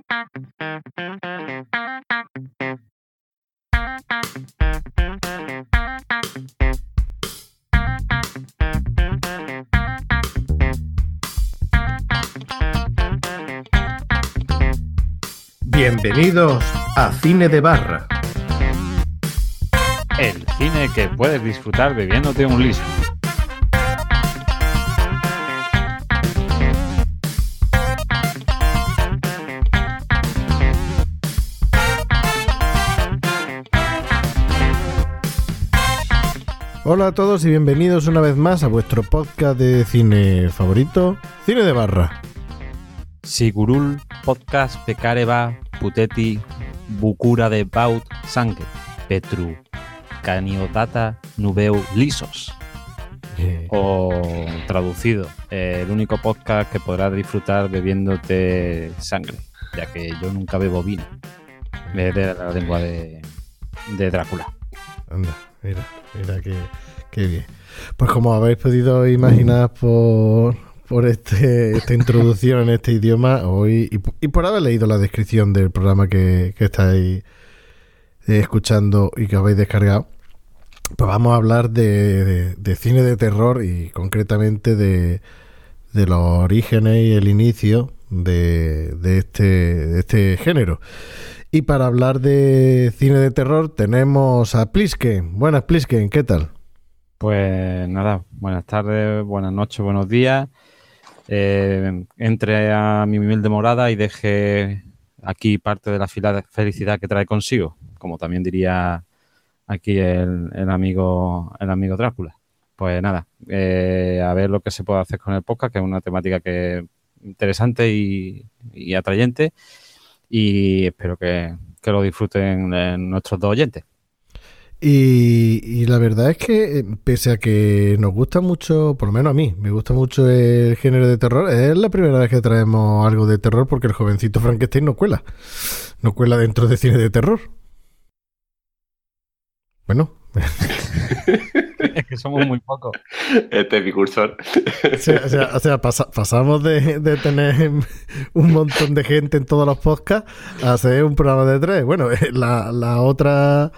Bienvenidos a Cine de Barra. El cine que puedes disfrutar bebiéndote un liso. Hola a todos y bienvenidos una vez más a vuestro podcast de cine favorito, Cine de Barra. Sigurul podcast pecareva puteti bucura de baut sangue petru caniodata nubeu lisos. O traducido, el único podcast que podrás disfrutar bebiéndote sangre, ya que yo nunca bebo vino. Es de la lengua de Drácula. Anda, mira qué bien. Pues como habéis podido imaginar por esta introducción en este idioma hoy y por haber leído la descripción del programa que estáis escuchando y que habéis descargado, pues vamos a hablar de cine de terror y concretamente de los orígenes y el inicio de este género. Y para hablar de cine de terror tenemos a Plisken. Buenas, Plisken, ¿qué tal? Pues nada, buenas tardes, buenas noches, buenos días. Entré a mi humilde morada y dejé aquí parte de la felicidad que trae consigo, como también diría aquí el amigo Drácula. Pues nada, a ver lo que se puede hacer con el podcast, que es una temática que es interesante y atrayente, y espero que lo disfruten nuestros dos oyentes. Y la verdad es que, pese a que nos gusta mucho, por lo menos a mí, me gusta mucho el género de terror, es la primera vez que traemos algo de terror porque el jovencito Frankenstein no cuela dentro de cine de terror. Bueno. Es que somos muy pocos. Este es mi cursor. O sea, pasamos de tener un montón de gente en todos los podcasts a hacer un programa de 3. Bueno, la otra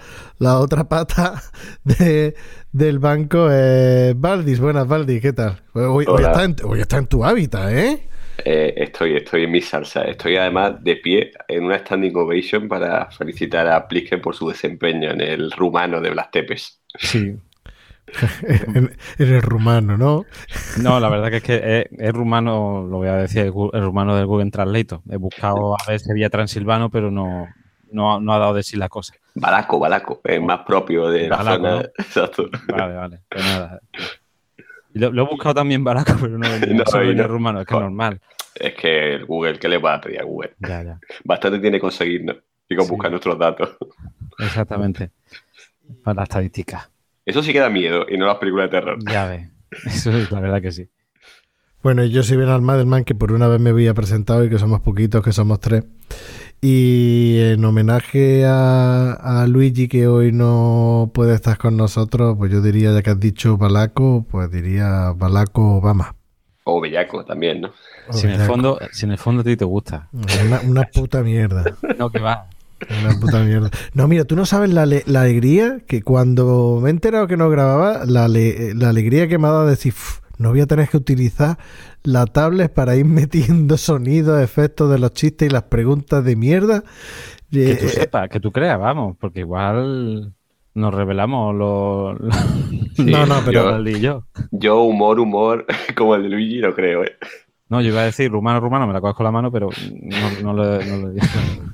pata del banco es Valdis. Buenas, Valdis, ¿qué tal? Hoy está en tu hábitat, ¿eh? Estoy en mi salsa. Estoy además de pie en una standing ovation para felicitar a Plisken por su desempeño en el rumano de Blas Tepes. Sí. en el rumano, ¿no? No, la verdad que es que es rumano, lo voy a decir, el rumano del Google Translate. He buscado a ver si había transilvano, pero no ha dado de sí la cosa. Balaco, es más propio de la Balaco, zona. ¿no? Exacto. Vale, pues nada. Lo he buscado también baraco, pero no venía rumano, es que es normal. Es que el Google, ¿qué le va a pedir a Google? Ya. Bastante tiene conseguirnos y con buscar nuestros datos. Exactamente. Para la estadística. Eso sí que da miedo y no las películas de terror. Ya ves, eso es la verdad que sí. Bueno, yo soy Ben Almadelman, que por una vez me había presentado y que somos poquitos, que somos 3. Y en homenaje a Luigi, que hoy no puede estar con nosotros, pues yo diría, ya que has dicho Balaco, pues diría Balaco Obama. O Bellaco también, ¿no? Si en el fondo a ti te gusta. Una puta mierda. No, que va. Una puta mierda. No, mira, tú no sabes la alegría que cuando me he enterado que no grababa, la alegría que me ha dado de decir, no voy a tener que utilizar la tablet para ir metiendo sonidos, efectos de los chistes y las preguntas de mierda. Que tú sepas, que tú creas, vamos, porque igual nos revelamos Sí, no, pero yo humor como el de Luigi no creo, ¿eh? No, yo iba a decir rumano, me la coges con la mano, pero no lo digo.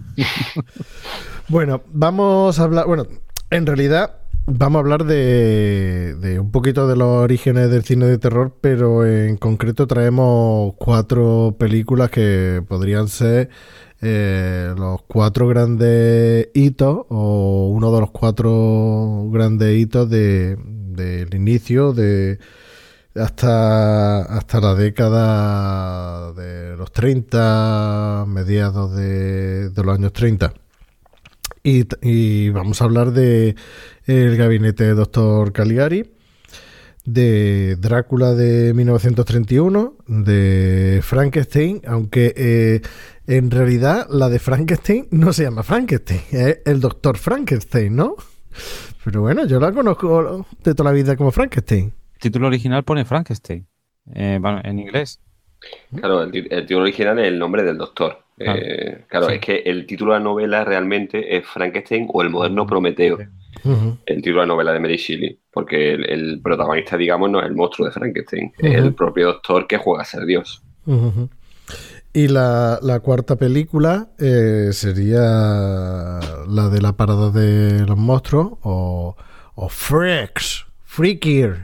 Bueno, vamos a hablar, en realidad vamos a hablar de un poquito de los orígenes del cine de terror, pero en concreto traemos 4 películas que podrían ser los 4 grandes hitos o uno de los 4 grandes hitos del inicio hasta la década de los 30, mediados de los años 30. Y vamos a hablar de El gabinete de Dr. Caligari, de Drácula de 1931, de Frankenstein, aunque en realidad la de Frankenstein no se llama Frankenstein, es el doctor Frankenstein, ¿no? Pero bueno, yo la conozco de toda la vida como Frankenstein. El título original pone Frankenstein, bueno, en inglés. Claro, el título original es el nombre del doctor. Claro, Sí. es que el título de la novela realmente es Frankenstein o el moderno Prometeo. El título de la novela de Mary Shelley, porque el protagonista, digamos, no es el monstruo de Frankenstein, es el propio doctor que juega a ser Dios. Y la cuarta película sería la de la parada de los monstruos o Freakier.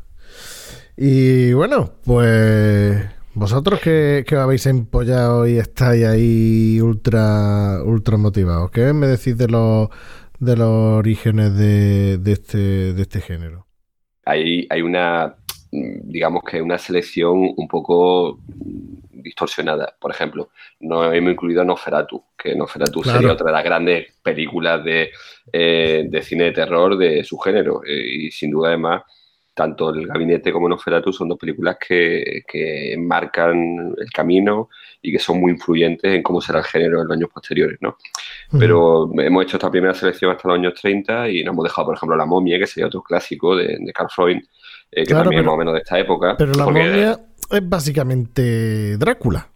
Y bueno, pues vosotros que os habéis empollado y estáis ahí ultra motivados, ¿qué me decís de los orígenes de este género? Hay una, digamos que una selección un poco distorsionada. Por ejemplo, no hemos incluido a Nosferatu, que Nosferatu sería otra de las grandes películas de cine de terror de su género. Y sin duda, además, tanto El Gabinete como Nosferatu son dos películas que marcan el camino y que son muy influyentes en cómo será el género en los años posteriores, ¿no? Pero hemos hecho esta primera selección hasta los años 30 y nos hemos dejado, por ejemplo, La momia, que sería otro clásico de Carl Freud, que también es más o menos de esta época. Pero La momia es básicamente Drácula.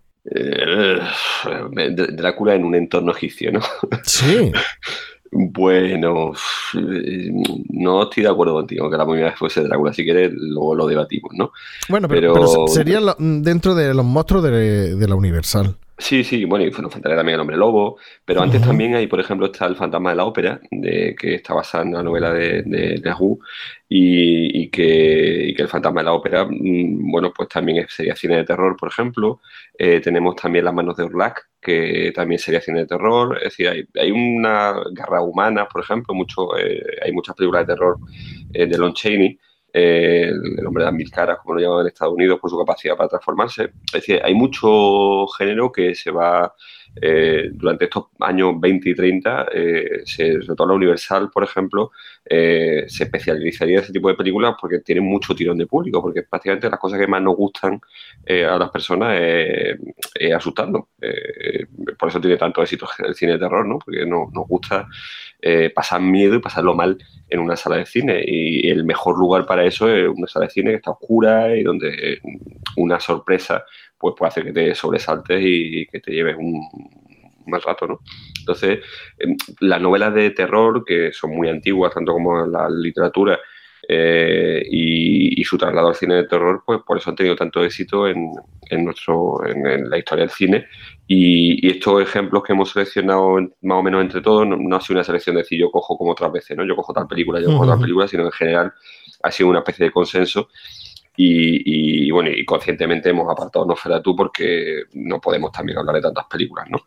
Drácula en un entorno egipcio, ¿no? Sí. Bueno, no estoy de acuerdo contigo que La momia fuese Drácula. Si quieres, luego lo debatimos, ¿no? Bueno, pero serían dentro de los monstruos de la Universal. Sí, bueno, y nos faltaría también El Hombre Lobo, pero antes también hay, por ejemplo, está El Fantasma de la Ópera, que está basada en la novela de Leroux, y que El Fantasma de la Ópera, bueno, pues también sería cine de terror, por ejemplo. Tenemos también Las manos de Urlac, que también sería cine de terror. Es decir, hay una Garra humana, por ejemplo, hay muchas películas de terror de Lon Chaney, el hombre de las mil caras, como lo llaman en Estados Unidos, por su capacidad para transformarse. Es decir, hay mucho género que se va durante estos años 20 y 30, sobre todo la Universal, por ejemplo, se especializaría en ese tipo de películas porque tienen mucho tirón de público, porque prácticamente las cosas que más nos gustan a las personas es asustarnos. Por eso tiene tanto éxito el cine de terror, ¿no? Porque nos gusta pasar miedo y pasarlo mal en una sala de cine, y el mejor lugar para eso es una sala de cine que está oscura y donde una sorpresa pues puede hacer que te sobresaltes y que te lleves un mal rato, ¿no? Entonces, las novelas de terror, que son muy antiguas, tanto como la literatura, y su traslado al cine de terror, pues por eso han tenido tanto éxito en la historia del cine. Y estos ejemplos que hemos seleccionado más o menos entre todos, no ha sido una selección de decir yo cojo como otras veces, ¿no? Yo cojo tal película, yo cojo tal película, sino en general ha sido una especie de consenso. Y bueno, y conscientemente hemos apartado Nosferatu porque no podemos también hablar de tantas películas, ¿no?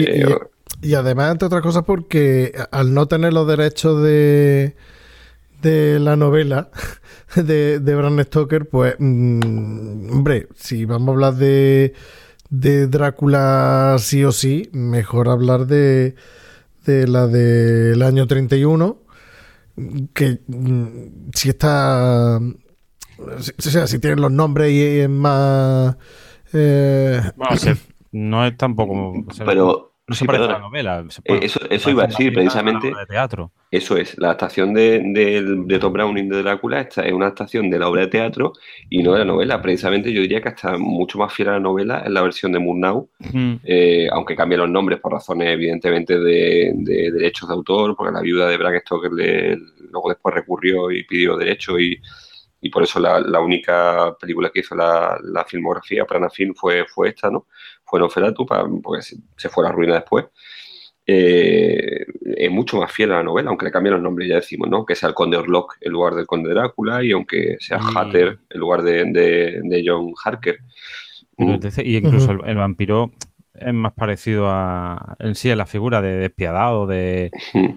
Y además, entre otras cosas, porque al no tener los derechos de la novela de Bram Stoker, pues hombre, si vamos a hablar de Drácula sí o sí, mejor hablar de la del año 31, que si está, o sea, si tienen los nombres y es más Bueno, no es tampoco, pero no se parece a la novela. Eso iba a decir, precisamente. De teatro. Eso es, la adaptación de Tom Browning de Drácula, esta es una adaptación de la obra de teatro y no de la novela. Precisamente yo diría que hasta mucho más fiel a la novela es la versión de Murnau, aunque cambie los nombres por razones evidentemente de derechos de autor, porque la viuda de Bram Stoker luego después recurrió y pidió derechos, y por eso la única película que hizo la filmografía para la film fue esta, ¿no? Fue Nosferatu, porque se fue a la ruina después. Es mucho más fiel a la novela, aunque le cambien los nombres, ya decimos, ¿no? Que sea el Conde Orlok en lugar del Conde Drácula, y aunque sea Hatter en lugar de John Harker. Y incluso el vampiro es más parecido en sí a la figura de despiadado, de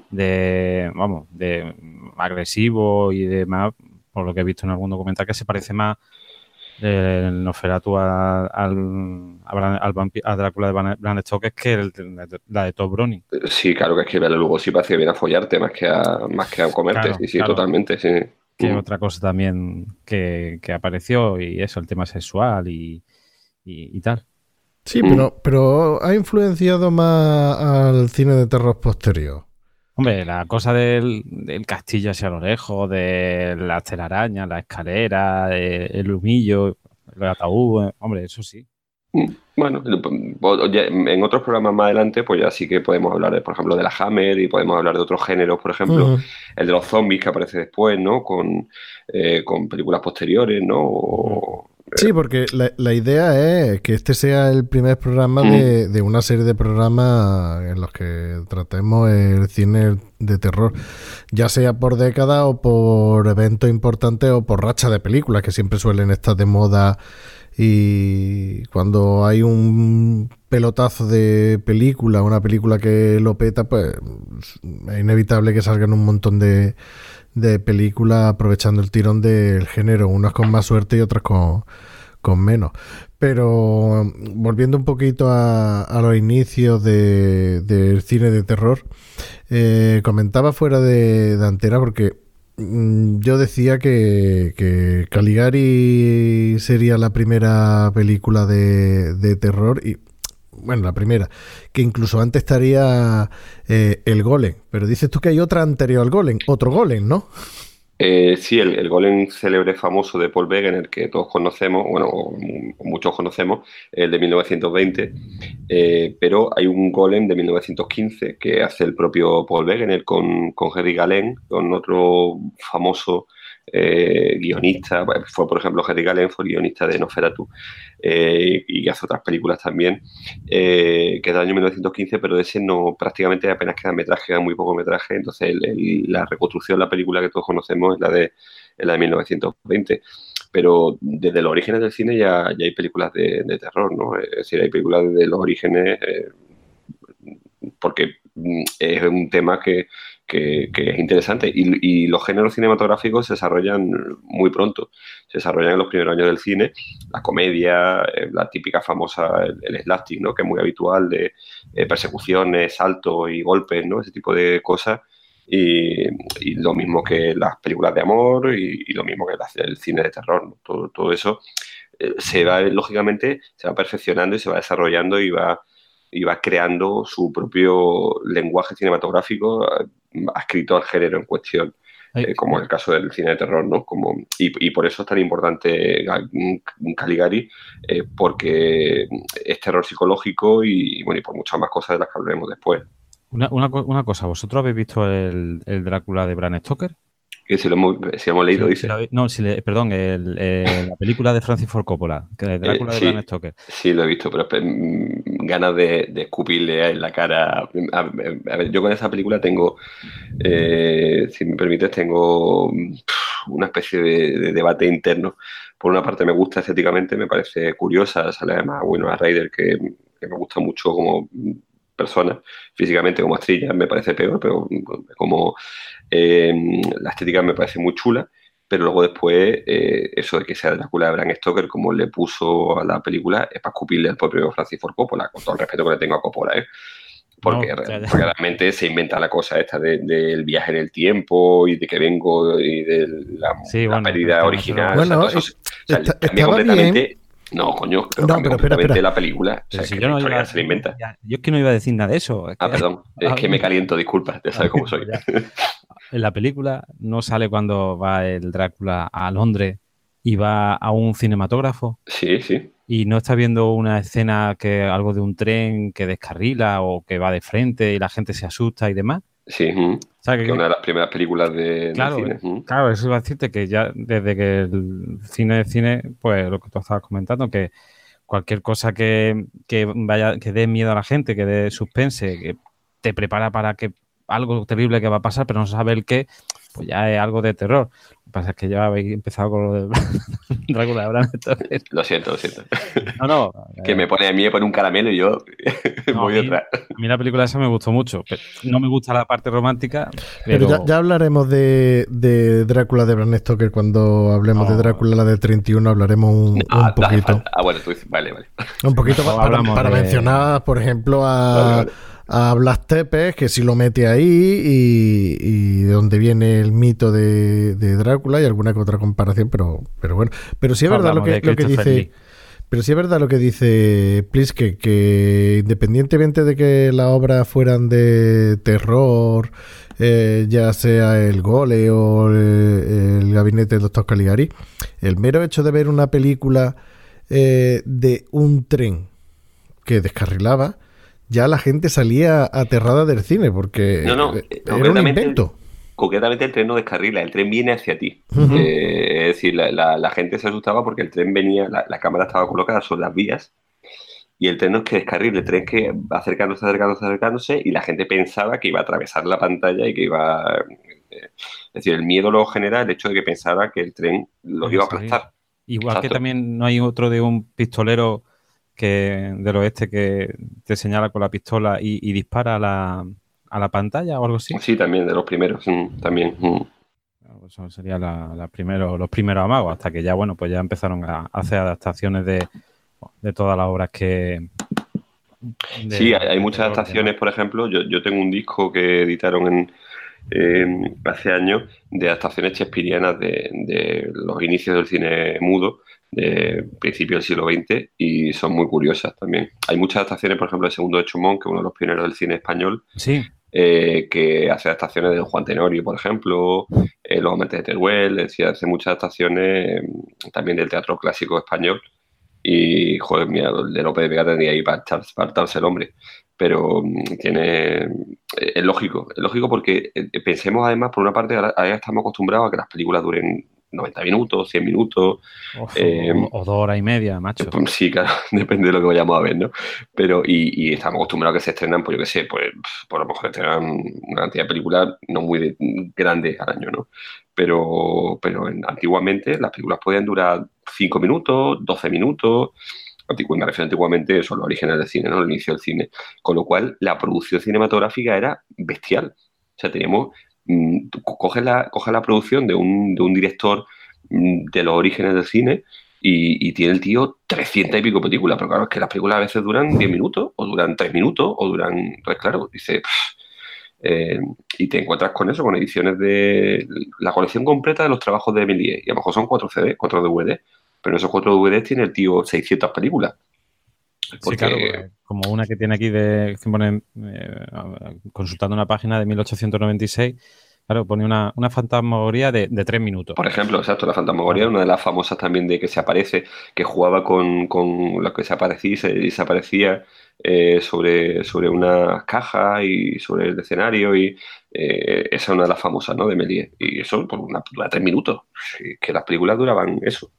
agresivo y demás, por lo que he visto en algún documental, que se parece más el Nosferatu a Drácula de Bram Stoker que la de Todd Browning. Sí, claro, que es que luego sí parece que viene a follarte más que a comerte. Claro, sí, claro. Totalmente, sí. Que otra cosa también que apareció, y eso, el tema sexual y tal. Sí, pero ha influenciado más al cine de terror posterior. Hombre, la cosa del castillo hacia lo lejos, de las telarañas, la escalera, el humillo, el ataúd, hombre, eso sí. Bueno, en otros programas más adelante, pues ya sí que podemos hablar, por ejemplo, de la Hammer y podemos hablar de otros géneros, por ejemplo, el de los zombies que aparece después, ¿no? Con películas posteriores, ¿no? Sí, porque la idea es que este sea el primer programa de una serie de programas en los que tratemos el cine de terror, ya sea por décadas o por eventos importantes o por rachas de películas que siempre suelen estar de moda. Y cuando hay un pelotazo de película, una película que lo peta, pues es inevitable que salgan un montón de películas aprovechando el tirón del género, unas con más suerte y otras con menos. Pero volviendo un poquito a los inicios del cine de terror, comentaba fuera de antena porque yo decía que Caligari sería la primera película de terror y bueno, la primera, que incluso antes estaría el Golem, pero dices tú que hay otra anterior al Golem, otro Golem, ¿no? Sí, el Golem célebre famoso de Paul Wegener, que todos conocemos, bueno, o muchos conocemos, el de 1920, pero hay un Golem de 1915 que hace el propio Paul Wegener con Henry Galen, con otro famoso guionista. Fue, por ejemplo, Henry Galen, fue guionista de Nosferatu, y hace otras películas también, que es del año 1915, pero de ese no, prácticamente apenas queda metraje, queda muy poco metraje. Entonces la reconstrucción de la película que todos conocemos es la de 1920. Pero desde los orígenes del cine ya hay películas de terror, ¿no? Es decir, hay películas desde los orígenes, porque es un tema que es interesante, y los géneros cinematográficos se desarrollan muy pronto, se desarrollan en los primeros años del cine, la comedia, la típica famosa, el slapstick, ¿no? Que es muy habitual, de persecuciones, saltos y golpes, ¿no? Ese tipo de cosas, y lo mismo que las películas de amor y lo mismo que el cine de terror, ¿no? Todo eso lógicamente, se va perfeccionando y se va desarrollando y va creando su propio lenguaje cinematográfico adscrito al género en cuestión, como en el caso del cine de terror, ¿no? Y por eso es tan importante Caligari, porque es terror psicológico y por muchas más cosas de las que hablaremos después. Una cosa, ¿vosotros habéis visto el Drácula de Bram Stoker? Que si hemos leído, dice. Perdón, la película de Francis Ford Coppola, que es Drácula de Bram Stoker. Sí, lo he visto, pero ganas de escupirle en la cara. A ver, yo con esa película tengo, si me permites, tengo una especie de debate interno. Por una parte me gusta estéticamente, me parece curiosa, sale además Winona Ryder, que me gusta mucho como persona, físicamente como actriz me parece peor, pero como la estética me parece muy chula, pero luego después eso de que sea Drácula de Bram Stoker, como le puso a la película, es para escupirle al propio Francis Ford Coppola, con todo el respeto que le tengo a Coppola, porque realmente se inventa la cosa esta del viaje en el tiempo y de que vengo y de la pérdida original. Bueno, cambia completamente. Bien. No, coño, pero espera. La película. O sea, si yo no iba se inventa. Yo es que no iba a decir nada de eso. Perdón. Es que me caliento, disculpa. Ya sabes cómo soy. En la película no sale cuando va el Drácula a Londres y va a un cinematógrafo. Sí, sí. Y no está viendo una escena que algo de un tren que descarrila o que va de frente y la gente se asusta y demás. Sí, o sea, que una de las primeras películas de cine. Claro, eso iba a decirte que ya desde que el cine, pues lo que tú estabas comentando, que cualquier cosa que dé miedo a la gente, que dé suspense, que te prepara para que algo terrible que va a pasar, pero no sabe el qué, pues ya es algo de terror. Lo que pasa es que ya habéis empezado con lo de Drácula de Bram Stoker. Lo siento. No. Que me pone un caramelo y yo voy atrás. A mí la película esa me gustó mucho. Pero no me gusta la parte romántica. Pero ya hablaremos de Drácula de Bram Stoker cuando hablemos de Drácula, la de 31, hablaremos un poquito. Bueno, tú dices, vale. Un poquito para mencionar, por ejemplo, a Blas Tepees, que sí lo mete ahí, y de donde viene el mito de Drácula y alguna que otra comparación, pero bueno. Pero sí es verdad lo que dice. Pero sí es verdad lo que dice Pliske, que independientemente de que las obras fueran de terror, ya sea el Gole o el gabinete del Doctor Caligari, el mero hecho de ver una película de un tren que descarrilaba, ya la gente salía aterrada del cine, porque No, era un invento. concretamente el tren no descarrila, el tren viene hacia ti. Uh-huh. Es decir, la gente se asustaba porque el tren venía, la cámara estaba colocada sobre las vías y el tren no es que descarrile, el tren es que va acercándose y la gente pensaba que iba a atravesar la pantalla y que iba... es decir, el miedo lo genera el hecho de que pensara que el tren los iba a aplastar. Igual Exacto. que también no hay otro de un pistolero del oeste que te señala con la pistola y dispara a la pantalla o algo así. Sí, también, de los primeros, también. Eso sería los primeros amagos, hasta que ya, bueno, pues ya empezaron a hacer adaptaciones de todas las obras que... Sí, hay muchas adaptaciones, por ejemplo, yo tengo un disco que editaron hace años de adaptaciones shakespearianas de los inicios del cine mudo, de principios del siglo XX, y son muy curiosas también. Hay muchas adaptaciones, por ejemplo, el Segundo de Chomón, que es uno de los pioneros del cine español, sí. Que hace adaptaciones de Juan Tenorio, por ejemplo, Los Amantes de Teruel, es decir, hace muchas adaptaciones también del teatro clásico español. Y, joder, mira, el de Lope de Vega tendría ahí para hartarse el hombre. Pero es lógico porque pensemos además, por una parte, ahora estamos acostumbrados a que las películas duren 90 minutos, 100 minutos. O 2 horas y media, macho. Sí, claro, depende de lo que vayamos a ver, ¿no? Pero, y estamos acostumbrados a que se estrenan, pues yo qué sé, pues por lo mejor estrenan una cantidad de películas no muy grandes al año, ¿no? Pero antiguamente las películas podían durar 5 minutos, 12 minutos. Me refiero antiguamente, eso, los orígenes del cine, ¿no? El inicio del cine. Con lo cual, la producción cinematográfica era bestial. O sea, teníamos... coge la producción de un director de los orígenes del cine y tiene el tío 300 y pico películas, pero claro, es que las películas a veces duran 10 minutos, o duran 3 minutos, o duran... Entonces, claro, dice... y te encuentras con eso, con ediciones de la colección completa de los trabajos de Méliès, y a lo mejor son 4 CD, 4 DVD, pero en esos 4 DVD tiene el tío 600 películas. Porque... Sí, claro, como una que tiene aquí que pone, consultando una página de 1896, claro, pone una fantasmagoría de 3 minutos. Por ejemplo, exacto, la fantasmagoría es una de las famosas también de que se aparece, que jugaba con lo que se aparecía y desaparecía sobre unas cajas y sobre el escenario, y esa es una de las famosas, ¿no? De Méliès. Y eso, pues, dura 3 minutos. Que las películas duraban eso.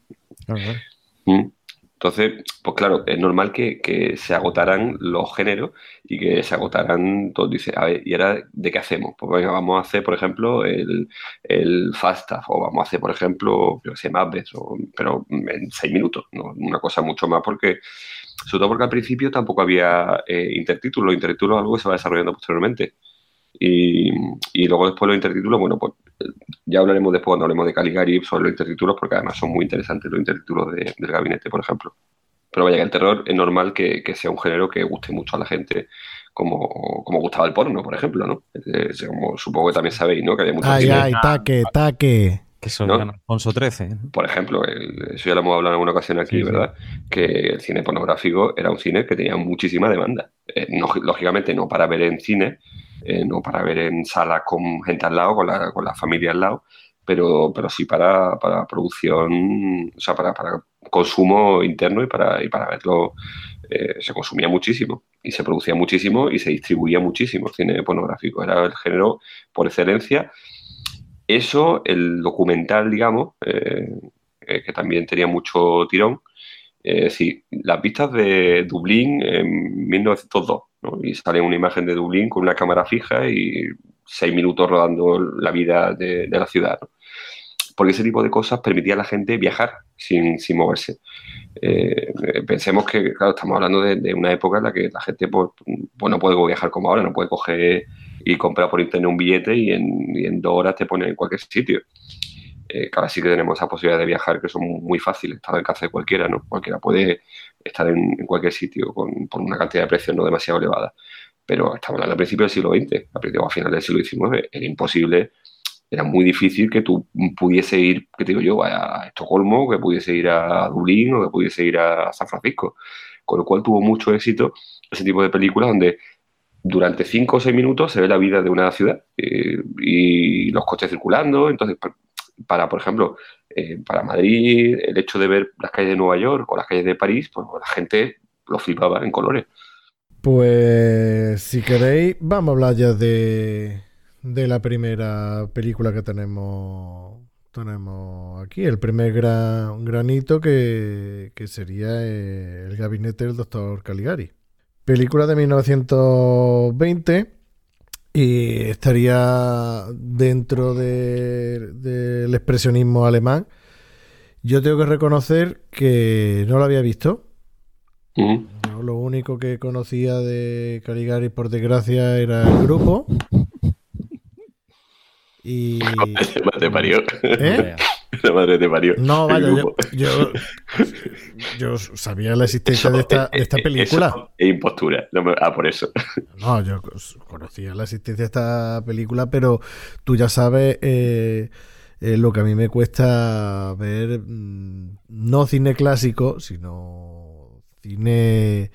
Entonces, pues claro, es normal que se agotaran los géneros y que se agotaran todos. Dice, a ver, ¿y ahora de qué hacemos? Pues venga, vamos a hacer, por ejemplo, el Falstaff, o vamos a hacer, por ejemplo, yo sé, Macbeth, pero en 6 minutos, ¿no? Una cosa mucho más, porque, sobre todo porque al principio tampoco había intertítulos. Los intertítulos es algo que se va desarrollando posteriormente. Y luego después los intertítulos, bueno, pues ya hablaremos después cuando hablemos de Caligari sobre los intertítulos, porque además son muy interesantes los intertítulos del gabinete, por ejemplo. Pero vaya, que el terror es normal que sea un género que guste mucho a la gente, como gustaba el porno, por ejemplo, ¿no? Como supongo que también sabéis, ¿no? Que había muchos cines... ¡Ay, taque! Que eso, ¿no? Alfonso XIII. Por ejemplo, eso ya lo hemos hablado en alguna ocasión aquí, sí, ¿verdad? Sí. Que el cine pornográfico era un cine que tenía muchísima demanda. Lógicamente no para ver en cine, no para ver en salas con gente al lado, con la familia al lado, pero sí para producción, o sea, para consumo interno y para verlo. Se consumía muchísimo y se producía muchísimo y se distribuía muchísimo el cine pornográfico. Era el género por excelencia. Eso, el documental, digamos, que también tenía mucho tirón. Sí, las vistas de Dublín en 1902, ¿no? Y sale una imagen de Dublín con una cámara fija y 6 minutos rodando la vida de la ciudad, ¿no? Porque ese tipo de cosas permitía a la gente viajar sin moverse. Pensemos que, claro, estamos hablando de una época en la que la gente pues no puede viajar como ahora, no puede coger y comprar por internet un billete y en 2 horas te pone en cualquier sitio. Ahora sí que tenemos esa posibilidad de viajar, que son muy fáciles, está al alcance de cualquiera, ¿no? Cualquiera puede estar en cualquier sitio por una cantidad de precios no demasiado elevada. Pero estamos hablando al principio del siglo XX, a finales del siglo XIX, era imposible era muy difícil que tú pudiese ir, que te digo yo, a Estocolmo, que pudiese ir a Dublín o que pudiese ir a San Francisco. Con lo cual tuvo mucho éxito ese tipo de películas donde durante 5 o 6 minutos se ve la vida de una ciudad y los coches circulando. Entonces, por ejemplo, para Madrid, el hecho de ver las calles de Nueva York o las calles de París, pues la gente lo flipaba en colores. Pues si queréis, vamos a hablar ya de la primera película que tenemos aquí, el primer granito que sería El gabinete del doctor Caligari. Película de 1920 y estaría dentro del expresionismo alemán. Yo tengo que reconocer que no lo había visto. No, lo único que conocía de Caligari, por desgracia, era el grupo. Y... La madre te parió. ¿Eh? La madre te parió. No, vaya, yo sabía la existencia de esta película. Eso es impostura. Por eso. No, yo conocía la existencia de esta película, pero tú ya sabes lo que a mí me cuesta ver, no cine clásico, sino cine...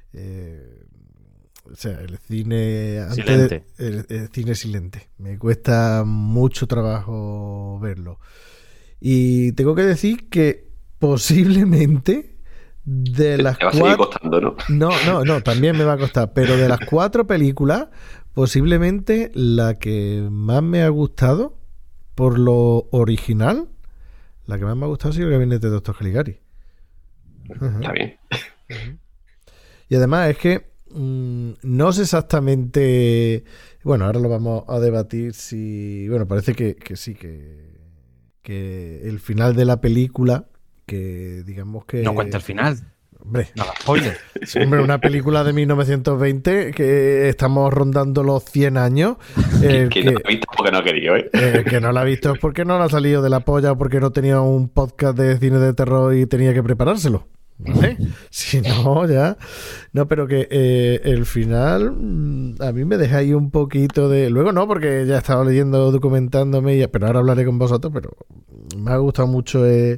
o sea, el cine silente. El cine silente. Me cuesta mucho trabajo verlo. Y tengo que decir que posiblemente de las te va a seguir costando, ¿no? No, también me va a costar. Pero de las 4 películas, posiblemente la que más me ha gustado por lo original, la que más me ha gustado ha sido el gabinete de Doctor Caligari. Está bien. Y además es que no sé exactamente. Bueno, ahora lo vamos a debatir. Si. Bueno, parece que sí, que el final de la película, que digamos que. No cuenta el final. Hombre, nada, spoiler. Hombre, una película de 1920 que estamos rondando los 100 años. Que no la ha visto porque no ha querido, ¿eh? Que no la ha visto es porque no la ha salido de la polla o porque no tenía un podcast de cine de terror y tenía que preparárselo. ¿Vale? Si no, ya. No, pero que el final a mí me deja ahí un poquito de. Luego no, porque ya estaba leyendo, documentándome, pero ahora hablaré con vosotros. Pero me ha gustado mucho el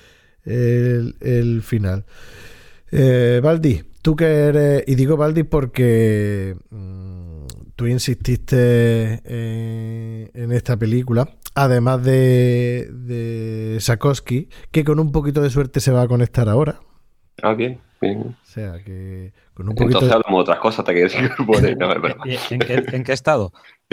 final. Baldi, tú que eres. Y digo Baldi porque tú insististe en esta película. Además de Sakowski, que con un poquito de suerte se va a conectar ahora. Ah, bien. O sea, que con un poquito... Entonces hablamos de otras cosas hasta que se incorpore. No, es verdad. ¿En qué estado?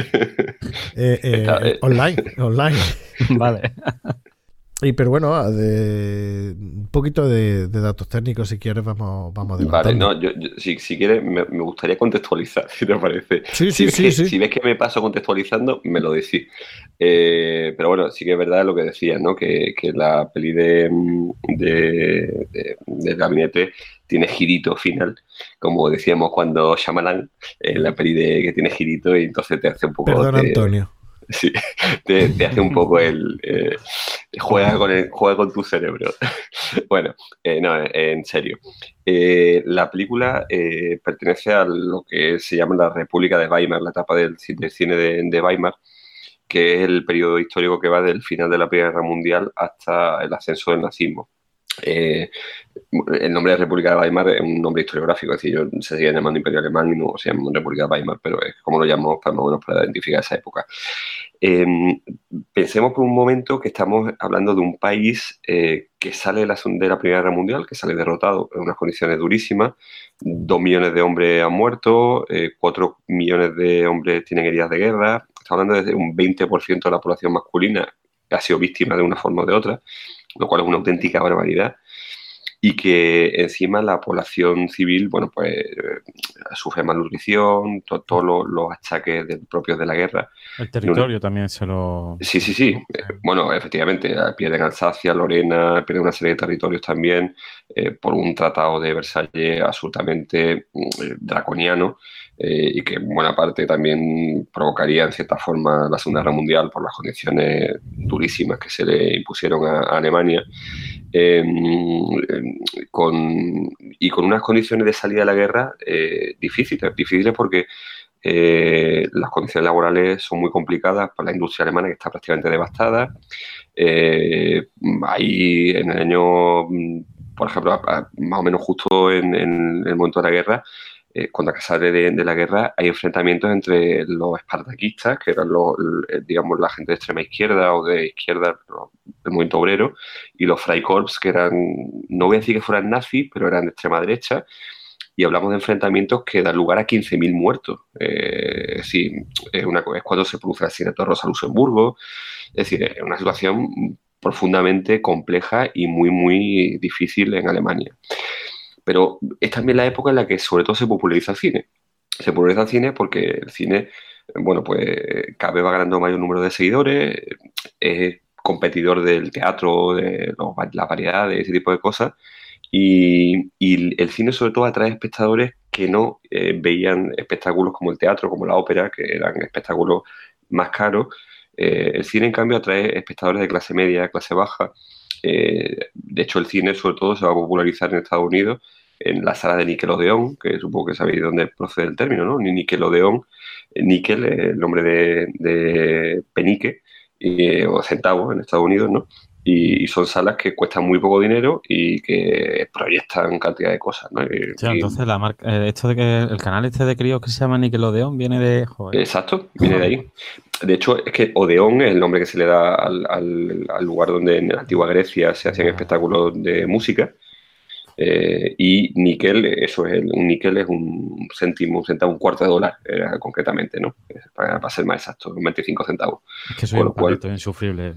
Online. Vale. Pero bueno, un poquito de datos técnicos, si quieres, vamos adelantando. Vale, no, si quieres, me gustaría contextualizar, si te parece. Sí. Si ves que me paso contextualizando, me lo decís. Pero bueno, sí que es verdad lo que decías, ¿no? Que la peli del gabinete tiene girito final, como decíamos cuando Shyamalan, la peli que tiene girito y entonces te hace un poco... Perdón, Antonio. Sí, te hace un poco juega con tu cerebro. Bueno, no, en serio. La película pertenece a lo que se llama la República de Weimar, la etapa del cine de Weimar, que es el periodo histórico que va del final de la Primera Guerra Mundial hasta el ascenso del nazismo. El nombre de República de Weimar es un nombre historiográfico, es decir, se sigue llamando Imperio Alemán y no se llama República de Weimar, pero es como lo llamamos más o menos para identificar esa época. Pensemos por un momento que estamos hablando de un país que sale de la Primera Guerra Mundial, que sale derrotado en unas condiciones durísimas. 2 millones de hombres han muerto, 4 millones de hombres tienen heridas de guerra. Estamos hablando de un 20% de la población masculina que ha sido víctima de una forma o de otra, lo cual es una auténtica barbaridad. Y que encima la población civil, bueno, pues sufre malnutrición, todos los achaques propios de la guerra. El territorio también se lo... Sí. Bueno, efectivamente, pierden Alsacia, Lorena, pierden una serie de territorios también por un tratado de Versalles absolutamente draconiano y que en buena parte también provocaría en cierta forma la Segunda Guerra Mundial por las condiciones durísimas que se le impusieron a Alemania. Con unas condiciones de salida de la guerra difíciles porque las condiciones laborales son muy complicadas para la industria alemana, que está prácticamente devastada. Ahí en el año, por ejemplo, más o menos justo en el momento de la guerra, cuando sale de la guerra, hay enfrentamientos entre los espartaquistas, que eran digamos, la gente de extrema izquierda o de izquierda del movimiento obrero, y los Freikorps, que eran, no voy a decir que fueran nazis, pero eran de extrema derecha, y hablamos de enfrentamientos que dan lugar a 15.000 muertos. Sí, es cuando se produce el asesinato de Rosa Luxemburgo. Es decir, es una situación profundamente compleja y muy, muy difícil en Alemania. Pero es también la época en la que sobre todo se populariza el cine. Se populariza el cine porque el cine, bueno, pues cada vez va ganando mayor número de seguidores, es competidor del teatro, de las variedades, ese tipo de cosas. Y el cine sobre todo atrae espectadores que no veían espectáculos como el teatro, como la ópera, que eran espectáculos más caros. El cine, en cambio, atrae espectadores de clase media, clase baja. De hecho, el cine sobre todo se va a popularizar en Estados Unidos en la sala de Nickelodeon, que supongo que sabéis de dónde procede el término, ¿no? Nickelodeon, níquel, el nombre de penique, o centavo en Estados Unidos, ¿no? Y son salas que cuestan muy poco dinero y que proyectan cantidad de cosas, ¿no? O sea, entonces la marca, esto de que el canal este de críos que se llama Nickelodeon viene de... Joder. Exacto, viene de ahí. De hecho, es que Odeón es el nombre que se le da al lugar donde en la antigua Grecia se hacían espectáculos de música. Y níquel, un níquel es un céntimo, un centavo, un cuarto de dólar, concretamente, ¿no? Para ser más exacto, 25 centavos. Es que soy un palito insufrible.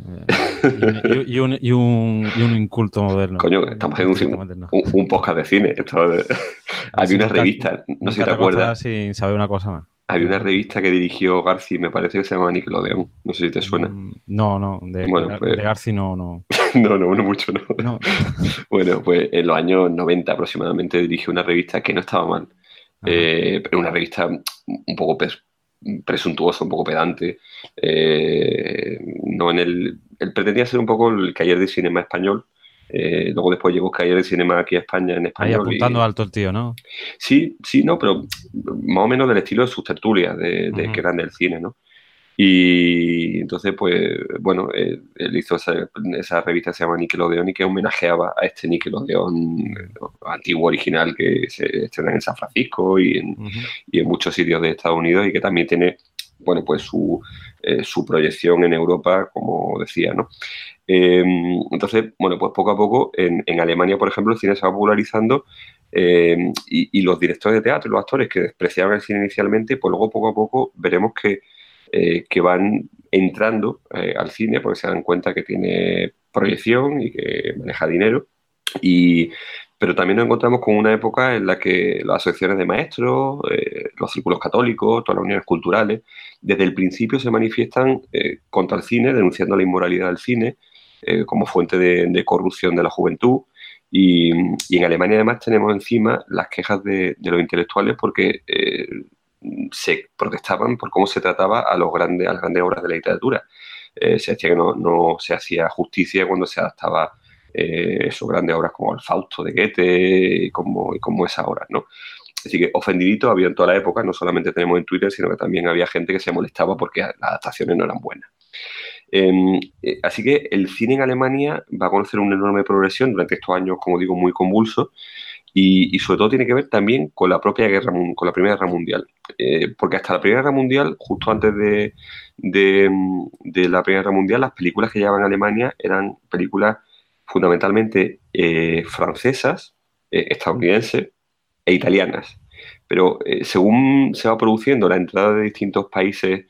Y un inculto moderno. Coño, estamos haciendo un podcast de cine. Había una revista, no sé si te acuerdas. Sin saber una cosa más. Había una revista que dirigió Garci, me parece que se llama Nickelodeon. No sé si te suena. No, de Garci no. no mucho, no. Bueno, pues en los años 90 aproximadamente dirigió una revista que no estaba mal. Pero una revista un poco presuntuosa, un poco pedante. No él pretendía ser un poco el Taller de Cinema español. Luego después llegó Taller de Cinema aquí a España en español. Ahí apuntando alto el tío, ¿no? Sí, no, pero más o menos del estilo de sus tertulias, que eran del cine, ¿no? Y entonces, pues, bueno, él hizo esa revista que se llama Nickelodeon y que homenajeaba a este Nickelodeon antiguo, original, que se estrena en San Francisco y en muchos sitios de Estados Unidos y que también tiene, bueno, pues su proyección en Europa, como decía, ¿no? Entonces, bueno, pues poco a poco en Alemania, por ejemplo, el cine se va popularizando y los directores de teatro y los actores que despreciaban el cine inicialmente, pues luego poco a poco veremos que van entrando al cine porque se dan cuenta que tiene proyección y que maneja dinero. Pero también nos encontramos con una época en la que las asociaciones de maestros, los círculos católicos, todas las uniones culturales, desde el principio se manifiestan contra el cine, denunciando la inmoralidad del cine como fuente de corrupción de la juventud. Y en Alemania además tenemos encima las quejas de los intelectuales porque se protestaban por cómo se trataba a las grandes obras de la literatura. Se decía que no se hacía justicia cuando se adaptaba grandes obras como el Fausto de Goethe y como esas obras, ¿no? Así que ofendiditos había en toda la época, no solamente tenemos en Twitter, sino que también había gente que se molestaba porque las adaptaciones no eran buenas. Así que el cine en Alemania va a conocer una enorme progresión durante estos años, como digo, muy convulsos. Y sobre todo tiene que ver también con la propia con la Primera Guerra Mundial. Porque hasta la Primera Guerra Mundial, justo antes de la Primera Guerra Mundial, las películas que llegaban a Alemania eran películas fundamentalmente francesas, estadounidenses e italianas. Pero según se va produciendo la entrada de distintos países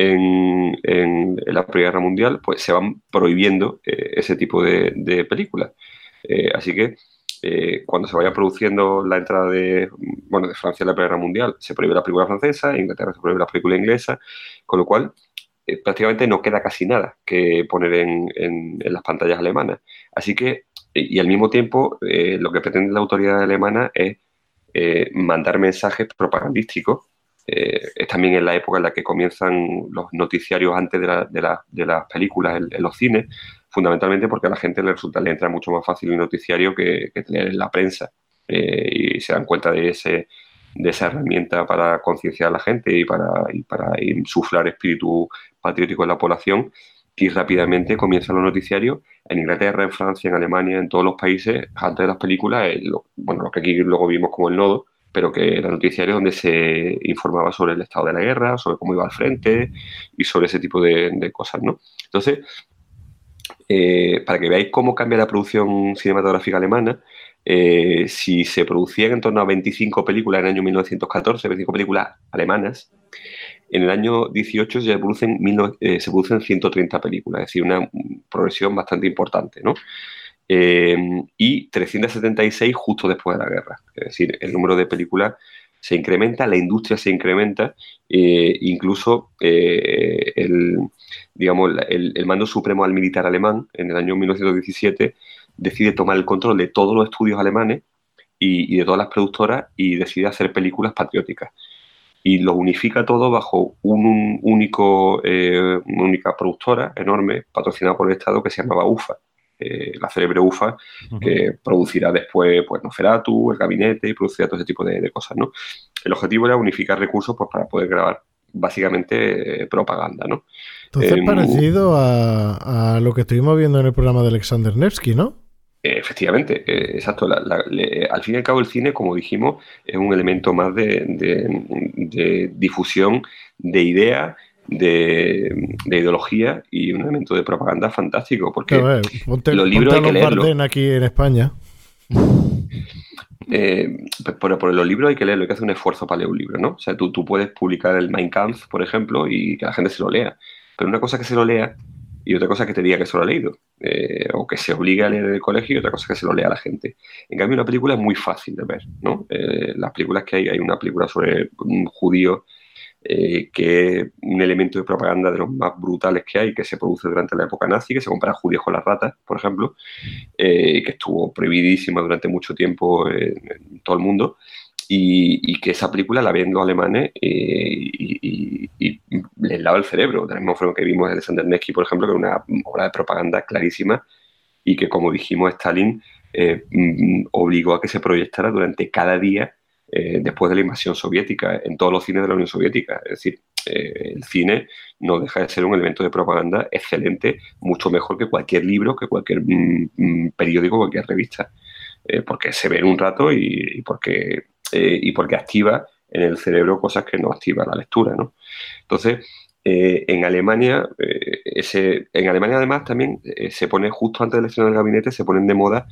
en la Primera Guerra Mundial, pues se van prohibiendo ese tipo de películas. Así que cuando se vaya produciendo la entrada de Francia en la Primera Guerra Mundial, se prohíbe la película francesa, en Inglaterra se prohíbe la película inglesa, con lo cual prácticamente no queda casi nada que poner en las pantallas alemanas. Así que, y al mismo tiempo, lo que pretende la autoridad alemana es mandar mensajes propagandísticos. Es también en la época en la que comienzan los noticiarios antes de las películas en los cines, fundamentalmente porque a la gente le entra mucho más fácil el noticiario que leer en la prensa. Y se dan cuenta de de esa herramienta para concienciar a la gente y para insuflar espíritu patriótico en la población. Y rápidamente comienzan los noticiarios en Inglaterra, en Francia, en Alemania, en todos los países, antes de las películas, lo que aquí luego vimos como el nodo, pero que era noticiario donde se informaba sobre el estado de la guerra, sobre cómo iba al frente y sobre ese tipo de cosas, ¿no? Entonces, para que veáis cómo cambia la producción cinematográfica alemana, si se producían en torno a 25 películas en el año 1914, 25 películas alemanas, en el año 18 se producen 130 películas, es decir, una progresión bastante importante, ¿no? Y 376 justo después de la guerra. Es decir, el número de películas se incrementa, la industria se incrementa, incluso digamos, el mando supremo al militar alemán en el año 1917 decide tomar el control de todos los estudios alemanes y de todas las productoras y decide hacer películas patrióticas. Y lo unifica todo bajo una única productora enorme, patrocinada por el Estado, que se llamaba UFA, la célebre UFA, que producirá después pues, Nosferatu, El Gabinete, y producirá todo ese tipo de cosas, ¿no? El objetivo era unificar recursos pues, para poder grabar básicamente propaganda, ¿no? Entonces es parecido a lo que estuvimos viendo en el programa de Alexander Nevsky, ¿no? Efectivamente, exacto. Al fin y al cabo, el cine, como dijimos, es un elemento más de difusión de ideas, de ideología y un elemento de propaganda fantástico. Porque los libros hay que leerlos. Bardem aquí en España. Por los libros hay que leerlo, hay que hacer un esfuerzo para leer un libro, ¿no? O sea, tú puedes publicar el Mein Kampf, por ejemplo, y que la gente se lo lea. Pero una cosa es que se lo lea y otra cosa es que te diga que se lo ha leído. O que se obligue a leer en el colegio y otra cosa es que se lo lea a la gente. En cambio, una película es muy fácil de ver, ¿no? Las películas que hay una película sobre un judío que es un elemento de propaganda de los más brutales que hay, que se produce durante la época nazi, que se compara judíos con las ratas, por ejemplo, que estuvo prohibidísima durante mucho tiempo en todo el mundo, y que esa película la ven los alemanes y les lava el cerebro, de la misma forma que vimos en Alexander Nevsky, por ejemplo, que es una obra de propaganda clarísima y que, como dijimos, Stalin obligó a que se proyectara durante cada día después de la invasión soviética, en todos los cines de la Unión Soviética. Es decir, el cine no deja de ser un elemento de propaganda excelente, mucho mejor que cualquier libro, que cualquier periódico, cualquier revista, porque se ve en un rato y porque activa en el cerebro cosas que no activa la lectura, ¿no? Entonces, en Alemania además también se pone justo antes del estreno del Gabinete, se ponen de moda,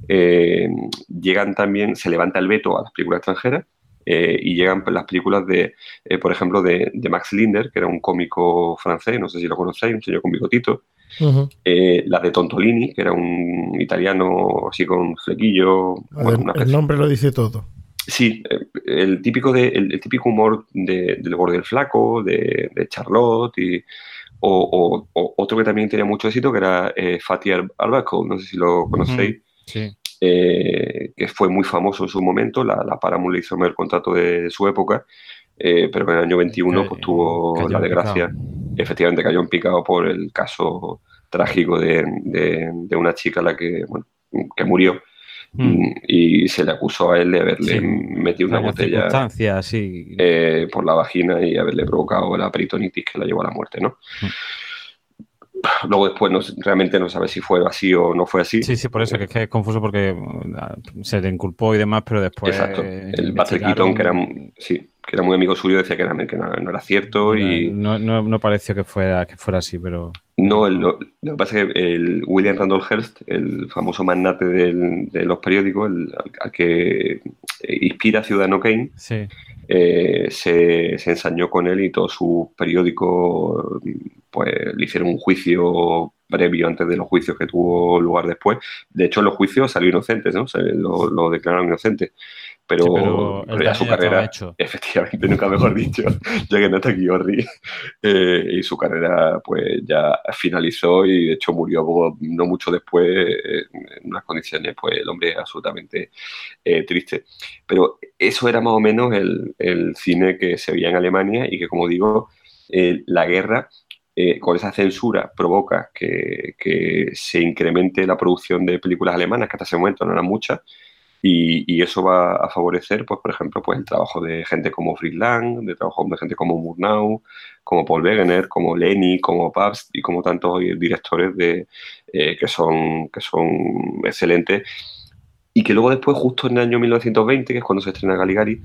llegan también, se levanta el veto a las películas extranjeras y llegan las películas por ejemplo, de Max Linder, que era un cómico francés, no sé si lo conocéis, un señor con bigotito. Las de Tontolini, que era un italiano así con flequillo. El nombre lo dice todo. Sí, el típico humor del Gordo y el Flaco, de Charlotte, o otro que también tenía mucho éxito, que era Fatty Arbuckle, no sé si lo conocéis, sí. Que fue muy famoso en su momento, la Paramount le hizo el contrato de su época, pero en el año 21 pues tuvo la desgracia, efectivamente cayó en picado por el caso trágico de una chica que murió. Y se le acusó a él de haberle metido una botella por la vagina y haberle provocado la peritonitis que la llevó a la muerte, ¿no? Luego después realmente no sabe si fue así o no fue así. Sí, por eso, que es confuso porque se le inculpó y demás, pero después... Exacto. El Buster Keaton, que era muy amigo suyo, decía que no era cierto. No pareció que fuera así, pero... No, lo que pasa es que el William Randolph Hearst, el famoso magnate de los periódicos, al que inspira Ciudadano Kane, se ensañó con él y todos sus periódicos pues, le hicieron un juicio previo antes de los juicios que tuvo lugar después. De hecho, en los juicios salió inocente, ¿no? Lo declararon inocente. Pero ya su carrera, efectivamente, nunca mejor dicho, ya que no está aquí Orri, y su carrera pues ya finalizó y de hecho murió no mucho después en unas condiciones, pues el hombre absolutamente triste. Pero eso era más o menos el cine que se veía en Alemania y que, como digo, la guerra con esa censura provoca que se incremente la producción de películas alemanas, que hasta ese momento no eran muchas, Y eso va a favorecer, pues, por ejemplo, pues, el trabajo de gente como Fritz Lang, de trabajo de gente como Murnau, como Paul Wegener, como Leni, como Pabst y como tantos directores que son excelentes. Y que luego después, justo en el año 1920, que es cuando se estrena Caligari,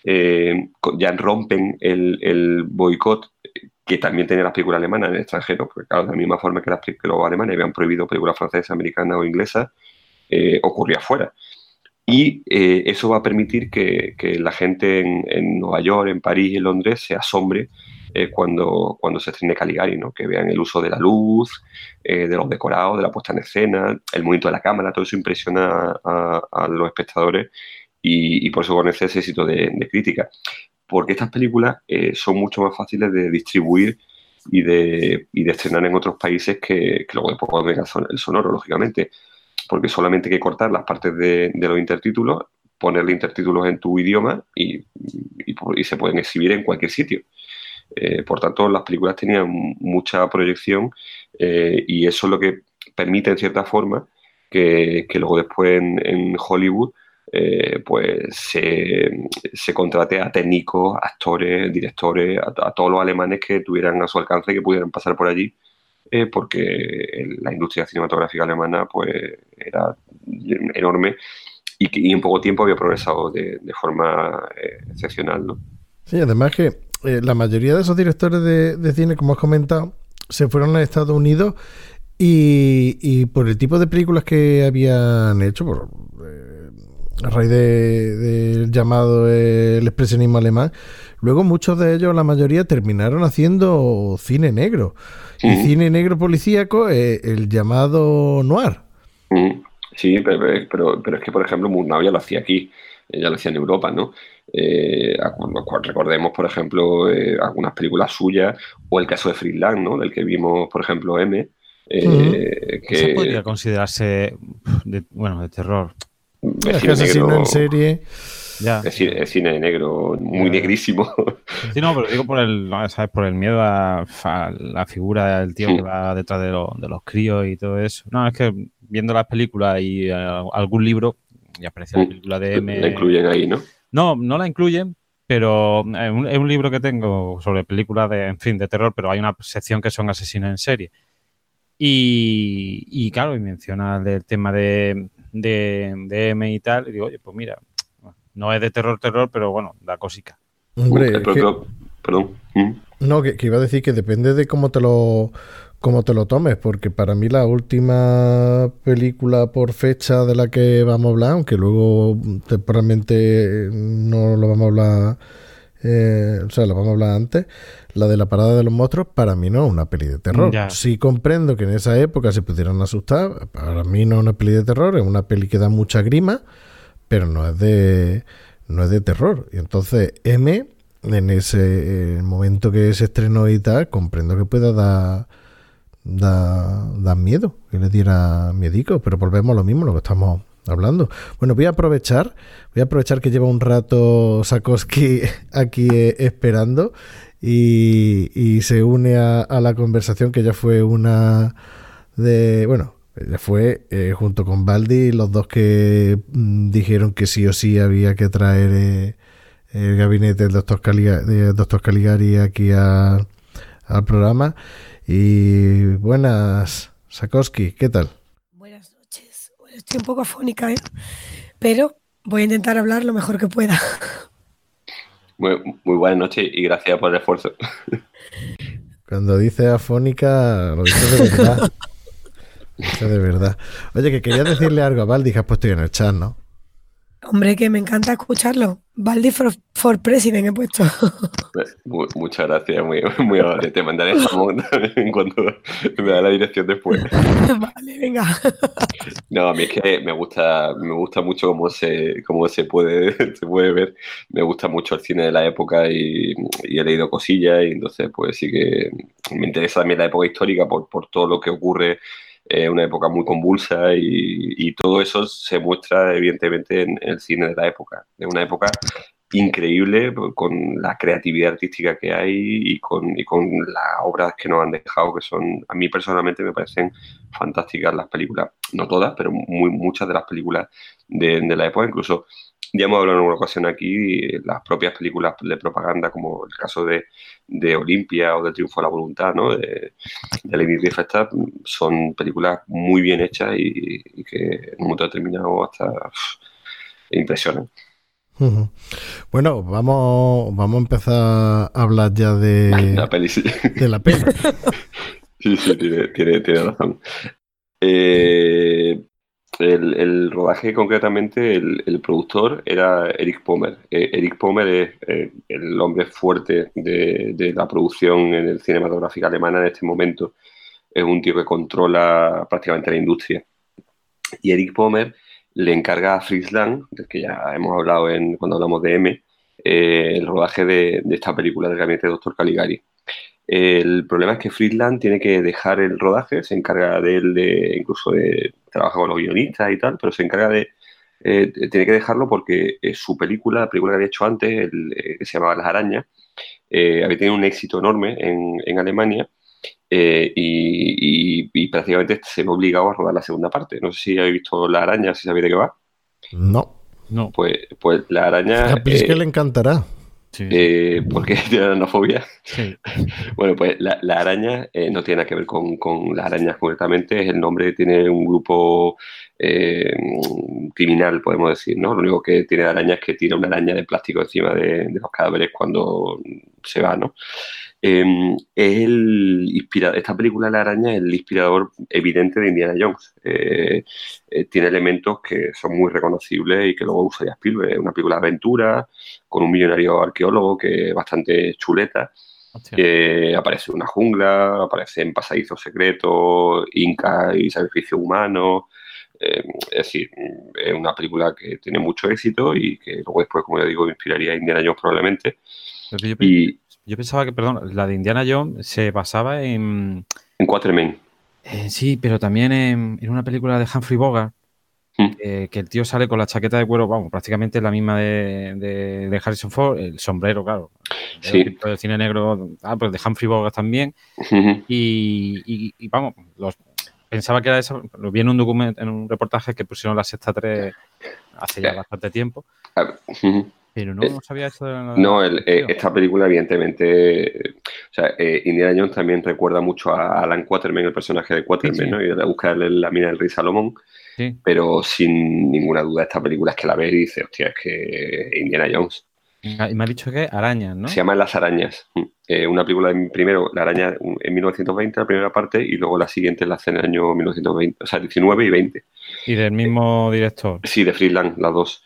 ya rompen el boicot que también tenía las películas alemanas en el extranjero, porque claro, de la misma forma que, que los alemanes habían prohibido películas francesas, americanas o inglesas, ocurría afuera. Y eso va a permitir que la gente en Nueva York, en París y en Londres se asombre cuando se estrene Caligari, ¿no? Que vean el uso de la luz, de los decorados, de la puesta en escena, el movimiento de la cámara, todo eso impresiona a los espectadores y por eso con ese éxito de crítica. Porque estas películas son mucho más fáciles de distribuir y de estrenar en otros países que luego después venga el sonoro, lógicamente, porque solamente hay que cortar las partes de los intertítulos, ponerle intertítulos en tu idioma y se pueden exhibir en cualquier sitio. Por tanto, las películas tenían mucha proyección y eso es lo que permite, en cierta forma, que luego después en Hollywood pues se contrate a técnicos, actores, directores, a todos los alemanes que tuvieran a su alcance, que pudieran pasar por allí, porque la industria cinematográfica alemana pues era enorme y en poco tiempo había progresado de forma excepcional, ¿no? Sí, además que la mayoría de esos directores de cine, como has comentado, se fueron a Estados Unidos y por el tipo de películas que habían hecho, a raíz del llamado el expresionismo alemán, luego muchos de ellos, la mayoría, terminaron haciendo cine negro. Y cine negro policíaco, el llamado noir. Sí, pero es que, por ejemplo, Murnau ya lo hacía aquí, ya lo hacía en Europa, ¿no? Recordemos, por ejemplo, algunas películas suyas, o el caso de Fritz Lang, ¿no? Del que vimos, por ejemplo, M. Esa podría considerarse de terror. Es que asesino en serie. Ya. Es cine negro, muy negrísimo. Sí, no, pero digo ¿sabes? Por el miedo a la figura del tío que va detrás de los críos y todo eso. No, es que viendo las películas y algún libro, ya aparece la película de M. La incluyen ahí, ¿no? No la incluyen, pero es un libro que tengo sobre películas de terror, pero hay una sección que son asesinos en serie. Y claro, y menciona el tema de M y tal, y digo, oye, pues mira, no es de terror, pero bueno, da cosica. Hombre, perdón. No, que iba a decir que depende de cómo te lo tomes, porque para mí la última película por fecha de la que vamos a hablar, aunque luego temporalmente no lo vamos a hablar, lo vamos a hablar antes, la de La Parada de los Monstruos, para mí no es una peli de terror. Ya. Sí comprendo que en esa época se pudieran asustar, para mí no es una peli de terror, es una peli que da mucha grima, pero no es de terror. Y entonces M, en ese momento que se estrenó y tal, comprendo que pueda dar miedo, que le diera miedico, pero volvemos a lo mismo, lo que estamos hablando. Bueno, voy a aprovechar que lleva un rato Sakoski aquí esperando y se une a la conversación, que ya fue una de... Bueno, ella fue junto con Baldi los dos que dijeron que sí o sí había que traer el gabinete del doctor Caligari aquí al programa. Y buenas, Sakoski, ¿qué tal? Buenas noches. Bueno, estoy un poco afónica, pero voy a intentar hablar lo mejor que pueda. Muy buenas noches y gracias por el esfuerzo. Cuando dice afónica, lo dice de verdad. Eso de verdad. Oye, que quería decirle algo a Baldi, que has puesto ahí en el chat, ¿no? Hombre, que me encanta escucharlo. Baldi for President he puesto. Muchas gracias, muy amable. Te mandaré jamón en cuanto me da la dirección después. Vale, venga. No, a mí es que me gusta mucho cómo se puede ver. Me gusta mucho el cine de la época y he leído cosillas y entonces pues sí que me interesa también la época histórica por todo lo que ocurre. Una época muy convulsa y todo eso se muestra evidentemente en el cine de la época. Es una época increíble con la creatividad artística que hay y con las obras que nos han dejado, que son, a mí personalmente me parecen fantásticas las películas, no todas, pero muchas de las películas de la época, incluso ya hemos hablado en una ocasión aquí, las propias películas de propaganda, como el caso de Olimpia o de Triunfo de la Voluntad, ¿no? De Lady Riefenstahl, son películas muy bien hechas y que en un momento determinado hasta impresionan. Ujú. Bueno, vamos a empezar a hablar ya La peli, sí. de la peli. Sí, tiene razón. El rodaje, concretamente, el productor era Eric Pomer. Eric Pomer es el hombre fuerte de la producción en el cinematográfico alemana en este momento. Es un tío que controla prácticamente la industria. Y Eric Pomer le encarga a Fritz Lang, del que ya hemos hablado cuando hablamos de M, el rodaje de esta película del gabinete de Dr. Caligari. El problema es que Friedland tiene que dejar el rodaje, se encarga de él incluso de trabajar con los guionistas y tal, pero se encarga tiene que dejarlo porque su película, la película que había hecho antes, que se llamaba Las Arañas, había tenido un éxito enorme en Alemania y prácticamente se ve obligado a rodar la segunda parte. No sé si habéis visto Las Arañas, si sabéis de qué va. No. Pues Las Arañas... A Prisca le encantará. Sí. Porque tiene aracnofobia. Sí. Bueno, pues la araña no tiene nada que ver con las arañas concretamente, es el nombre que tiene un grupo criminal, podemos decir, ¿no? Lo único que tiene araña es que tira una araña de plástico encima de los cadáveres cuando se va, ¿no? Esta película La Araña es el inspirador evidente de Indiana Jones. Tiene elementos que son muy reconocibles y que luego usaría Spielberg. Es una película de aventura con un millonario arqueólogo que es bastante chuleta. Aparece una jungla, aparecen pasadizos secretos, incas y sacrificio humano. Es decir, es una película que tiene mucho éxito y que luego después, como ya digo, inspiraría a Indiana Jones probablemente. Yo pensaba que, perdón, la de Indiana Jones se basaba en Quatermain. Sí, pero también en una película de Humphrey Bogart, que el tío sale con la chaqueta de cuero, vamos, prácticamente la misma de Harrison Ford, el sombrero, claro. Sí. El cine negro, pues de Humphrey Bogart también. Y vamos, pensaba que era eso, lo vi en un documento, en un reportaje que pusieron La Sexta 3 hace ya bastante tiempo. Pero no sabía esto de la... No, esta película, evidentemente, o sea, Indiana Jones también recuerda mucho a Alan Quatermain, el personaje de Quatermain, sí. ¿No? Y de la búsqueda de la mina del rey Salomón. Sí. Pero sin ninguna duda, esta película es que la ves y dices, hostia, es que Indiana Jones. Y me ha dicho que Arañas, ¿no? Se llama Las Arañas. Una película, primero, La Araña en 1920, la primera parte, y luego la siguiente la hace en el año 1920, o sea, 19 y 20. ¿Y del mismo director? Sí, de Friedland, las dos.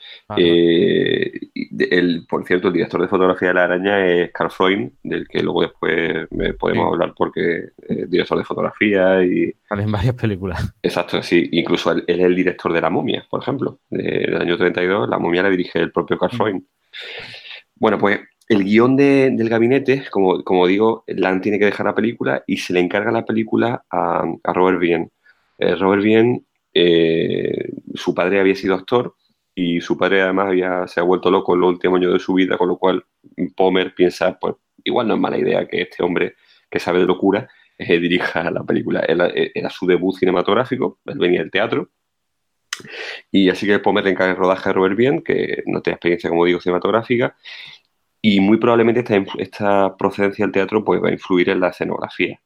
Por cierto, el director de fotografía de La Araña es Carl Freund, del que luego después podemos hablar porque es director de fotografía y... En varias películas. Exacto, sí. Incluso él es el director de La Momia, por ejemplo, del año 32. La Momia la dirige el propio Carl Freund. Bueno, pues el guión del gabinete, como digo, Lang tiene que dejar la película y se le encarga la película a Robert Vien. Robert Vien, su padre había sido actor y su padre además se ha vuelto loco en los últimos años de su vida, con lo cual Pomer piensa, pues igual no es mala idea que este hombre que sabe de locura dirija la película. Era su debut cinematográfico, él venía del teatro. Y así que Pomer le encarga el rodaje a Robert Vien, que no tiene experiencia, como digo, cinematográfica, y muy probablemente esta procedencia del teatro pues va a influir en la escenografía.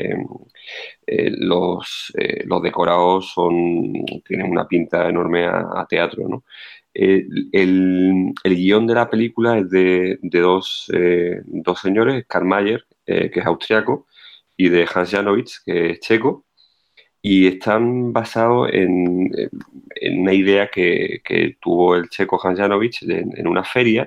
Los decorados tienen una pinta enorme a teatro, ¿no? El guión de la película es de dos señores, Karl Mayer, que es austriaco, y de Hans Janowitz, que es checo, y están basados en una idea que tuvo el checo Hans Janowitz en una feria.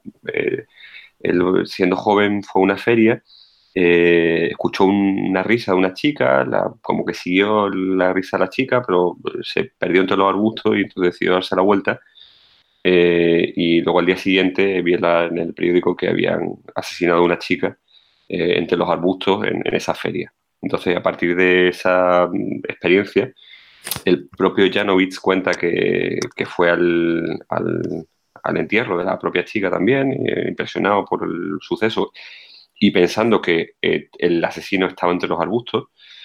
Él, siendo joven, fue a una feria, escuchó una risa de una chica, como que siguió la risa a la chica, pero se perdió entre los arbustos y entonces decidió darse la vuelta. Y luego al día siguiente vi en el periódico que habían asesinado a una chica entre los arbustos en esa feria. Entonces, a partir de esa experiencia, el propio Janowitz cuenta que fue a al entierro de la propia chica también, impresionado por el suceso y pensando que el asesino estaba entre los arbustos.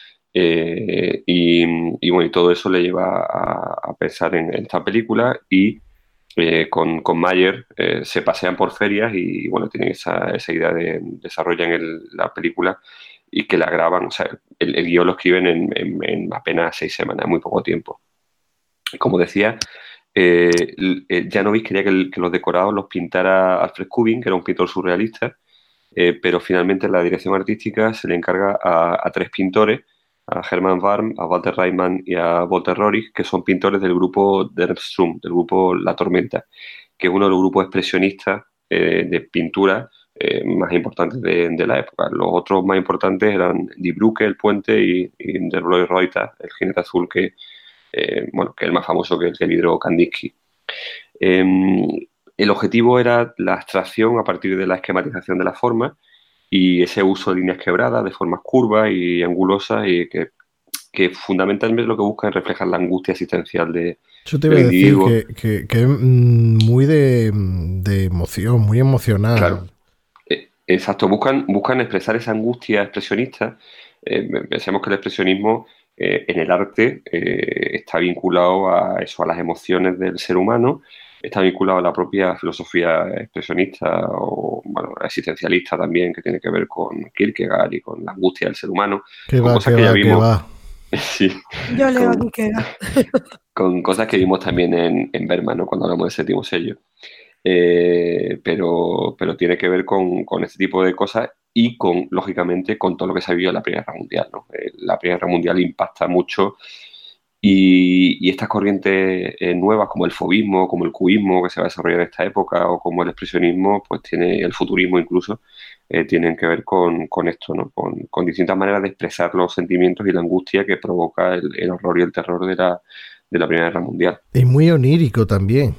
Y bueno, y todo eso le lleva a pensar en esta película y con Mayer se pasean por ferias y bueno, tienen esa idea desarrollan la película y que la graban, o sea, el guión lo escriben en apenas 6 semanas, muy poco tiempo. Como decía, Janovic quería que los decorados los pintara Alfred Kubin, que era un pintor surrealista, pero finalmente la dirección artística se le encarga a 3 pintores, a Hermann Warm, a Walter Reimann y a Walter Rohrig, que son pintores del grupo Der Strum, del grupo La Tormenta, que es uno de los grupos expresionistas de pintura más importantes de la época. Los otros más importantes eran Die Brücke, El Puente, y Der Blaue Reiter, El Jinete Azul, que es el más famoso, que es el Hidro Kandinsky. El objetivo era la abstracción a partir de la esquematización de la forma y ese uso de líneas quebradas, de formas curvas y angulosas, y que fundamentalmente lo que busca es reflejar la angustia existencial Yo te iba a decir que es muy de emoción, muy emocional. Claro, exacto, buscan expresar esa angustia expresionista. Pensemos que el expresionismo en el arte está vinculado a eso, a las emociones del ser humano, está vinculado a la propia filosofía expresionista o existencialista también, que tiene que ver con Kierkegaard y con la angustia del ser humano. Cosas que ya vimos. Sí, yo leo a Kierkegaard. Con cosas que vimos también en Bergman, ¿no? Cuando hablamos del séptimo sello. Pero tiene que ver con este tipo de cosas y lógicamente, con todo lo que se ha vivido en la Primera Guerra Mundial, ¿no? La Primera Guerra Mundial impacta mucho y estas corrientes nuevas, como el fauvismo, como el cubismo, que se va a desarrollar en esta época, o como el expresionismo, pues tiene el futurismo incluso, tienen que ver con esto, ¿no? Con distintas maneras de expresar los sentimientos y la angustia que provoca el horror y el terror de la Primera Guerra Mundial. Es muy onírico también.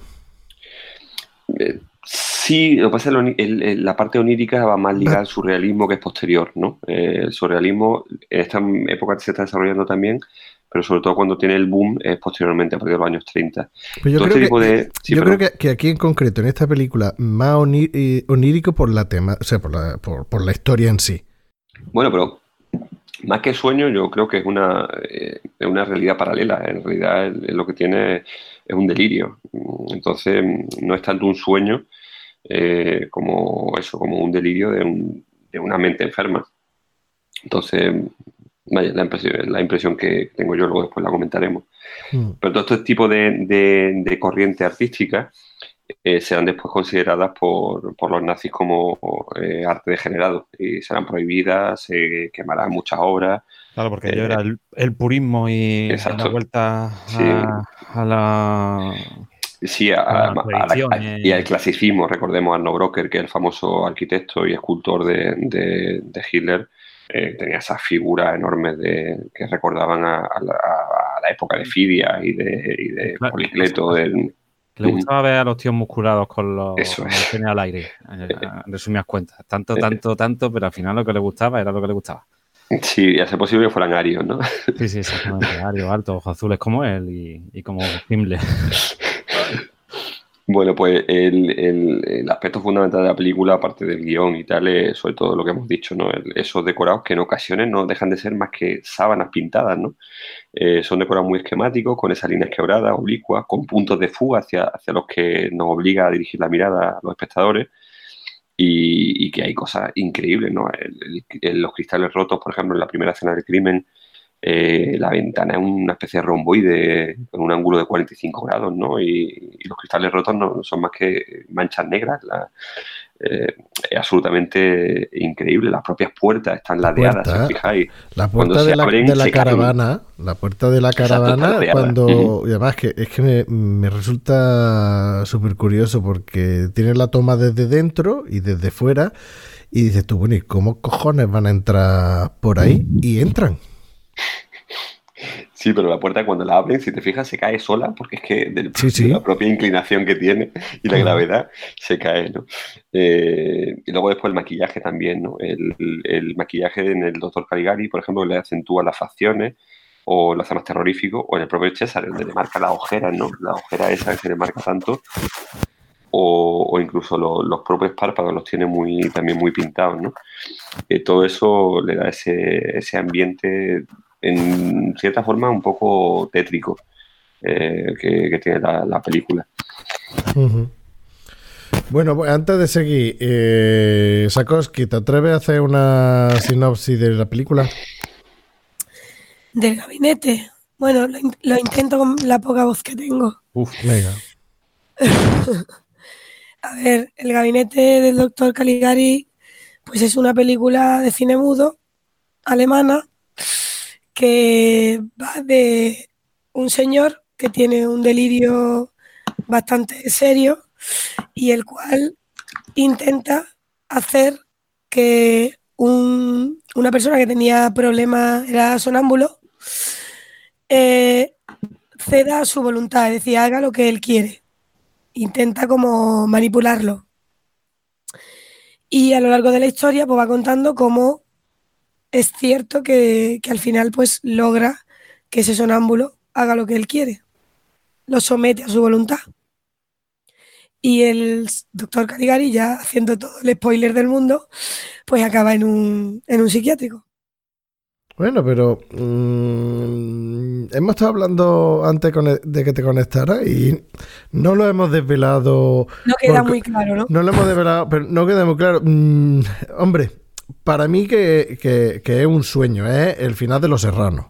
Sí, lo que pasa es que la parte onírica va más ligada al surrealismo, que es posterior, ¿no? El surrealismo en esta época se está desarrollando también, pero sobre todo cuando tiene el boom es posteriormente, a partir de los años 30. Pues yo creo que aquí en concreto, en esta película, más onírico por la tema, o sea, por la historia en sí. Bueno, pero más que sueño, yo creo que es una realidad paralela. En realidad lo que tiene es un delirio. Entonces, no es tanto un sueño como un delirio de una mente enferma. Entonces, vaya, la impresión que tengo yo, luego después la comentaremos. Pero todo este tipo de corrientes artísticas serán después consideradas por los nazis como arte degenerado y serán prohibidas, se quemarán muchas obras. Claro, porque ello era el purismo y la vuelta a la... Sí, y al clasicismo. Recordemos a Arno Brocker, que es el famoso arquitecto y escultor de Hitler. Tenía esas figuras enormes que recordaban a la época de Fidia y de Policleto. Le gustaba ver a los tíos musculados con los penes al aire, en resumidas cuentas. Tanto, pero al final lo que le gustaba era lo que le gustaba. Sí, y a ser posible que fueran arios, ¿no? Sí, exactamente. Arios, altos, ojos azules como él y como Himmler. Bueno, pues el aspecto fundamental de la película, aparte del guión y tal, es sobre todo lo que hemos dicho, ¿no? Esos decorados que en ocasiones no dejan de ser más que sábanas pintadas, ¿no? Son decorados muy esquemáticos, con esas líneas quebradas, oblicuas, con puntos de fuga hacia los que nos obliga a dirigir la mirada a los espectadores, y que hay cosas increíbles, ¿no? Los cristales rotos, por ejemplo, en la primera escena del crimen, la ventana es una especie de romboide con un ángulo de 45 grados, ¿no? Y los cristales rotos no son más que manchas negras. Es absolutamente increíble. Las propias puertas están ladeadas, si os fijáis. La puerta de la caravana, cuando... Y además es que me resulta súper curioso porque tiene la toma desde dentro y desde fuera y dices tú, bueno, ¿y cómo cojones van a entrar por ahí? Y entran. Sí, pero la puerta, cuando la abren, si te fijas, se cae sola, porque es que de la propia inclinación que tiene y la gravedad se cae, ¿no? Y luego después el maquillaje también, ¿no? El maquillaje en el Dr. Caligari, por ejemplo, le acentúa las facciones o lo hace más terrorífico, o en el propio César, donde le marca las ojeras, ¿no? La ojera esa que se le marca tanto. o incluso los propios párpados los tiene también muy pintados, ¿no? Todo eso le da ese ambiente, en cierta forma, un poco tétrico que tiene la película. Uh-huh. Bueno, pues antes de seguir, Sakoski, ¿te atreves a hacer una sinopsis de la película? Del gabinete. Bueno, lo intento con la poca voz que tengo. Venga. A ver, El gabinete del doctor Caligari, pues es una película de cine mudo alemana que va de un señor que tiene un delirio bastante serio y el cual intenta hacer que una persona que tenía problemas, era sonámbulo, ceda a su voluntad, es decir, haga lo que él quiere. Intenta como manipularlo. Y a lo largo de la historia pues va contando cómo es cierto que al final pues logra que ese sonámbulo haga lo que él quiere. Lo somete a su voluntad. Y el doctor Caligari, ya haciendo todo el spoiler del mundo, pues acaba en un psiquiátrico. Bueno, pero hemos estado hablando antes de que te conectaras y no lo hemos desvelado. No queda muy claro, ¿no? No lo hemos desvelado, pero no queda muy claro. Hombre, para mí que es un sueño, es el final de Los Serranos.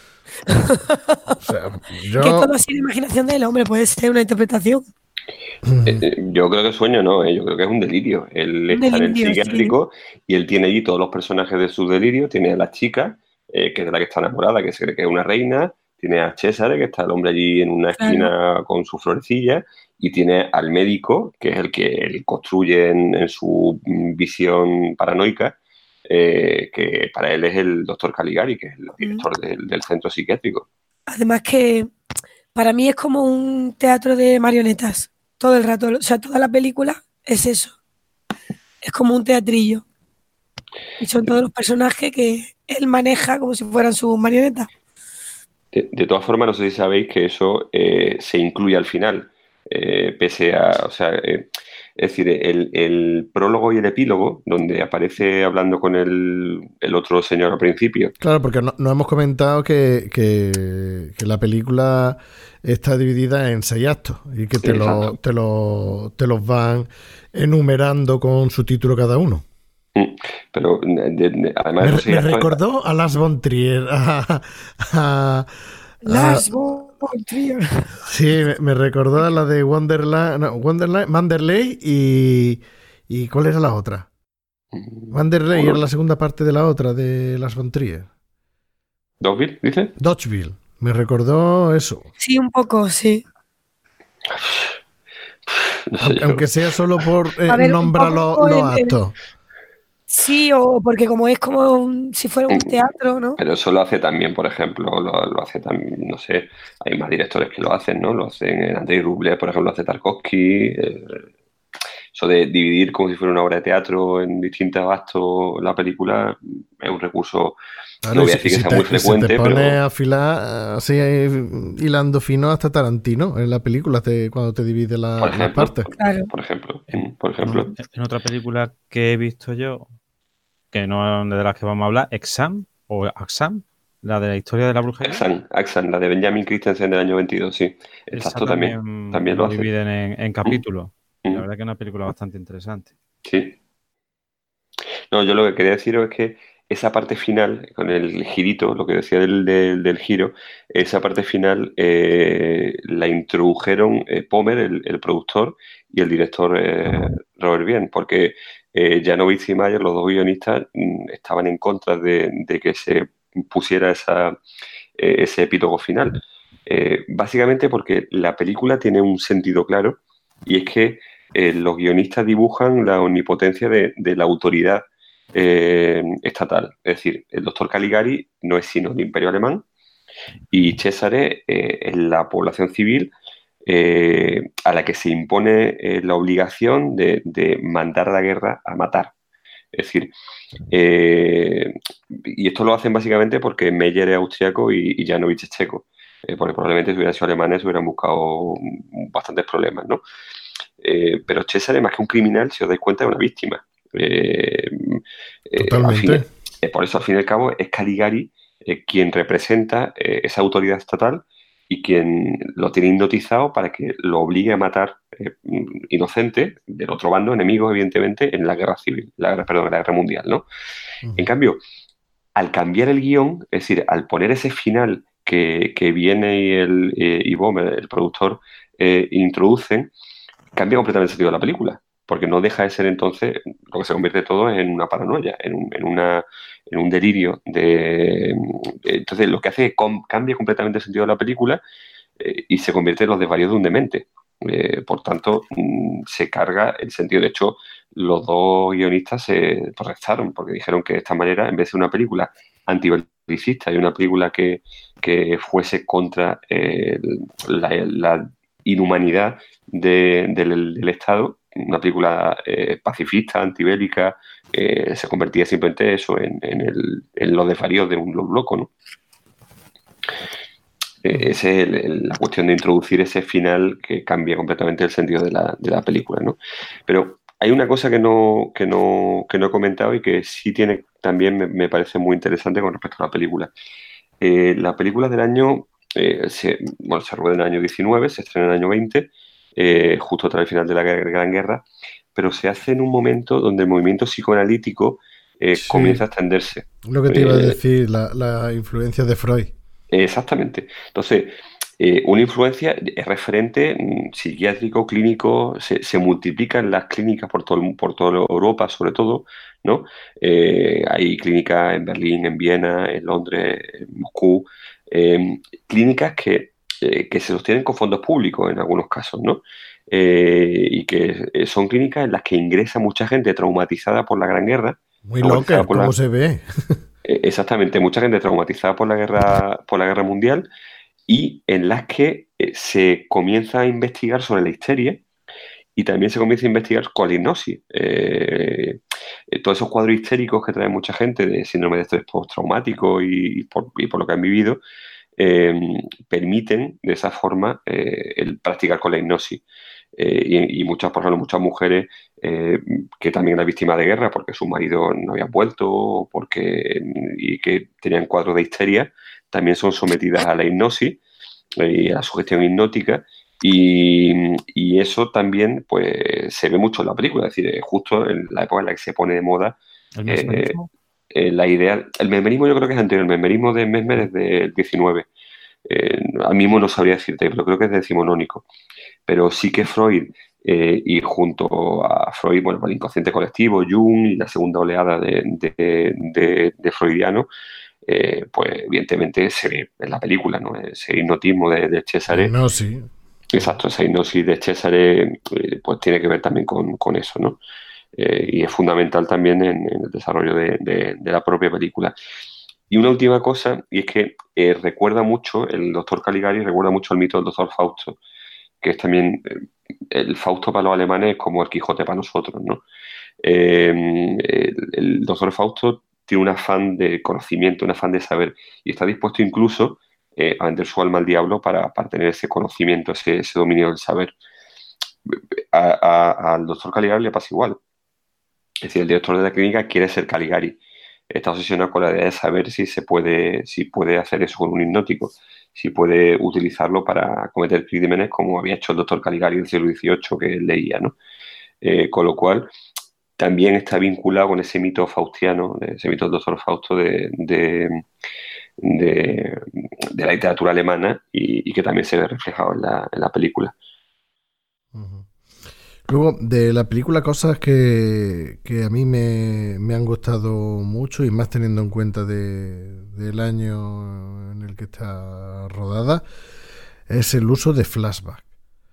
O sea, Que todo así de imaginación del hombre puede ser una interpretación. Yo creo que sueño no, yo creo que es un delirio. Él está en el psiquiátrico y él tiene allí todos los personajes de su delirio. Tiene a la chica, que es de la que está enamorada, que se cree que es una reina. Tiene a César, que está el hombre allí en una esquina con su florecilla. Y tiene al médico, que es el que él construye en su visión paranoica, que para él es el doctor Caligari, que es el director del centro psiquiátrico. Además que para mí es como un teatro de marionetas. Todo el rato, o sea, toda la película es eso. Es como un teatrillo. Y son todos los personajes que él maneja como si fueran sus marionetas. De todas formas, no sé si sabéis que eso se incluye al final, pese a, o sea, es decir, el prólogo y el epílogo, donde aparece hablando con el otro señor al principio. Claro, porque no hemos comentado que la película está dividida en 6 actos y que te los van enumerando con su título cada uno. Pero además me recordó a Lars von Trier. Lars von Trier. Sí, me recordó a la de Wonderland, Manderley y ¿cuál era la otra? Manderley era la segunda parte de la otra de Lars von Trier. ¿Dogville, dice? Dodgeville. Me recordó eso. Sí, un poco, sí. No sé, aunque sea solo por nombrar los actos. Sí, o porque como es como si fuera un teatro, ¿no? Pero eso lo hace también, por ejemplo, lo hace también, no sé, hay más directores que lo hacen, ¿no? Lo hacen Andrei Rublev, por ejemplo, lo hace Tarkovsky. Eso de dividir como si fuera una obra de teatro en distintos actos la película es un recurso, claro, no voy a decir que sea muy frecuente, si te pones pero... a afilar así hilando fino hasta Tarantino en la película cuando te divide las partes. Claro. Por ejemplo. En otra película que he visto yo, que no es de las que vamos a hablar, Exam o Axam, la de la historia de la brujería. Axam, la de Benjamin Christensen del año 22, sí. Exacto, también lo hace. Dividen en capítulos. La verdad que es una película bastante interesante. Sí. No, yo lo que quería deciros es que esa parte final, con el girito, lo que decía del giro, esa parte final la introdujeron Pomer, el productor, y el director Robert Bien, porque Janowitz y Mayer, los dos guionistas, estaban en contra de que se pusiera ese epílogo final. Básicamente porque la película tiene un sentido claro, y es que los guionistas dibujan la omnipotencia de la autoridad estatal. Es decir, el doctor Caligari no es sino el imperio alemán y Césare es la población civil a la que se impone la obligación de mandar a la guerra a matar. Es decir, y esto lo hacen básicamente porque Meyer es austriaco y Janowitz es checo. Porque probablemente si hubieran sido alemanes hubieran buscado bastantes problemas, ¿no? pero Cesare, más que un criminal, si os dais cuenta, es una víctima. Totalmente. Por eso, al fin y al cabo, es Caligari quien representa esa autoridad estatal y quien lo tiene hipnotizado para que lo obligue a matar inocentes del otro bando, enemigos, evidentemente, en la guerra civil, en la guerra mundial, ¿no? En cambio, al cambiar el guión, es decir, al poner ese final que viene y Bomer, el productor, introducen, cambia completamente el sentido de la película, porque no deja de ser entonces lo que se convierte todo en una paranoia, en un delirio. Entonces, lo que hace es que cambia completamente el sentido de la película y se convierte en los desvaríos de un demente. Por tanto, se carga el sentido. De hecho, los dos guionistas se protestaron porque dijeron que de esta manera, en vez de una película antibelicista y una película que fuese contra la inhumanidad del Estado, una película pacifista, antibélica, se convertía simplemente eso en los desvaríos de un loco, ¿no? Esa es la cuestión de introducir ese final que cambia completamente el sentido de la película, ¿no? Pero hay una cosa que no he comentado y que sí tiene también me parece muy interesante con respecto a la película. La película del año se rueda en el año 19, se estrena en el año 20, justo tras el final de la Gran Guerra, pero se hace en un momento donde el movimiento psicoanalítico comienza a extenderse. Lo que te iba a decir, la influencia de Freud. Exactamente. Entonces, una influencia es referente psiquiátrico, clínico, se multiplican las clínicas por toda Europa, sobre todo, ¿no? Hay clínicas en Berlín, en Viena, en Londres, en Moscú, clínicas que se sostienen con fondos públicos en algunos casos, ¿no? Y que son clínicas en las que ingresa mucha gente traumatizada por la Gran Guerra. Muy loca, ¿cómo se ve? Exactamente, mucha gente traumatizada por la guerra mundial y en las que se comienza a investigar sobre la histeria y también se comienza a investigar con la hipnosis. Todos esos cuadros histéricos que trae mucha gente de síndrome de estrés postraumático y por lo que han vivido, permiten de esa forma el practicar con la hipnosis. Y muchas personas, muchas mujeres que también eran víctimas de guerra porque su marido no había vuelto y que tenían cuadros de histeria, también son sometidas a la hipnosis y a la sugestión hipnótica y eso también pues se ve mucho en la película, es decir, justo en la época en la que se pone de moda la idea, el mesmerismo yo creo que es anterior, el mesmerismo de Mesmer es del 19, al mismo no sabría decirte, pero creo que es decimonónico. Pero sí que Freud, y junto a Freud, bueno, el inconsciente colectivo, Jung y la segunda oleada de freudiano, pues evidentemente se ve en la película, ¿no? Ese hipnotismo de Cesare. No, sí. Exacto, esa hipnosis de Cesare pues tiene que ver también con eso, ¿no? Y es fundamental también en el desarrollo de la propia película. Y una última cosa, y es que recuerda mucho, el doctor Caligari recuerda mucho al mito del doctor Fausto, que es también, el Fausto para los alemanes es como el Quijote para nosotros, ¿no? El doctor Fausto tiene un afán de conocimiento, un afán de saber, y está dispuesto incluso a vender su alma al diablo para tener ese conocimiento, ese dominio del saber. Al doctor Caligari le pasa igual. Es decir, el director de la clínica quiere ser Caligari. Está obsesionado con la idea de saber si puede hacer eso con un hipnótico, si puede utilizarlo para cometer crímenes como había hecho el doctor Caligari del siglo XVIII que él leía, ¿no? Con lo cual, también está vinculado con ese mito faustiano, ese mito del doctor Fausto de la literatura alemana y que también se ve reflejado en la película. Uh-huh. Luego, de la película, cosas que a mí me han gustado mucho y más teniendo en cuenta del año en el que está rodada, es el uso de flashback.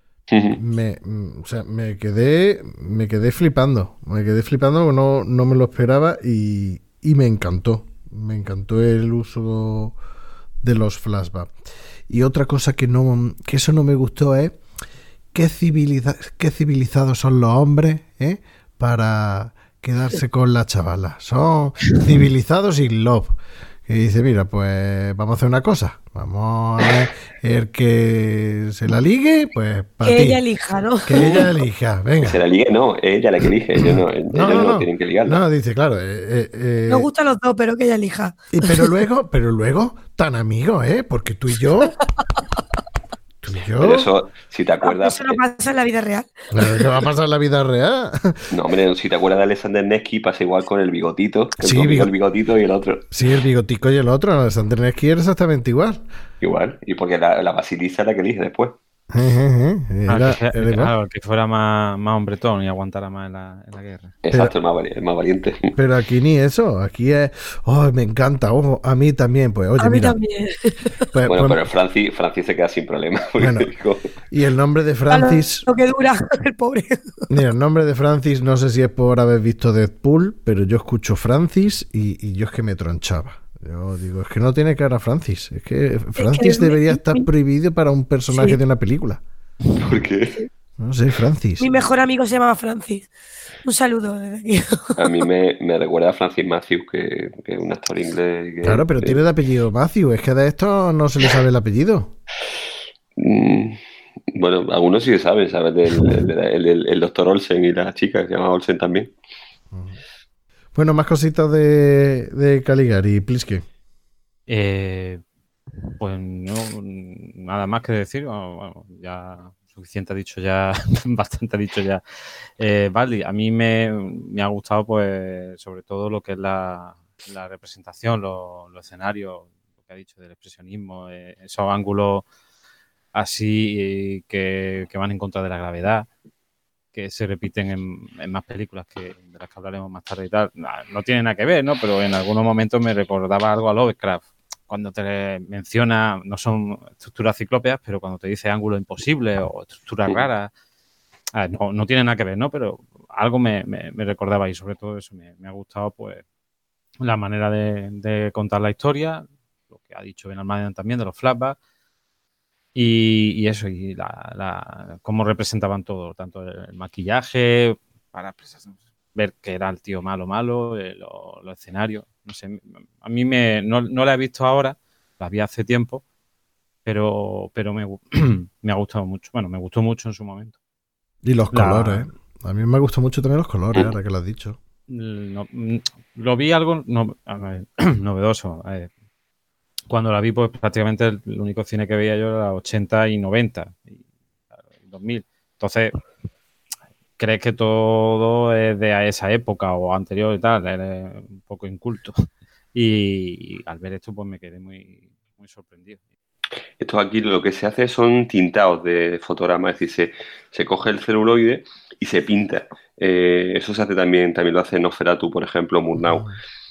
Me quedé flipando, no me lo esperaba y me encantó el uso de los flashbacks. Y otra cosa que eso no me gustó es qué civilizados son los hombres para quedarse con la chavala. Son civilizados in love. y dice, mira, pues vamos a hacer una cosa. Vamos a ver el que se la ligue, pues para Que ti. ella elija, ¿no? Que ella elija, venga. Se la ligue, no, ella la que elige, ellos no tienen que ligarla. No, dice, claro. Nos gustan los dos, pero que ella elija. Pero luego, tan amigos, ¿eh? Porque tú y yo... Pero eso, si te acuerdas... Eso no pasa en la vida real. Claro, ¿qué va a pasar en la vida real? No, hombre, si te acuerdas de Alexander Nevsky, pasa igual con el bigotito. Que Sí, el bigotito y el otro. Sí, el bigotico y el otro, Alexander Nevsky era exactamente igual. Igual, y porque la Basilisa es la que elige después. Claro, que fuera más hombretón y aguantara más en la guerra. Exacto, el más valiente. Pero aquí ni eso, aquí es... Oh, me encanta, ojo, a mí también, pues oye, A mí mira. también. Bueno, pero Francis se queda sin problema. Bueno, y el nombre de Francis... Lo que dura, el pobre. Mira, el nombre de Francis, no sé si es por haber visto Deadpool, pero yo escucho Francis y yo es que me tronchaba. Yo digo, es que no tiene cara Francis. Es que Francis debería estar prohibido para un personaje de una película. ¿Por qué? No sé, Francis. Mi mejor amigo se llamaba Francis. Un saludo desde aquí. A mí me recuerda a Francis Matthews, que es un actor inglés. Claro, pero tiene de apellido Matthew. Es que de esto no se le sabe el apellido. Bueno, algunos sí saben, ¿sabes? El doctor Olsen y la chica que se llama Olsen también. Bueno, más cositas de Caligari, Pliske. Pues no, nada más que decir. Bueno, ya suficiente ha dicho ya, bastante ha dicho ya. Baldi, a mí me ha gustado, pues, sobre todo lo que es la representación, los escenarios, lo que ha dicho del expresionismo, esos ángulos así que van en contra de la gravedad, que se repiten en más películas de las que hablaremos más tarde y tal. No tiene nada que ver, ¿no? Pero en algunos momentos me recordaba algo a Lovecraft. Cuando te menciona, no son estructuras ciclópeas, pero cuando te dice ángulos imposibles o estructuras raras, no tiene nada que ver, ¿no? Pero algo me recordaba y sobre todo eso me ha gustado, pues, la manera de contar la historia, lo que ha dicho Ben Almaden también de los flashbacks, y eso, y cómo representaban todo, tanto el maquillaje, para ver que era el tío malo, los escenarios, no sé, a mí no la he visto ahora, la vi hace tiempo, pero me ha gustado mucho, bueno, me gustó mucho en su momento. Y los colores, a mí me gustó mucho también los colores, ahora que lo has dicho. Lo vi algo novedoso. Cuando la vi, pues prácticamente el único cine que veía yo era 80 y 90 y 2000. Entonces, crees que todo es de esa época o anterior y tal, eres un poco inculto. Y al ver esto, pues me quedé muy, muy sorprendido. Esto aquí lo que se hace son tintados de fotograma, es decir, se coge el celuloide y se pinta. Eso se hace también lo hace Nosferatu, por ejemplo, Murnau.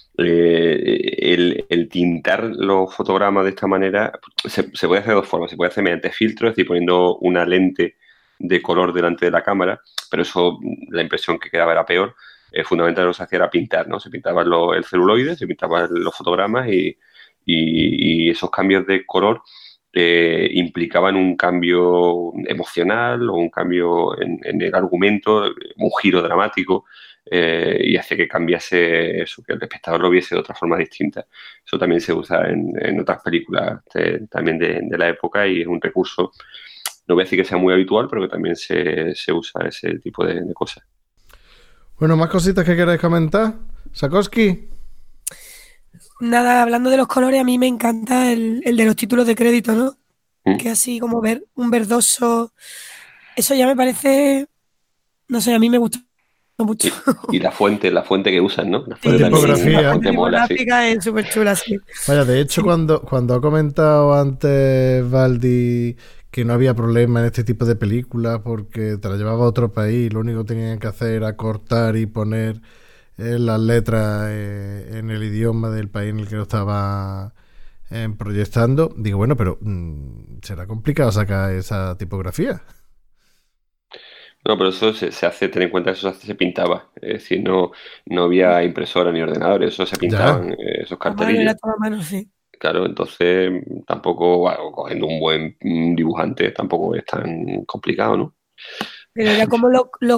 El tintar los fotogramas de esta manera se puede hacer de dos formas. Se puede hacer mediante filtros, es decir, poniendo una lente de color delante de la cámara, pero eso, la impresión que quedaba era peor. Fundamentalmente lo que se hacía era pintar, ¿no? Se pintaba el celuloide, se pintaban los fotogramas y esos cambios de color implicaban un cambio emocional o un cambio en el argumento, un giro dramático. Y hace que cambiase eso, que el espectador lo viese de otra forma distinta. Eso también se usa en otras películas también de la época y es un recurso, no voy a decir que sea muy habitual, pero que también se usa ese tipo de cosas. Bueno, ¿más cositas que queráis comentar? ¿Sakoski? Nada, hablando de los colores, a mí me encanta el de los títulos de crédito, ¿no? Que así como ver un verdoso, eso ya me parece, no sé, a mí me gusta mucho. Y la fuente que usan, ¿no? La fuente tipografía. La fuente mola, sí. Es súper chula, sí. Vaya, de hecho, cuando ha comentado antes Baldi que no había problema en este tipo de películas porque te la llevaba a otro país, lo único que tenían que hacer era cortar y poner las letras en el idioma del país en el que lo estaba proyectando, digo, bueno, pero será complicado sacar esa tipografía. No, pero eso se hace, ten en cuenta que eso se pintaba. Es decir, no había impresora ni ordenador, eso se pintaban esos cartelillos. Era toda mano, sí. Claro, entonces tampoco, bueno, cogiendo un buen dibujante tampoco es tan complicado, ¿no? Pero era como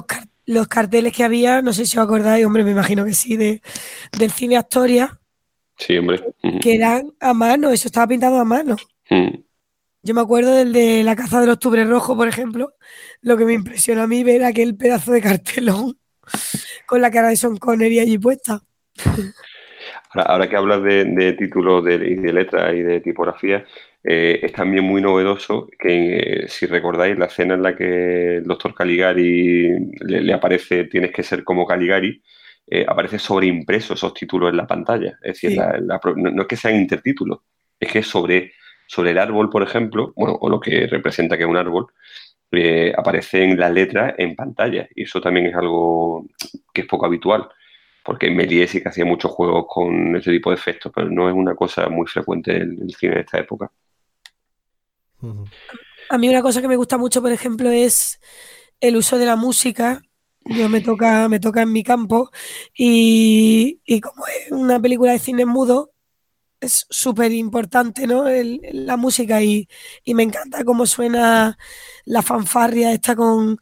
los carteles que había, no sé si os acordáis, hombre, me imagino que sí, del cine Astoria, Sí, hombre. que eran a mano, eso estaba pintado a mano. Yo me acuerdo del de La caza del octubre rojo, por ejemplo. Lo que me impresionó a mí ver aquel pedazo de cartelón con la cara de Sean Connery allí puesta. Ahora que hablas de títulos y de letras y de tipografía, es también muy novedoso que, si recordáis, la escena en la que el doctor Caligari le aparece "tienes que ser como Caligari", aparece sobreimpreso esos títulos en la pantalla. Es decir, Sí. no es que sean intertítulos, es que sobre el árbol, por ejemplo, bueno, o lo que representa que es un árbol, aparecen las letras en pantalla. Y eso también es algo que es poco habitual. Porque Méliès sí que hacía muchos juegos con ese tipo de efectos, pero no es una cosa muy frecuente en el cine de esta época. A mí una cosa que me gusta mucho, por ejemplo, es el uso de la música. Yo me toca en mi campo y como es una película de cine mudo, es súper importante, ¿no? La música y me encanta cómo suena la fanfarria esta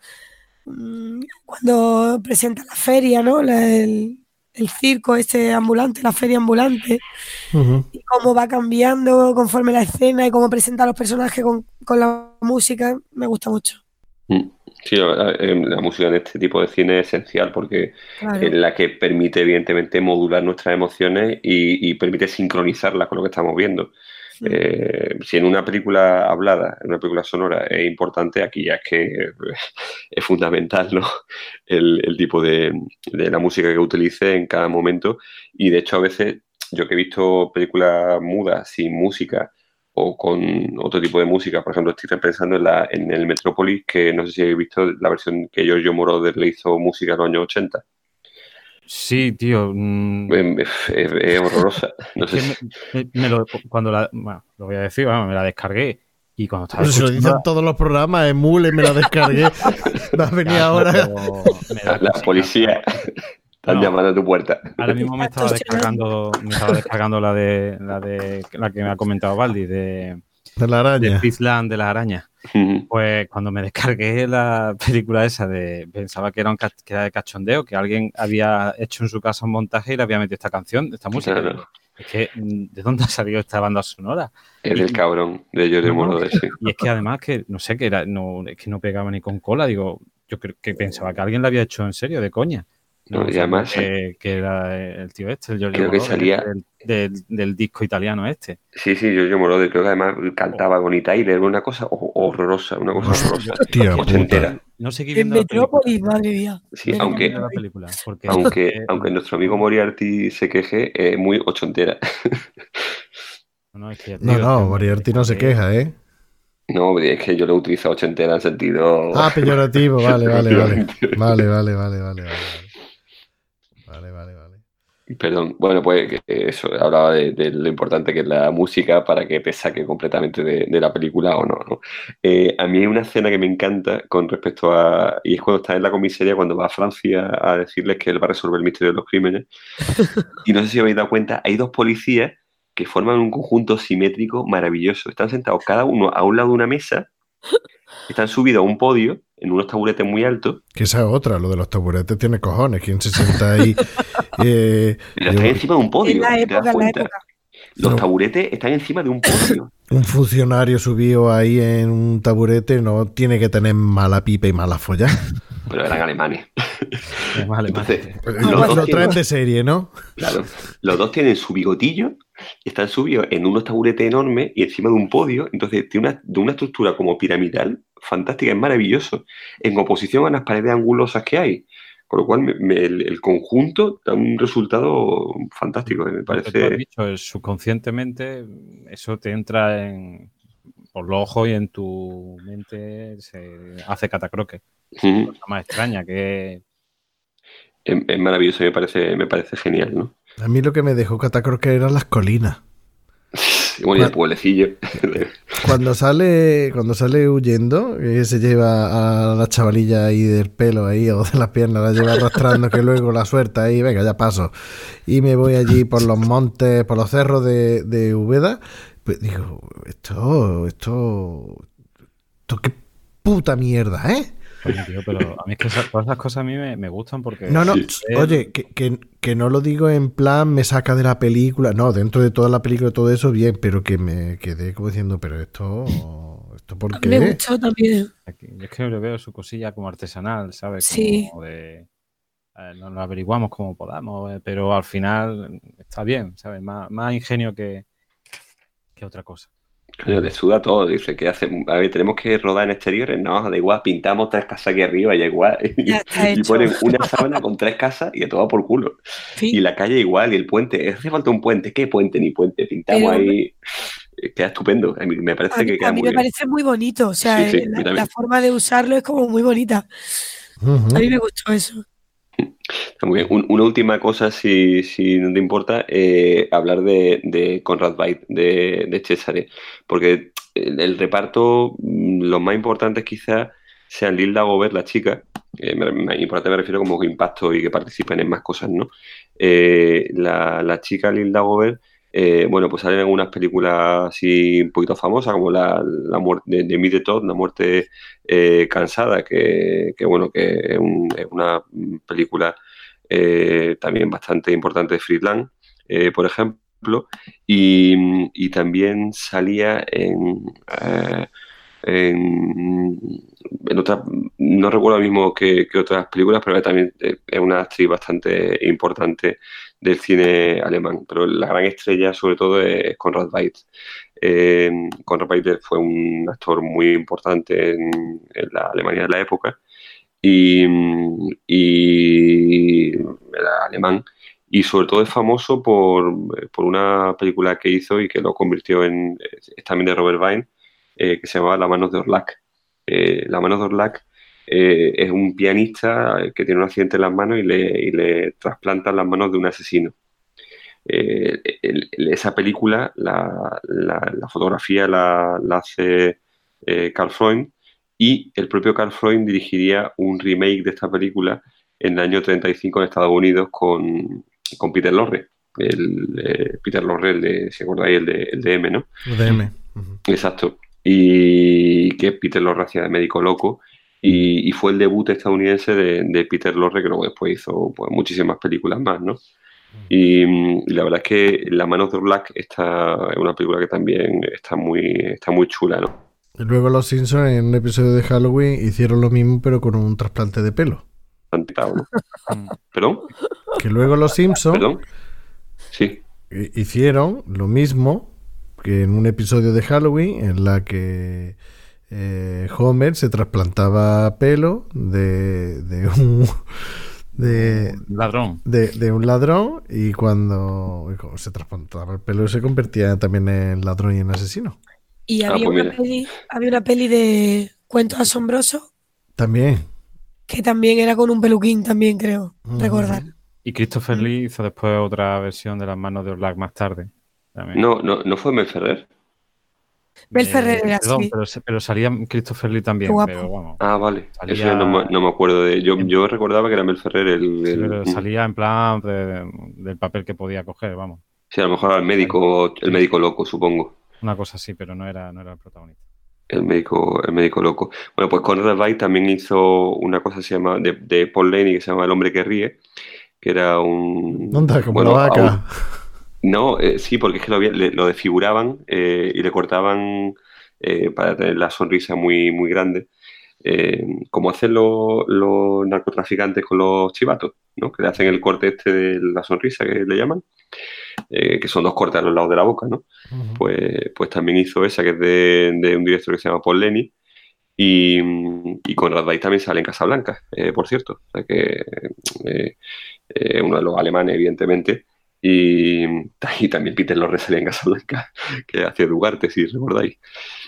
cuando presenta la feria, ¿no? El circo este ambulante, la feria ambulante, y cómo va cambiando conforme la escena y cómo presenta a los personajes con la música, me gusta mucho. Sí, la música en este tipo de cine es esencial porque Claro. es la que permite, evidentemente, modular nuestras emociones y permite sincronizarlas con lo que estamos viendo. Si en una película hablada, en una película sonora es importante, aquí ya es que es fundamental, ¿no? El tipo de la música que utilice en cada momento. Y de hecho, a veces, yo que he visto películas mudas sin música o con otro tipo de música, por ejemplo, estoy pensando en el Metrópolis, que no sé si habéis visto la versión que Giorgio Moroder le hizo música en los años 80. Sí, tío. Es horrorosa. No sé Cuando bueno, lo voy a decir, me la descargué y cuando estaba Pero se lo dicen todos los programas, Emule, me la descargué. Va a venir ahora. La policía están llamando a tu puerta. Ahora mismo me estaba descargando la que me ha comentado Baldi, de la araña. De Fishland, de las arañas. Pues cuando me descargué la película esa, pensaba que era de cachondeo, que alguien había hecho en su casa un montaje y le había metido esta canción, esta música. Claro. Es que, ¿de dónde ha salido esta banda sonora? Es del cabrón de Giorgio Moroder, sí. Y es que además que, no sé, es que no pegaba ni con cola. Digo, yo creo que pensaba que alguien la había hecho en serio, de coña. No, y además que era el tío este, el Giorgio creo que Moroder, salía del disco italiano este. Sí, Giorgio Moroder, creo que además cantaba con Tyler, una cosa horrorosa, una cosa horrorosa. Tía, ochentera. No seguí En viendo Metrópolis, madre mía. Sí, aunque nuestro amigo Moriarty se queje, es muy ochentera. No, Moriarty no se queja, ¿eh? No, es que yo lo he utilizado ochentera en sentido... peyorativo, vale. Perdón, bueno, pues eso, hablaba de lo importante que es la música para que te saque completamente de la película o no, ¿no? A mí hay una escena que me encanta con respecto a... Y es cuando está en la comisaría, cuando va a Francia a decirles que él va a resolver el misterio de los crímenes. Y no sé si habéis dado cuenta, hay dos policías que forman un conjunto simétrico maravilloso. Están sentados cada uno a un lado de una mesa, están subidos a un podio en unos taburetes muy altos. Que esa es otra, lo de los taburetes tiene cojones. ¿Quién se sienta ahí? Pero están encima de un podio. En la época. Los taburetes están encima de un podio. Un funcionario subido ahí en un taburete no tiene que tener mala pipa y mala folla. Pero eran alemanes. Entonces, lo traen de serie, ¿no? Claro. Los dos tienen su bigotillo, están subidos en unos taburetes enormes y encima de un podio. Entonces tiene una estructura como piramidal fantástica, es maravilloso. En oposición a las paredes angulosas que hay. Con lo cual el conjunto da un resultado fantástico, me parece. Tú has dicho, subconscientemente eso te entra por los ojos y en tu mente se hace catacroque. Es la cosa más extraña que... Es maravilloso, me parece genial, ¿no? A mí lo que me dejó catacroque eran las colinas. Bueno, y el pueblecillo. Cuando sale huyendo, que se lleva a la chavalilla ahí del pelo ahí o de las piernas, la lleva arrastrando, que luego la suelta ahí, venga, ya paso. Y me voy allí por los montes, por los cerros de Úbeda. Pues digo, esto qué puta mierda, ¿eh? Coño, tío, pero a mí es que todas esas cosas a mí me gustan porque... No, Sí. oye, que no lo digo en plan me saca de la película, no, dentro de toda la película y todo eso, bien, pero que me quedé como diciendo, pero ¿esto por A mí me qué? gustó también. Yo es que le veo su cosilla como artesanal, ¿sabes? Sí. Como de... nos lo averiguamos como podamos, pero al final está bien, ¿sabes? Más ingenio que otra cosa. Coño, le suda todo. Dice que a ver, tenemos que rodar en exteriores. No, da igual, pintamos 3 casas aquí arriba y igual. Ya está Y hecho. ponen una sábana con 3 casas y a todo por culo. Fin. Y la calle igual, y el puente. Hace falta un puente. ¿Qué puente ni puente? Pintamos Pero ahí. Queda estupendo. A mí me parece que a queda mí muy me bien. parece muy bonito. O sea, Sí, sí, a mí la también. forma de usarlo es como muy bonita. Ujú. A mí me gustó eso. Está muy bien. Una última cosa, si no te importa, hablar de Conrad Veidt, de Cesare, porque el reparto, los más importantes quizás sean Lilda Gobert, la chica, importante me refiero como que impacto y que participen en más cosas, ¿no? La chica Lilda Gobert, bueno, pues salen en algunas películas así un poquito famosas, como la muerte de Meet the Todd, La muerte cansada, que bueno, que es una película también bastante importante de Friedland, por ejemplo, y también salía en, en otras, no recuerdo ahora mismo que otras películas, pero también es una actriz bastante importante del cine alemán, pero la gran estrella sobre todo es Conrad Veidt. Conrad Veidt fue un actor muy importante en la Alemania de la época y era alemán. Y sobre todo es famoso por una película que hizo y que lo convirtió es también de Robert Vine, que se llamaba La mano de Orlac. La mano de Orlac es un pianista que tiene un accidente en las manos y le trasplantan las manos de un asesino. Esa película, la fotografía la hace Karl Freund, y el propio Karl Freund dirigiría un remake de esta película en el año 35 en Estados Unidos con Peter Lorre. Peter Lorre, si acordáis, el de M, ¿no? DM. Ujú. Exacto. Y que Peter Lorre hacía de médico loco. Y fue el debut estadounidense de Peter Lorre, que luego después hizo pues, muchísimas películas más, ¿no? Y la verdad es que La mano de Black es una película que también está muy chula, ¿no? Y luego los Simpsons en un episodio de Halloween hicieron lo mismo pero con un trasplante de pelo. Plantado, ¿no? Mm. ¿Perdón? Que luego los Simpsons ¿Perdón? Sí. hicieron lo mismo que en un episodio de Halloween en la que Homer se trasplantaba pelo de un Ladrón. de un ladrón y cuando se trasplantaba el pelo se convertía también en ladrón y en asesino. Y Ah, había pues una mira. había una peli de Cuentos Asombrosos También. que también era con un peluquín, también creo, recordar. Y Christopher Lee hizo después otra versión de Las manos de Orlac más tarde. También. No fue Mel Ferrer. Mel Ferrer era Perdón, así. pero salía Christopher Lee también, Qué guapo. pero vamos. Ah, vale. Salía- Eso no me acuerdo de. Yo recordaba que era Mel Ferrer Sí, pero salía en plan del papel que podía coger, vamos. Sí, a lo mejor el médico loco, supongo. Una cosa así, pero no era el protagonista. El médico loco. Bueno, pues Conrad Veidt también hizo una cosa que se llama, de Paul Laney, que se llama El hombre que ríe, que era Onda, como bueno, la vaca. no, sí, porque es que lo desfiguraban y le cortaban para tener la sonrisa muy, muy grande, como hacen los narcotraficantes con los chivatos, ¿no? Que le hacen el corte este de la sonrisa, que le llaman, que son 2 cortes a los lados de la boca, ¿no? Ujú. Pues también hizo esa, que es de un director que se llama Paul Leni, y Conrad Veidt también sale en Casablanca, por cierto. O sea que uno de los alemanes, evidentemente, y también Peter Lorre salía en Casablanca, que hacía de Ugarte, si recordáis.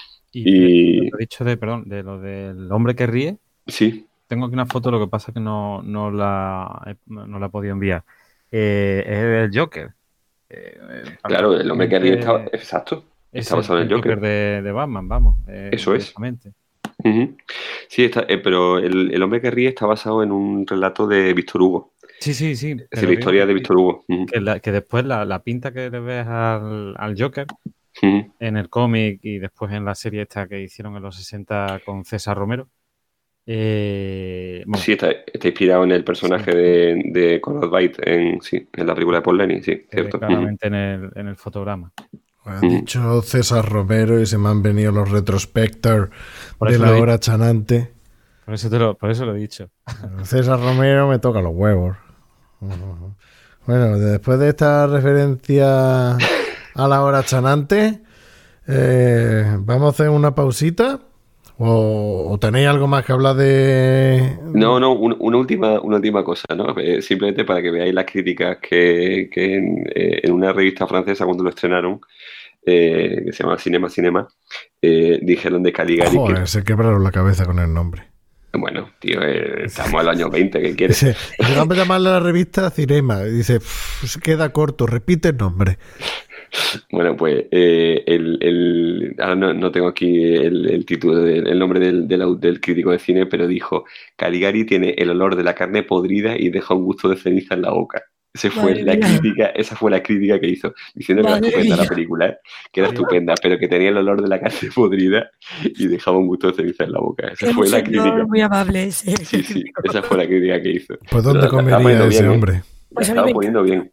Y lo que he dicho de lo del hombre que ríe, Sí, tengo aquí una foto, lo que pasa es que no la he podido enviar. Es el Joker. claro, el hombre que ríe estaba, es exacto, el está basado en el Joker. de Batman, vamos. Eso es. directamente. Ujú. Sí, pero el hombre que ríe está basado en un relato de Víctor Hugo. Sí. Es decir, pero la historia de digo Víctor Hugo. Ujú. que después la pinta que le ves al Joker Ujú. en el cómic y después en la serie esta que hicieron en los 60 con César Romero, Bueno, Sí, está inspirado en el personaje de Conrad Veidt en la película de Paul Lenny, sí, cierto. claramente en el fotograma. Has dicho César Romero y se me han venido los retrospectors Por de eso la lo he hora chanante. Por eso lo he dicho. César Romero me toca los huevos. Bueno, después de esta referencia a la hora chanante, ¿vamos a hacer una pausita? ¿O tenéis algo más que hablar de...? No, una última cosa, ¿no? Simplemente para que veáis las críticas que en una revista francesa cuando lo estrenaron, que se llama Cinema, dijeron de Caligari Joder, se quebraron la cabeza con el nombre. Bueno, tío, estamos en el año 20, ¿qué quieres? Vamos a llamarle a la revista Cinema. Y dice, se queda corto, repite el nombre. Bueno, pues ahora no tengo aquí el título, el nombre del crítico de cine, pero dijo: Caligari tiene el olor de la carne podrida y deja un gusto de ceniza en la boca. Esa fue la crítica que hizo, diciendo que era estupenda la película, que era estupenda, pero que tenía el olor de la carne podrida y dejaba un gusto de ceniza en la boca. Esa fue la crítica. Muy amable ese. Sí, esa fue la crítica que hizo. Pues ¿dónde comería ese hombre? La estaba poniendo bien.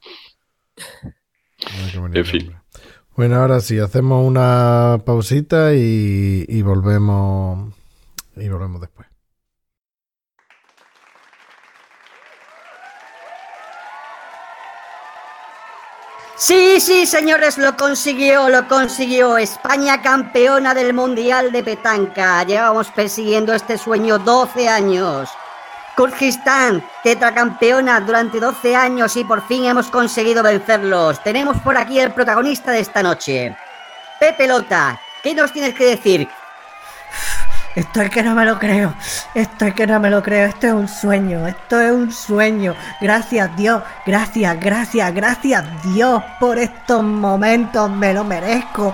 En fin. Bueno, ahora sí, hacemos una pausita y volvemos después. Sí, señores, lo consiguió. España campeona del Mundial de Petanca. Llevamos persiguiendo este sueño 12 años. Kurdistán, tetracampeona durante 12 años y por fin hemos conseguido vencerlos. Tenemos por aquí el protagonista de esta noche. Pepe Lota, ¿qué nos tienes que decir? Estoy que no me lo creo. Esto es un sueño. Gracias Dios, gracias Dios por estos momentos. Me lo merezco.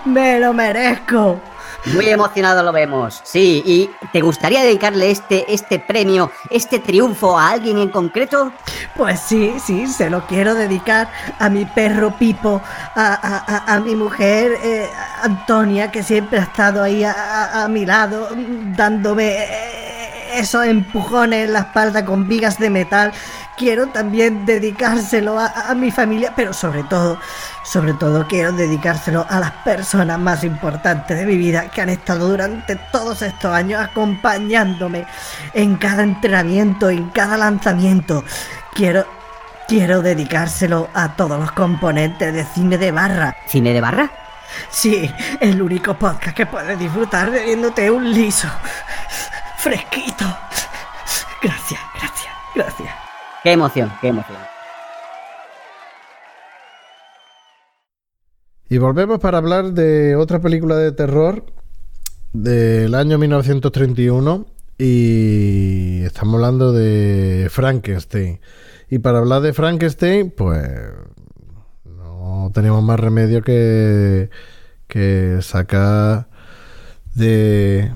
Muy emocionado lo vemos. Sí, ¿y te gustaría dedicarle este premio, este triunfo a alguien en concreto? Pues sí, se lo quiero dedicar a mi perro Pipo, a mi mujer Antonia, que siempre ha estado ahí a mi lado, dándome esos empujones en la espalda con vigas de metal. Quiero también dedicárselo a mi familia, pero sobre todo quiero dedicárselo a las personas más importantes de mi vida que han estado durante todos estos años acompañándome en cada entrenamiento, en cada lanzamiento. Quiero dedicárselo a todos los componentes de Cine de Barra. ¿Cine de Barra? Sí, el único podcast que puedes disfrutar bebiéndote un liso fresquito. Gracias. Qué emoción. Y volvemos para hablar de otra película de terror del año 1931 y estamos hablando de Frankenstein. Y para hablar de Frankenstein, pues no tenemos más remedio que sacar de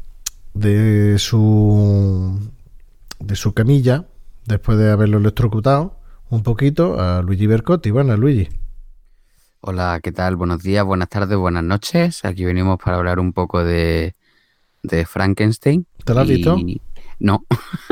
su camilla, después de haberlo electrocutado un poquito, a Luigi Bercotti. Bueno, Luigi. Hola, ¿qué tal? Buenos días, buenas tardes, buenas noches. Aquí venimos para hablar un poco de Frankenstein. ¿Te lo has visto? No.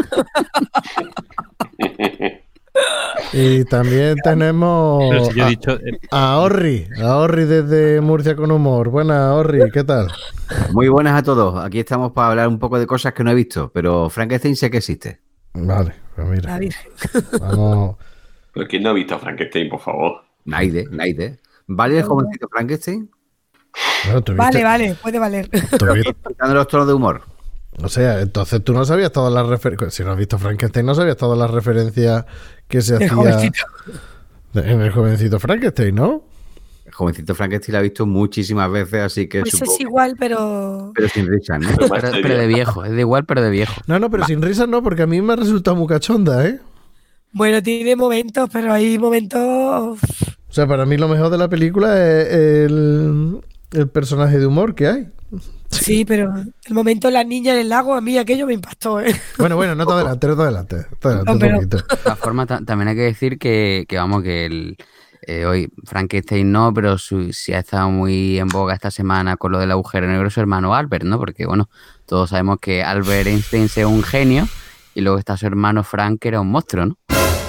Y también tenemos si yo he dicho, a Orri desde Murcia con humor. Buenas, Orri, ¿qué tal? Muy buenas a todos. Aquí estamos para hablar un poco de cosas que no he visto, pero Frankenstein sé que existe. Vale, pues mira. Vamos. ¿Pero quién no ha visto a Frankenstein, por favor? Naide. ¿Vale el jovencito Frankenstein? Bueno, Vale, puede valer. Quitando los tonos de humor. O sea, entonces tú no sabías todas las referencias. Si no has visto Frankenstein, no sabías todas las referencias que se hacía en el jovencito Frankenstein, ¿no? El jovencito Frankenstein lo ha visto muchísimas veces, así que Pues es igual, pero sin risas, ¿no? pero de viejo, es de igual, pero de viejo. No, pero sin risas no, porque a mí me ha resultado muy cachonda, ¿eh? bueno, tiene momentos, pero hay momentos. O sea, para mí lo mejor de la película es el personaje de humor que hay. Sí, pero el momento de la niña en el lago, a mí aquello me impactó, ¿eh? Bueno, no te adelante No, un poquito. De todas formas, también hay que decir que Hoy Frankenstein no, pero sí ha estado muy en boga esta semana con lo del agujero negro su hermano Albert, ¿no? Porque, bueno, todos sabemos que Albert Einstein es un genio y luego está su hermano Frank, que era un monstruo, ¿no?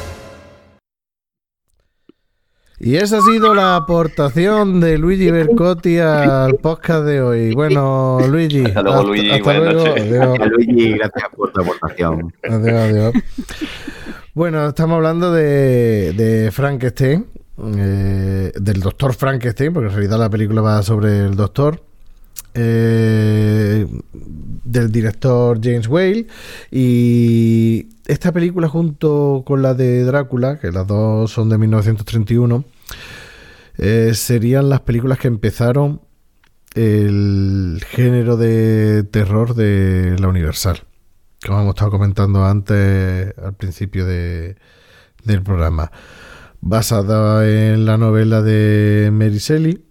Y esa ha sido la aportación de Luigi Bercotti al podcast de hoy. Bueno, Luigi. Hasta luego, Luigi. Hasta Buenas luego. noches. Adiós. Gracias, Luigi, gracias por tu aportación. Adiós. Bueno, estamos hablando de Frankenstein, del doctor Frankenstein, porque en realidad la película va sobre el doctor, del director James Whale, y esta película junto con la de Drácula, que las dos son de 1931, serían las películas que empezaron el género de terror de la Universal, como hemos estado comentando antes al principio del programa, basada en la novela de Mary Shelley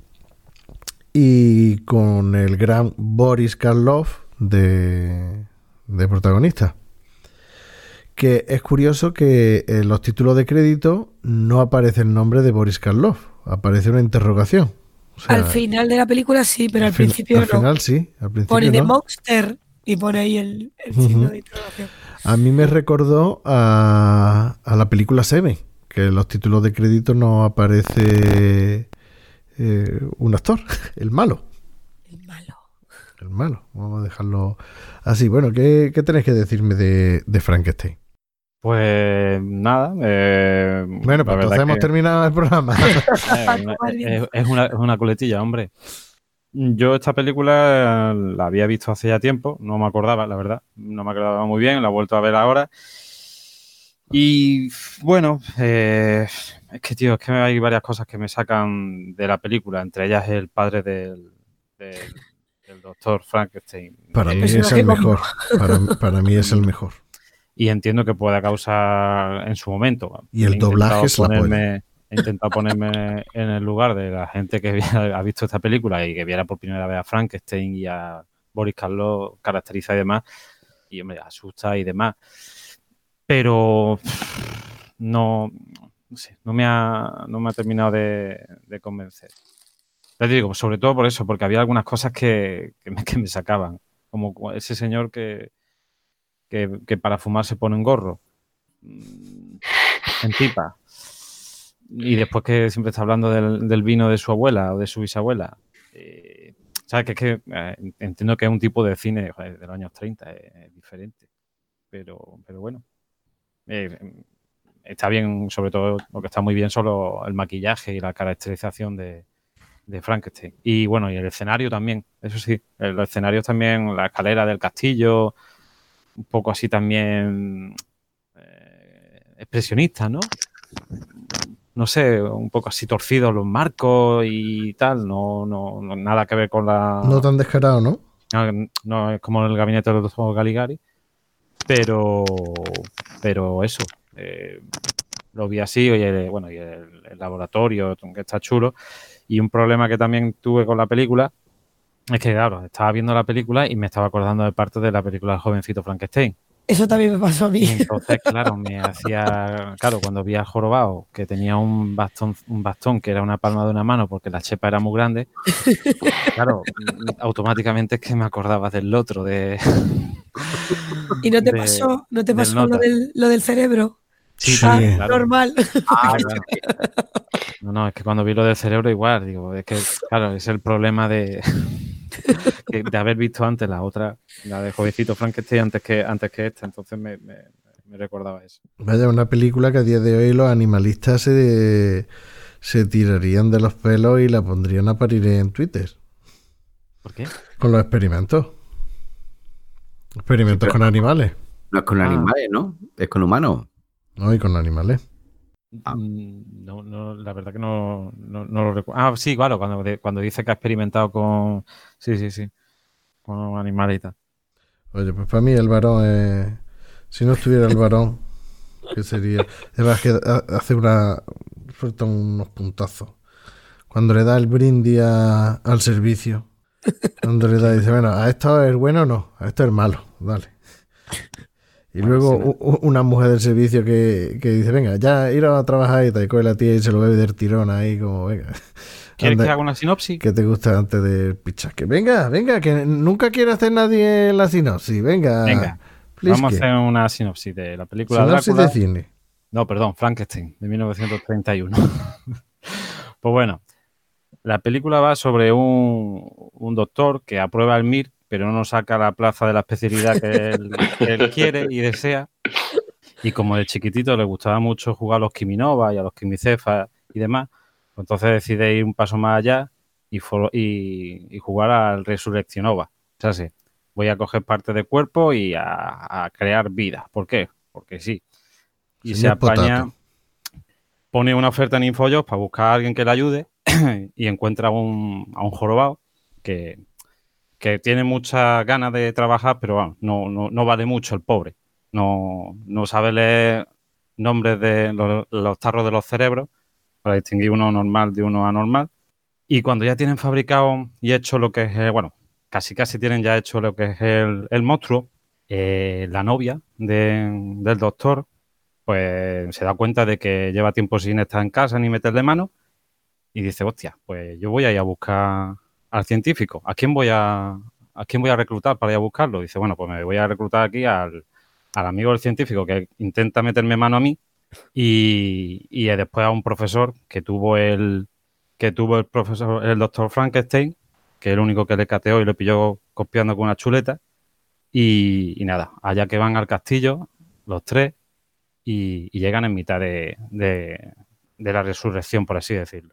y con el gran Boris Karloff de protagonista. Que es curioso que en los títulos de crédito no aparece el nombre de Boris Karloff, aparece una interrogación. O sea, al final de la película sí, pero al principio al no. final sí, al principio Pone The no. Monster y pone ahí el signo de interrogación. A mí me recordó a la película Seven, que en los títulos de crédito no aparece un actor, el malo. El malo, vamos a dejarlo así. Bueno, ¿qué tenéis que decirme de Frankenstein? Pues nada. Bueno, pues entonces hemos terminado el programa. Es una coletilla, hombre. Yo esta película la había visto hace ya tiempo, no me acordaba, la verdad. No me acordaba muy bien, la he vuelto a ver ahora. Y bueno, es que, tío, es que hay varias cosas que me sacan de la película, entre ellas el padre del doctor Frankenstein. Para mí es el mejor. Para mí es el mejor. Y entiendo que pueda causar en su momento. Y el doblaje es la polla. He intentado ponerme en el lugar de la gente que ha visto esta película y que viera por primera vez a Frankenstein y a Boris Karloff, caracteriza y demás. Y, hombre, asusta y demás. Pero no sé, no me ha terminado de convencer. Les digo, sobre todo por eso, porque había algunas cosas que me sacaban. Como ese señor que para fumar se pone un gorro en pipa. Y después que siempre está hablando del vino de su abuela o de su bisabuela. ¿Sabes? Que es que entiendo que es un tipo de cine, joder, de los años 30, es diferente. Pero bueno. Está bien, sobre todo lo que está muy bien solo el maquillaje y la caracterización de Frankenstein. Y bueno, y el escenario también, eso sí, los escenarios también, la escalera del castillo, un poco así también expresionista, ¿no? No sé, un poco así torcidos los marcos y tal, no nada que ver con la... No tan descarado, ¿no? No es como el gabinete del doctor Caligari, pero eso, lo vi así, oye, bueno, y el laboratorio, que está chulo. Y un problema que también tuve con la película es que, claro, estaba viendo la película y me estaba acordando de parte de la película del jovencito Frankenstein. Eso también me pasó a mí. Y entonces, claro, claro, cuando vi al jorobado que tenía un bastón que era una palma de una mano porque la chepa era muy grande, claro, automáticamente es que me acordaba del otro, ¿Y no te pasó lo del cerebro? Sí, claro. Normal. Claro. No, es que cuando vi lo del cerebro igual, digo, es que, claro, es el problema de haber visto antes la otra, la de jovencito Frankenstein antes que esta, entonces me recordaba eso. Vaya, una película que a día de hoy los animalistas se tirarían de los pelos y la pondrían a parir en Twitter. ¿Por qué? Con los experimentos. Experimentos con animales. No es con animales, ¿no? Es con humanos. No, y con animales. No, la verdad que no lo recuerdo. Ah, sí, claro, cuando dice que ha experimentado con... Sí, con animales y tal. Oye, pues para mí el varón es... Si no estuviera el varón, ¿qué sería? Es que hace suelta unos puntazos. Cuando le da el brindis al servicio, cuando le da, dice, bueno, ¿a esto es bueno o no? A esto es malo, dale. Y Buena luego escena. una mujer del servicio que dice, venga, ya ir a trabajar y tal, y coge la tía y se lo bebe del tirón ahí, como, venga, ¿Quieres anda, que haga una sinopsis? que te gusta antes del pichaque. Venga, que nunca quiere hacer nadie la sinopsis. Venga, Venga, vamos a Fliske. hacer una sinopsis de la película Sinopsis Drácula. de cine. No, perdón, Frankenstein, de 1931. Pues bueno, la película va sobre un doctor que aprueba el MIR, pero no saca la plaza de la especialidad que él quiere y desea. Y como de chiquitito le gustaba mucho jugar a los Kiminova y a los Quimicefas y demás, pues entonces decide ir un paso más allá y jugar al Resurreccionova. O sea, sí, voy a coger parte del cuerpo y a crear vida. ¿Por qué? Porque sí. Y se Señor apaña, Potato. pone una oferta en InfoJobs para buscar a alguien que le ayude y encuentra a un jorobado que tiene muchas ganas de trabajar, pero vamos, no vale mucho el pobre. No sabe leer nombres de los tarros de los cerebros para distinguir uno normal de uno anormal. Y cuando ya tienen fabricado y hecho lo que es, bueno, casi tienen ya hecho lo que es el monstruo, la novia del doctor, pues se da cuenta de que lleva tiempo sin estar en casa ni meterle mano y dice, hostia, pues yo voy a ir a buscar al científico. ¿A quién voy a reclutar para ir a buscarlo? Dice, bueno, pues me voy a reclutar aquí al amigo del científico que intenta meterme mano a mí y después a un profesor que tuvo el profesor, el doctor Frankenstein, que es el único que le cateó y le pilló copiando con una chuleta. Y nada, allá que van al castillo, los tres, y llegan en mitad de la resurrección, por así decirlo.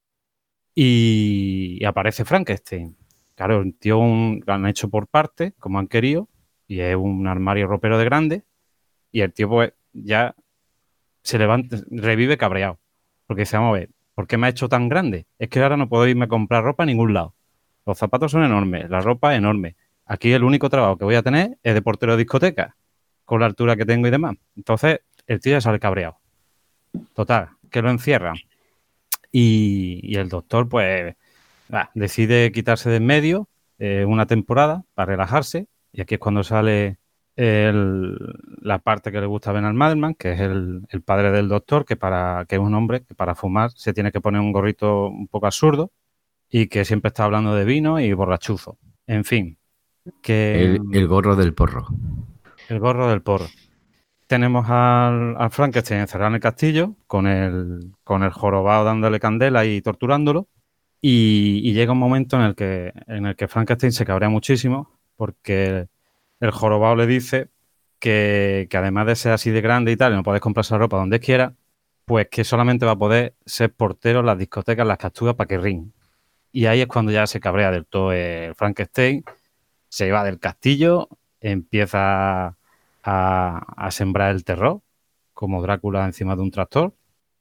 Y aparece Frankenstein. Claro, el tío lo han hecho por partes, como han querido, y es un armario ropero de grande, y el tío pues ya se levanta, revive cabreado, porque dice, vamos a ver, ¿por qué me ha hecho tan grande? Es que ahora no puedo irme a comprar ropa a ningún lado. Los zapatos son enormes, la ropa es enorme. Aquí el único trabajo que voy a tener es de portero de discoteca, con la altura que tengo y demás. Entonces, el tío ya sale cabreado. Total, que lo encierran. Y el doctor, pues, decide quitarse de en medio una temporada para relajarse. Y aquí es cuando sale la parte que le gusta a Ben Madelman, que es el padre del doctor, que es un hombre que para fumar se tiene que poner un gorrito un poco absurdo y que siempre está hablando de vino y borrachuzo. En fin, que El gorro del porro. el gorro del porro. Tenemos al Frankenstein encerrado en el castillo con el jorobado dándole candela y torturándolo. Y llega un momento en el que Frankenstein se cabrea muchísimo porque el jorobado le dice que además de ser así de grande y tal, y no puedes comprarse la ropa donde quiera, pues que solamente va a poder ser portero en las discotecas, en las capturas para que ring. Y ahí es cuando ya se cabrea del todo el Frankenstein, se va del castillo, empieza a sembrar el terror, como Drácula encima de un tractor.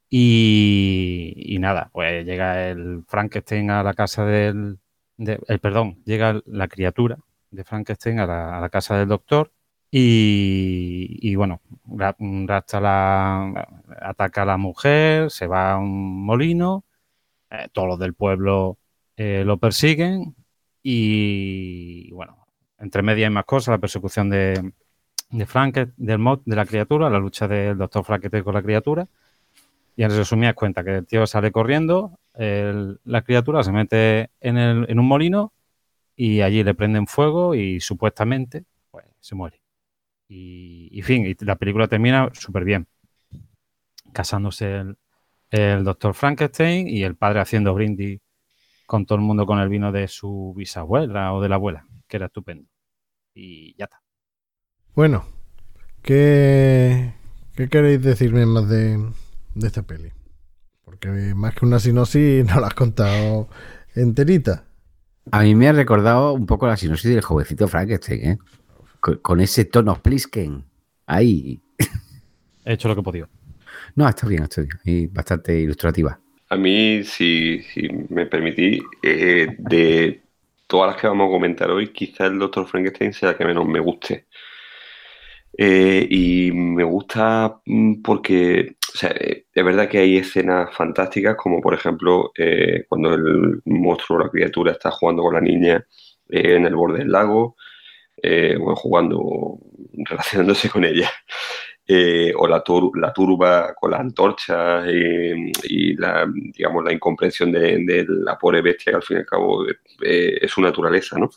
Y nada, pues llega el Frankenstein a la casa llega la criatura de Frankenstein a la casa del doctor y bueno, ataca a la mujer, se va a un molino, todos los del pueblo lo persiguen y bueno, entre medias hay más cosas, la persecución de Frankenstein, de la criatura, la lucha del doctor Frankenstein con la criatura. Y en resumidas cuentas, que el tío sale corriendo, la criatura se mete en un molino y allí le prenden fuego y supuestamente pues se muere. Y fin, y la película termina súper bien. Casándose el doctor Frankenstein y el padre haciendo brindis con todo el mundo con el vino de su bisabuela o de la abuela, que era estupendo. Y ya está. Bueno, ¿qué queréis decirme más de esta peli? Porque más que una sinopsis no la has contado enterita. A mí me ha recordado un poco la sinopsis del jovencito Frankenstein, ¿eh? Con ese tono Plisken. Ahí. He hecho lo que he podido. No, está bien. Y bastante ilustrativa. A mí, si me permitís, de todas las que vamos a comentar hoy, quizá el Dr. Frankenstein sea la que menos me guste. Y me gusta porque, o sea, es verdad que hay escenas fantásticas, como por ejemplo cuando el monstruo o la criatura está jugando con la niña en el borde del lago, bueno, jugando o relacionándose con ella. O la turba con las antorchas y digamos, la incomprensión de la pobre bestia, que al fin y al cabo es su naturaleza, ¿no?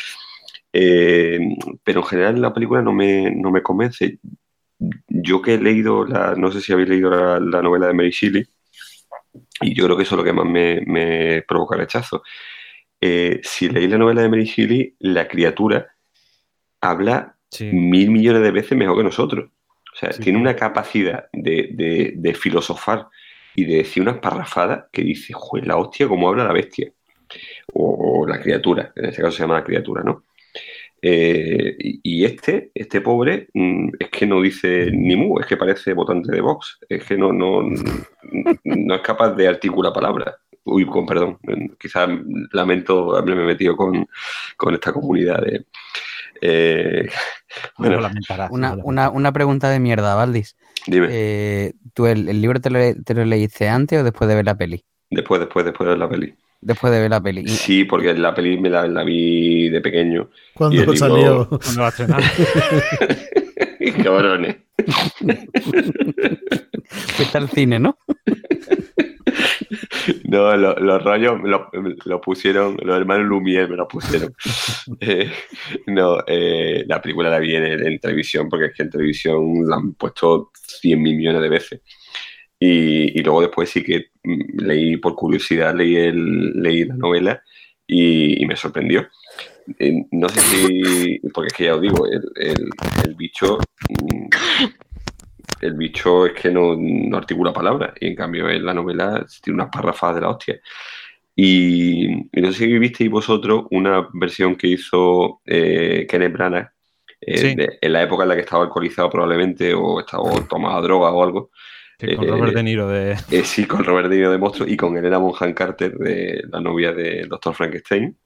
Pero en general la película no me convence. Yo que he leído, no sé si habéis leído la novela de Mary Shelley, y yo creo que eso es lo que más me provoca rechazo. Si leéis la novela de Mary Shelley, la criatura habla 1000 millones de veces mejor que nosotros. O sea, tiene una capacidad de filosofar y de decir unas parrafadas que dice, joder, la hostia, cómo habla la bestia. O la criatura, en este caso se llama la criatura, ¿no? Y este pobre es que no dice ni mu, es que parece votante de Vox, es que no es capaz de articular palabras. Uy, perdón, quizás lamento haberme metido con esta comunidad de... Bueno, una pregunta de mierda, Valdis. Dime. ¿Tú el libro te lo leíste antes o después de ver la peli? Después de ver la peli. Después de ver la peli. Sí, porque la peli me la vi de pequeño. ¿Cuándo salió? Cuando la estrenaron. Cabrones. Fuiste al cine, ¿no? No, los rollos lo pusieron, los hermanos Lumière me lo pusieron. La película la vi en televisión, porque es que en televisión la han puesto 100.000 millones de veces. Y luego después sí que leí por curiosidad, leí la novela y me sorprendió. No sé si, porque es que ya os digo, el bicho... El bicho es que no articula palabras, y en cambio en la novela tiene unas parrafadas de la hostia. Y no sé si visteis vosotros una versión que hizo Kenneth Branagh en la época en la que estaba alcoholizado probablemente, o tomaba droga o algo. Con Robert De Niro sí, con Robert De Niro de monstruo y con Helena Bonham Carter, de la novia del Dr. Frankenstein.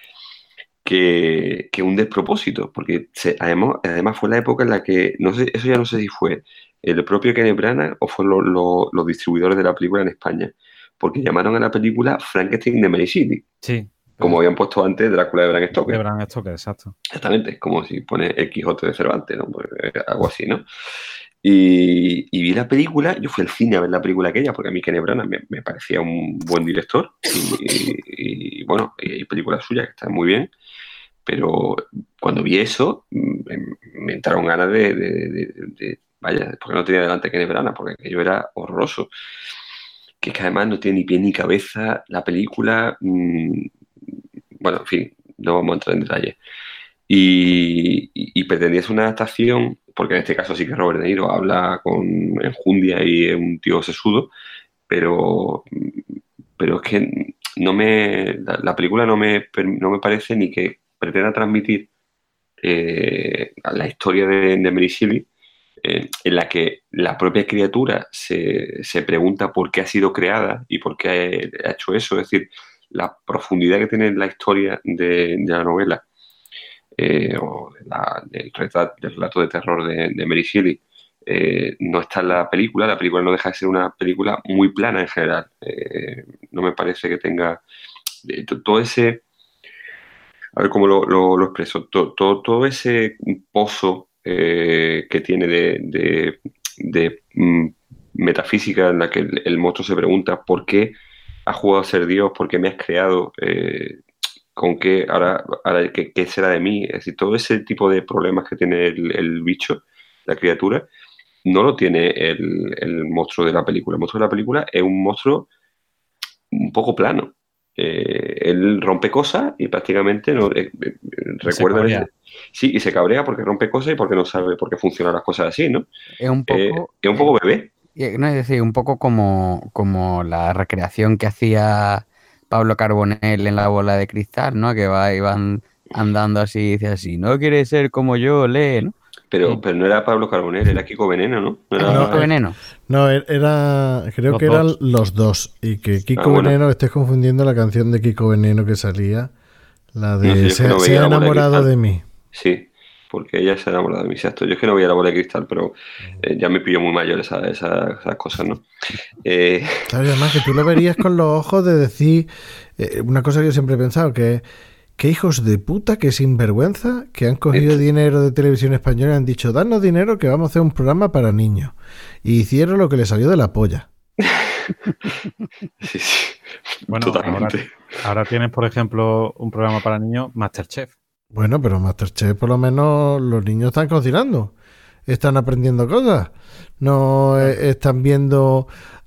Que un despropósito, porque además fue la época en la que, no sé, eso ya no sé si fue el propio Kenneth Branagh o fue los distribuidores de la película en España, porque llamaron a la película Frankenstein de Mary Shelley. Sí. Como habían puesto antes Drácula de Bram Stoker. De Bram Stoker, exacto. Exactamente, es como si pone El Quijote de Cervantes, ¿no? Pues, algo así, ¿no? Y vi la película, yo fui al cine a ver la película aquella, porque a mí Kenneth Branagh me parecía un buen director, y bueno, hay películas suyas que están muy bien, pero cuando vi eso, me entraron ganas de vaya, porque no tenía delante Kenneth Branagh, porque aquello era horroroso. Que es que además no tiene ni pie ni cabeza la película. Bueno, en fin, no vamos a entrar en detalle. Y pretendía ser una adaptación, porque en este caso sí que Robert De Niro habla con enjundia y es un tío sesudo, pero es que la película no me parece ni que pretenda transmitir la historia de Mary Shelley, en la que la propia criatura se pregunta por qué ha sido creada y por qué ha hecho eso. Es decir, la profundidad que tiene la historia de la novela o del relato de terror de Mary Shelley no está en la película. La película no deja de ser una película muy plana en general. No me parece que tenga todo ese... A ver cómo lo expreso. Todo ese pozo que tiene de metafísica, en la que el monstruo se pregunta por qué has jugado a ser Dios, por qué me has creado, con qué ahora ¿qué será de mí? Es decir, todo ese tipo de problemas que tiene el bicho, la criatura, no lo tiene el monstruo de la película. El monstruo de la película es un monstruo un poco plano. Él rompe cosas y prácticamente no recuerda. Sí, y se cabrea porque rompe cosas y porque no sabe por qué funcionan las cosas así, ¿no? Es un poco bebé. No, es decir, un poco como la recreación que hacía Pablo Carbonell en La bola de cristal, ¿no? Que iban andando así y dice así, no quiere ser como yo, lee, ¿no? Pero no era Pablo Carbonell, era Kiko Veneno, ¿no? ¿Kiko Veneno? No, creo que eran los dos. Y que Kiko Veneno, estés confundiendo la canción de Kiko Veneno que salía, la de Se ha enamorado de mí. Sí, porque ella se ha enamorado de mí, exacto. Yo es que no veía La bola de cristal, pero ya me pilló muy mayor esas cosas, ¿no? Claro, y además que tú lo verías con los ojos de decir una cosa que yo siempre he pensado, que qué hijos de puta, qué sinvergüenza, que han cogido dinero de Televisión Española y han dicho, danos dinero que vamos a hacer un programa para niños. Y hicieron lo que les salió de la polla. Sí, sí. Bueno, Totalmente. ahora tienes, por ejemplo, un programa para niños, Masterchef. Bueno, pero Masterchef por lo menos los niños están cocinando, están aprendiendo cosas, no están viendo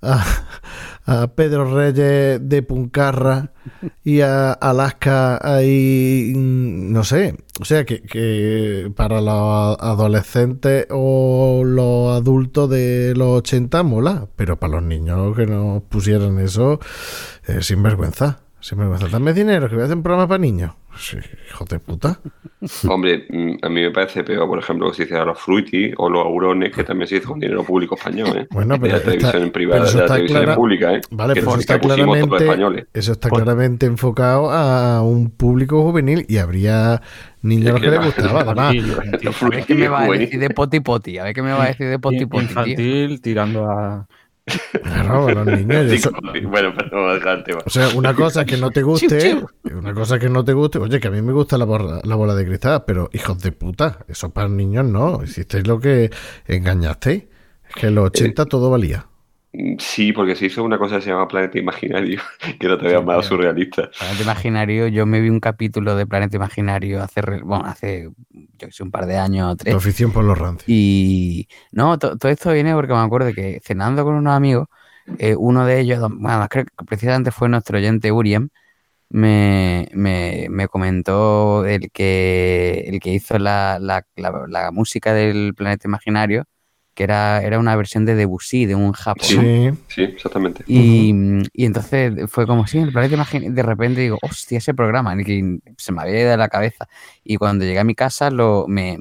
a Pedro Reyes de Puncarra y a Alaska ahí, no sé, o sea que para los adolescentes o los adultos de los 80 mola, pero para los niños que nos pusieran eso, sinvergüenza. Dame dinero, que voy a hacer un programa para niños. Sí, hijo de puta. Hombre, a mí me parece peor, por ejemplo, que se hiciera los Fruity o los Aurones, que también se hizo con dinero público español, ¿eh? Bueno, pero de la televisión privada, de la televisión pública, ¿eh? Vale, que pero que pusimos todos los españoles. eso está claramente enfocado a un público juvenil y habría niños a los que les gustaba, además. A ver qué me va a decir de poti poti. A ver qué me va a decir de poti poti, tío. Infantil, tirando a... Claro, a los niños. Sí, Eso, bueno, pero vamos a dejar el tema. o sea, una cosa es que no te guste, oye, que a mí me gusta la bola de cristal, pero hijos de puta, eso para niños no, hicisteis lo que engañasteis, es que en los 80 todo valía. Sí, porque se hizo una cosa que se llama Planeta Imaginario, que era todavía más surrealista. Planeta Imaginario, yo me vi un capítulo de Planeta Imaginario hace yo que sé, un par de años o Tu 3. afición por los rancios. Y no, todo esto viene porque me acuerdo que cenando con unos amigos, uno de ellos, bueno, creo que precisamente fue nuestro oyente Uriem, me comentó el que hizo la música del Planeta Imaginario, que era una versión de Debussy, de un japo, ¿no? Sí. Sí, exactamente. Y entonces fue como si el Planeta Imaginario, de repente digo, hostia, ese programa, y que se me había ido de la cabeza. Y cuando llegué a mi casa me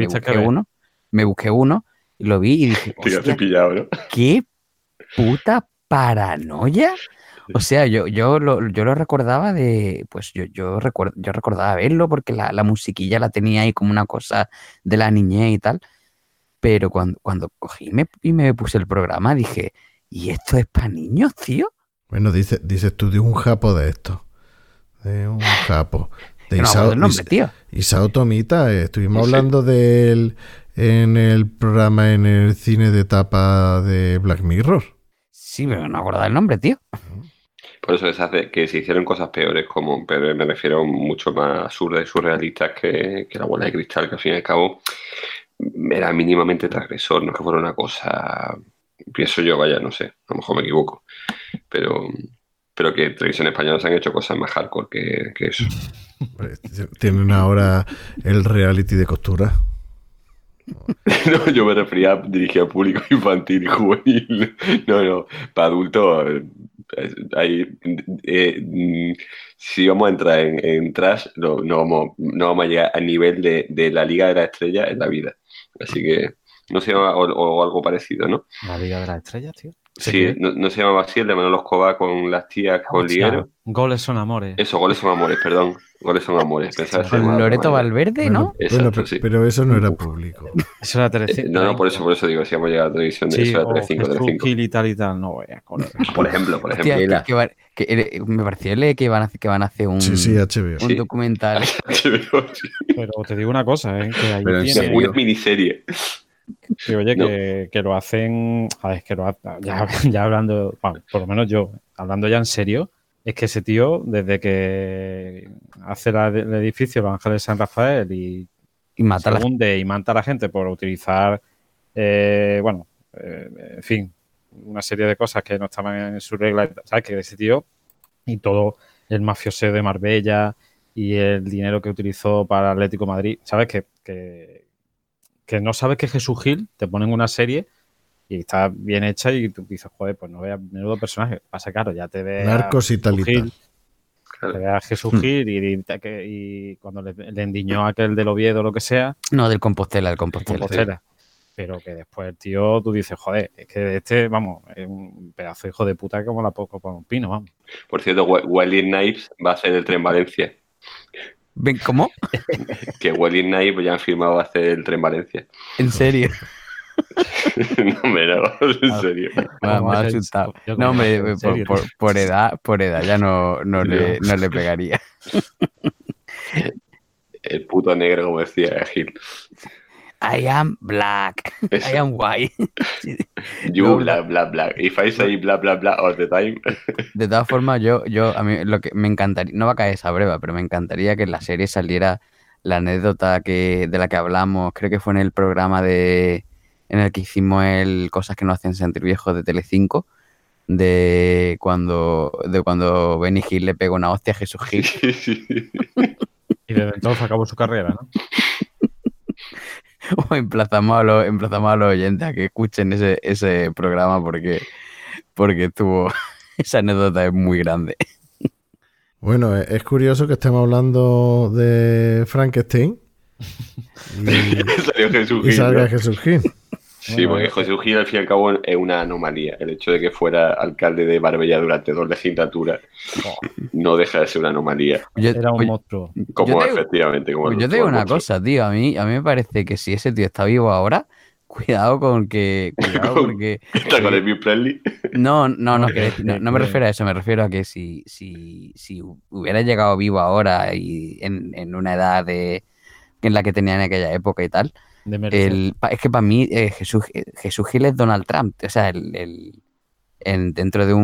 busqué uno, y lo vi y dije, Te quedaste hostia, pillado, ¿no? qué puta paranoia. O sea, yo lo recordaba de, pues yo recordaba verlo porque la musiquilla la tenía ahí como una cosa de la niñez y tal. Pero cuando cogí y me puse el programa, dije, ¿y esto es para niños, tío? Bueno, dices tú de un japo de esto. De un japo. De Que no me acuerdo el nombre, tío. Isao Tomita, estuvimos hablando de él en el programa, en el cine de tapa de Black Mirror. Sí, pero no me acuerdo el nombre, tío. Por eso se hace que se hicieron cosas peores, como peores me refiero mucho más absurdas y surrealistas que la bola de cristal, que al fin y al cabo era mínimamente transgresor, no es que fuera una cosa, pienso yo, vaya, no sé, a lo mejor me equivoco, pero que Televisión Española se han hecho cosas más hardcore que eso. Tienen ahora el reality de costura. No, yo me refería dirigido a público infantil y juvenil. No, para adultos. Si vamos a entrar en trash, no vamos a llegar al nivel de la Liga de la Estrella en la vida. Así que no se llama, o algo parecido, ¿no? La Liga de las Estrellas, tío. Sí, no se llamaba así, el de Manolo Escobar con las tías con liguero. Goles son amores. Eso, Goles son amores, perdón. Goles son amores. Pensaba que se llamaba Loreto de otra manera. Valverde, ¿no? Exacto, sí. Pero eso no era público. Eso era Telecinco. No, por eso digo, si hemos llegado a la televisión de Sí, eso, era o Telecinco, Jesús Telecinco. Gil y tal, no voy a conocer. Por ejemplo. Hostia, me pareció que van a hacer un, Sí, HBO. un Sí. documental. Pero te digo una cosa, que ahí Pero en tiene... serio. Una miniserie. Sí, oye, No. que lo hacen, ya hablando, bueno, por lo menos yo, hablando ya en serio, es que ese tío, desde que hace el edificio Los Ángeles de San Rafael y mata a la se hunde y mata a la gente por utilizar, en fin, una serie de cosas que no estaban en su regla, ¿sabes? Que ese tío y todo el mafioseo de Marbella y el dinero que utilizó para Atlético de Madrid, ¿sabes? Que no sabes que Jesús Gil te ponen una serie y está bien hecha y tú dices, joder, pues no veas menudo personaje. Pasa claro, ya te ves Narcos y tal y tal. te ves a Jesús Gil y cuando le endiñó a aquel del Oviedo o lo que sea, No, del Compostela. pero que después el tío, tú dices, joder, es que vamos, es un pedazo de hijo de puta como la poco para un pino, vamos. Por cierto, Wesley Snipes va a hacer el Tren Valencia. ¿Ven cómo? Que Wesley Snipes ya han firmado hacer el Tren Valencia. ¿En serio? No, en serio. Me ha asustado. No, hombre, por edad ya no le pegaría. puto negro, como decía Gil. I am black. Eso. I am white. You, No, bla, bla, bla. If I say bla, bla, bla all the time. De todas formas, a mí lo que me encantaría, no va a caer esa breva, pero me encantaría que en la serie saliera la anécdota de la que hablamos, creo que fue en el programa en el que hicimos el Cosas que nos hacen sentir viejos de Telecinco, de cuando Benny Hill le pegó una hostia a Jesús Gil. Y desde entonces acabó su carrera, ¿no? O emplazamos a los oyentes a que escuchen ese programa porque esa anécdota es muy grande. Bueno, es curioso que estemos hablando de Frankenstein Salió Jesús y Gil, salga ¿no? Jesús Gil. Sí, porque Jesús Gil al fin y al cabo es una anomalía. El hecho de que fuera alcalde de Marbella durante 2 legislaturas no deja de ser una anomalía. Era un monstruo. Como efectivamente. Como Yo te digo una cosa, tío. A mí me parece que si ese tío está vivo ahora, cuidado porque. ¿Está con el Bill Presley? No me refiero a eso. Me refiero a que si hubiera llegado vivo ahora y en una edad en la que tenía en aquella época y tal. Es que para mí Jesús Gil es Donald Trump, o sea, dentro de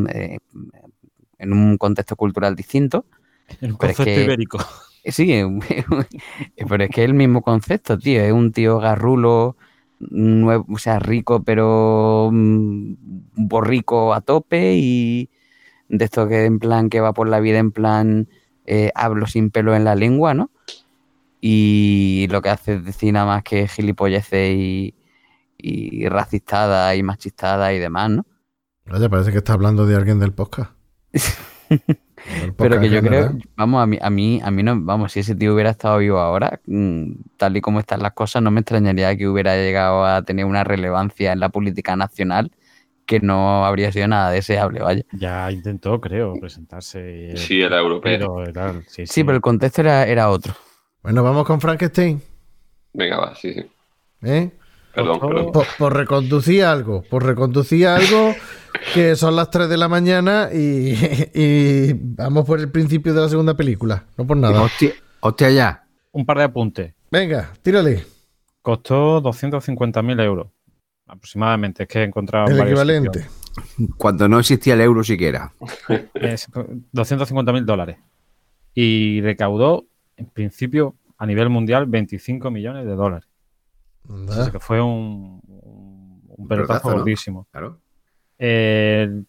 en un contexto cultural distinto. En un concepto ibérico. Sí, pero es que es el mismo concepto, tío. Es un tío garrulo, nuevo, o sea, rico, pero borrico a tope y de esto que en plan que va por la vida en plan hablo sin pelo en la lengua, ¿no? Y lo que hace es decir nada más que gilipolleces y racistada y machistada y demás, ¿no? Oye, parece que está hablando de alguien del podcast. Pero que yo creo, vamos, a mí no, vamos, si ese tío hubiera estado vivo ahora, tal y como están las cosas, no me extrañaría que hubiera llegado a tener una relevancia en la política nacional que no habría sido nada deseable, vaya. Ya intentó, creo, presentarse. Sí, era europeo. Sí, pero el contexto era otro. Bueno, vamos con Frankenstein. Venga, va, sí. ¿Eh? Perdón. Por reconducir algo que son las 3 de la mañana y vamos por el principio de la segunda película, no por nada. Hostia ya. Un par de apuntes. Venga, tírale. Costó 250.000 euros, aproximadamente. Es que he encontrado El varios equivalente. sitios. Cuando no existía el euro siquiera. Es $250.000. Y recaudó, en principio, a nivel mundial, $25 millones. Así que fue un pelotazo gordísimo. Claro. El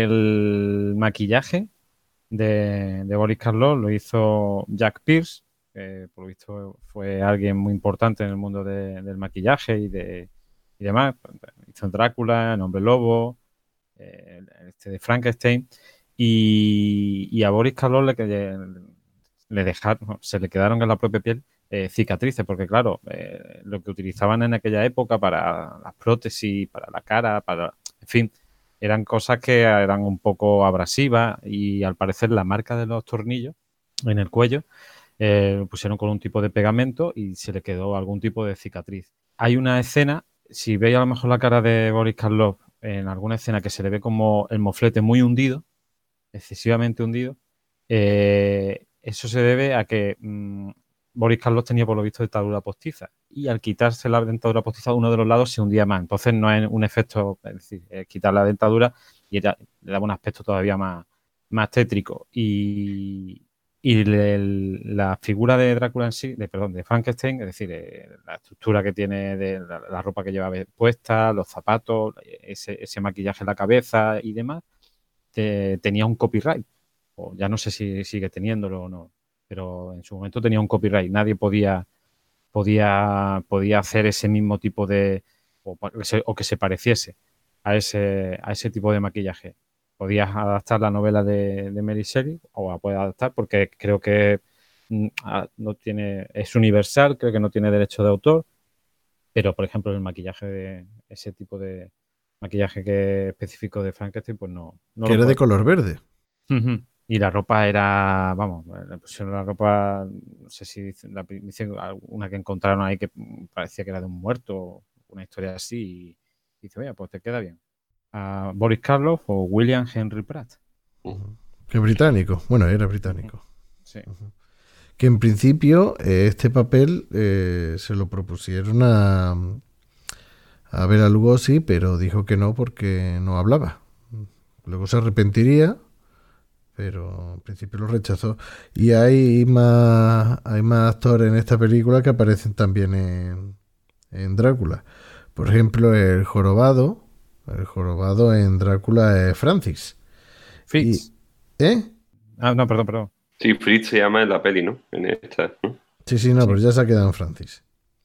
maquillaje de Boris Karloff lo hizo Jack Pierce, que por lo visto fue alguien muy importante en el mundo del maquillaje y demás. Hizo Drácula, el Hombre Lobo, de Frankenstein. Y a Boris Karloff le dejaron, se le quedaron en la propia piel cicatrices, porque claro, lo que utilizaban en aquella época para las prótesis, para la cara, en fin, eran cosas que eran un poco abrasivas y al parecer la marca de los tornillos en el cuello lo pusieron con un tipo de pegamento y se le quedó algún tipo de cicatriz. Hay una escena, si veis a lo mejor la cara de Boris Karloff en alguna escena que se le ve como el moflete muy hundido, excesivamente hundido, eso se debe a que Boris Karloff tenía por lo visto dentadura postiza y al quitarse la dentadura postiza uno de los lados se hundía más. Entonces no es un efecto, es decir, quitar la dentadura y le daba un aspecto todavía más tétrico. Y la figura de Drácula en sí, de Frankenstein, es decir, la estructura que tiene de la ropa que lleva puesta, los zapatos, ese maquillaje en la cabeza y demás, tenía un copyright. O ya no sé si sigue teniéndolo o no, pero en su momento tenía un copyright. Nadie podía hacer ese mismo tipo de o que se pareciese a ese tipo de maquillaje. Podías adaptar la novela de Mary Shelley o la puedes adaptar porque creo que no tiene, es universal, creo que no tiene derecho de autor, pero por ejemplo el maquillaje de ese tipo de maquillaje que es específico de Frankenstein, pues no que era de color verde. Uh-huh. Y la ropa era, vamos, le pusieron la ropa, no sé si dicen una que encontraron ahí que parecía que era de un muerto, una historia así, y dice, oye, pues te queda bien. A Boris Karloff o William Henry Pratt. Que británico, bueno, era británico. Sí. que en principio este papel se lo propusieron a Bela Lugosi, pero dijo que no porque no hablaba. Luego se arrepentiría, pero en principio lo rechazó. Y hay más actores en esta película que aparecen también en Drácula. Por ejemplo, el jorobado en Drácula es Francis. Fritz. No, perdón. Sí, Fritz se llama en la peli, ¿no? En esta, ¿no? Sí, no, pero ya se ha quedado en Francis.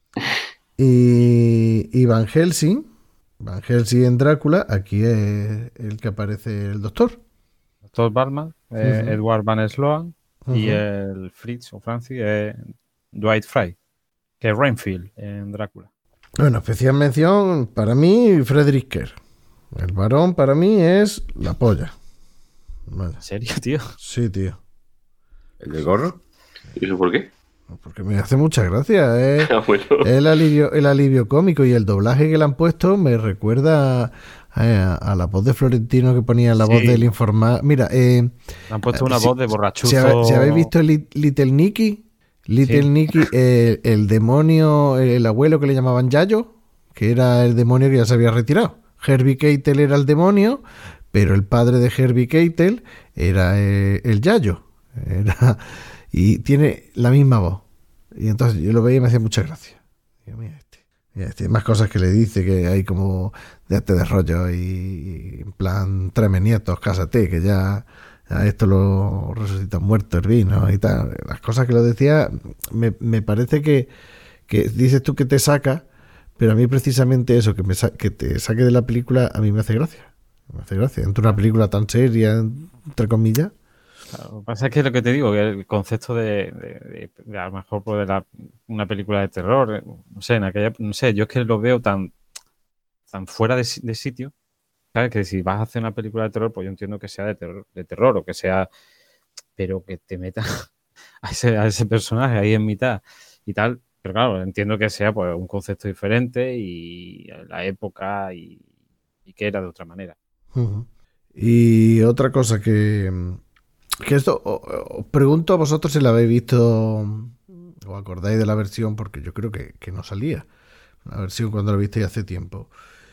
Y Van Helsing en Drácula, aquí es el que aparece el doctor. Doctor Bartman, Edward Van Sloan, y el Fritz o Francis es Dwight Frye, que es Renfield en Drácula. Bueno, especial mención para mí, Frederick Kerr. El varón para mí es la polla. Vale. ¿En serio, tío? Sí, tío. ¿El del gorro? ¿Y eso por qué? Porque me hace mucha gracia. Bueno. El alivio cómico y el doblaje que le han puesto me recuerda a la voz de Florentino que ponía la voz del informal. Mira, le han puesto una voz de borrachuzo. Si habéis visto Little Nicky, Nicky, el demonio, el abuelo que le llamaban Yayo, que era el demonio que ya se había retirado. Herbie Keitel era el demonio, pero el padre de Herbie Keitel era el Yayo. Y tiene la misma voz. Y entonces yo lo veía y me hacía mucha gracia. Digo, mira este. Más cosas que le dice, que hay como de rollo y en plan, tráeme nietos, cásate, que ya esto lo resucitan muertos, el vino y tal. Las cosas que lo decía, me parece que dices tú que te saca, pero a mí precisamente eso, que te saque de la película, a mí me hace gracia. Me hace gracia. Entre una película tan seria, entre comillas. Lo que pasa es que lo que te digo, que el concepto de a lo mejor pues, una película de terror, no sé, yo es que lo veo tan fuera de sitio, ¿sabes? Que si vas a hacer una película de terror, pues yo entiendo que sea de terror o que sea, pero que te metas a ese personaje ahí en mitad y tal, pero claro, entiendo que sea pues un concepto diferente y la época y que era de otra manera. Uh-huh. Y otra cosa que esto os pregunto a vosotros si la habéis visto o acordáis de la versión, porque yo creo que no salía la versión cuando la visteis hace tiempo.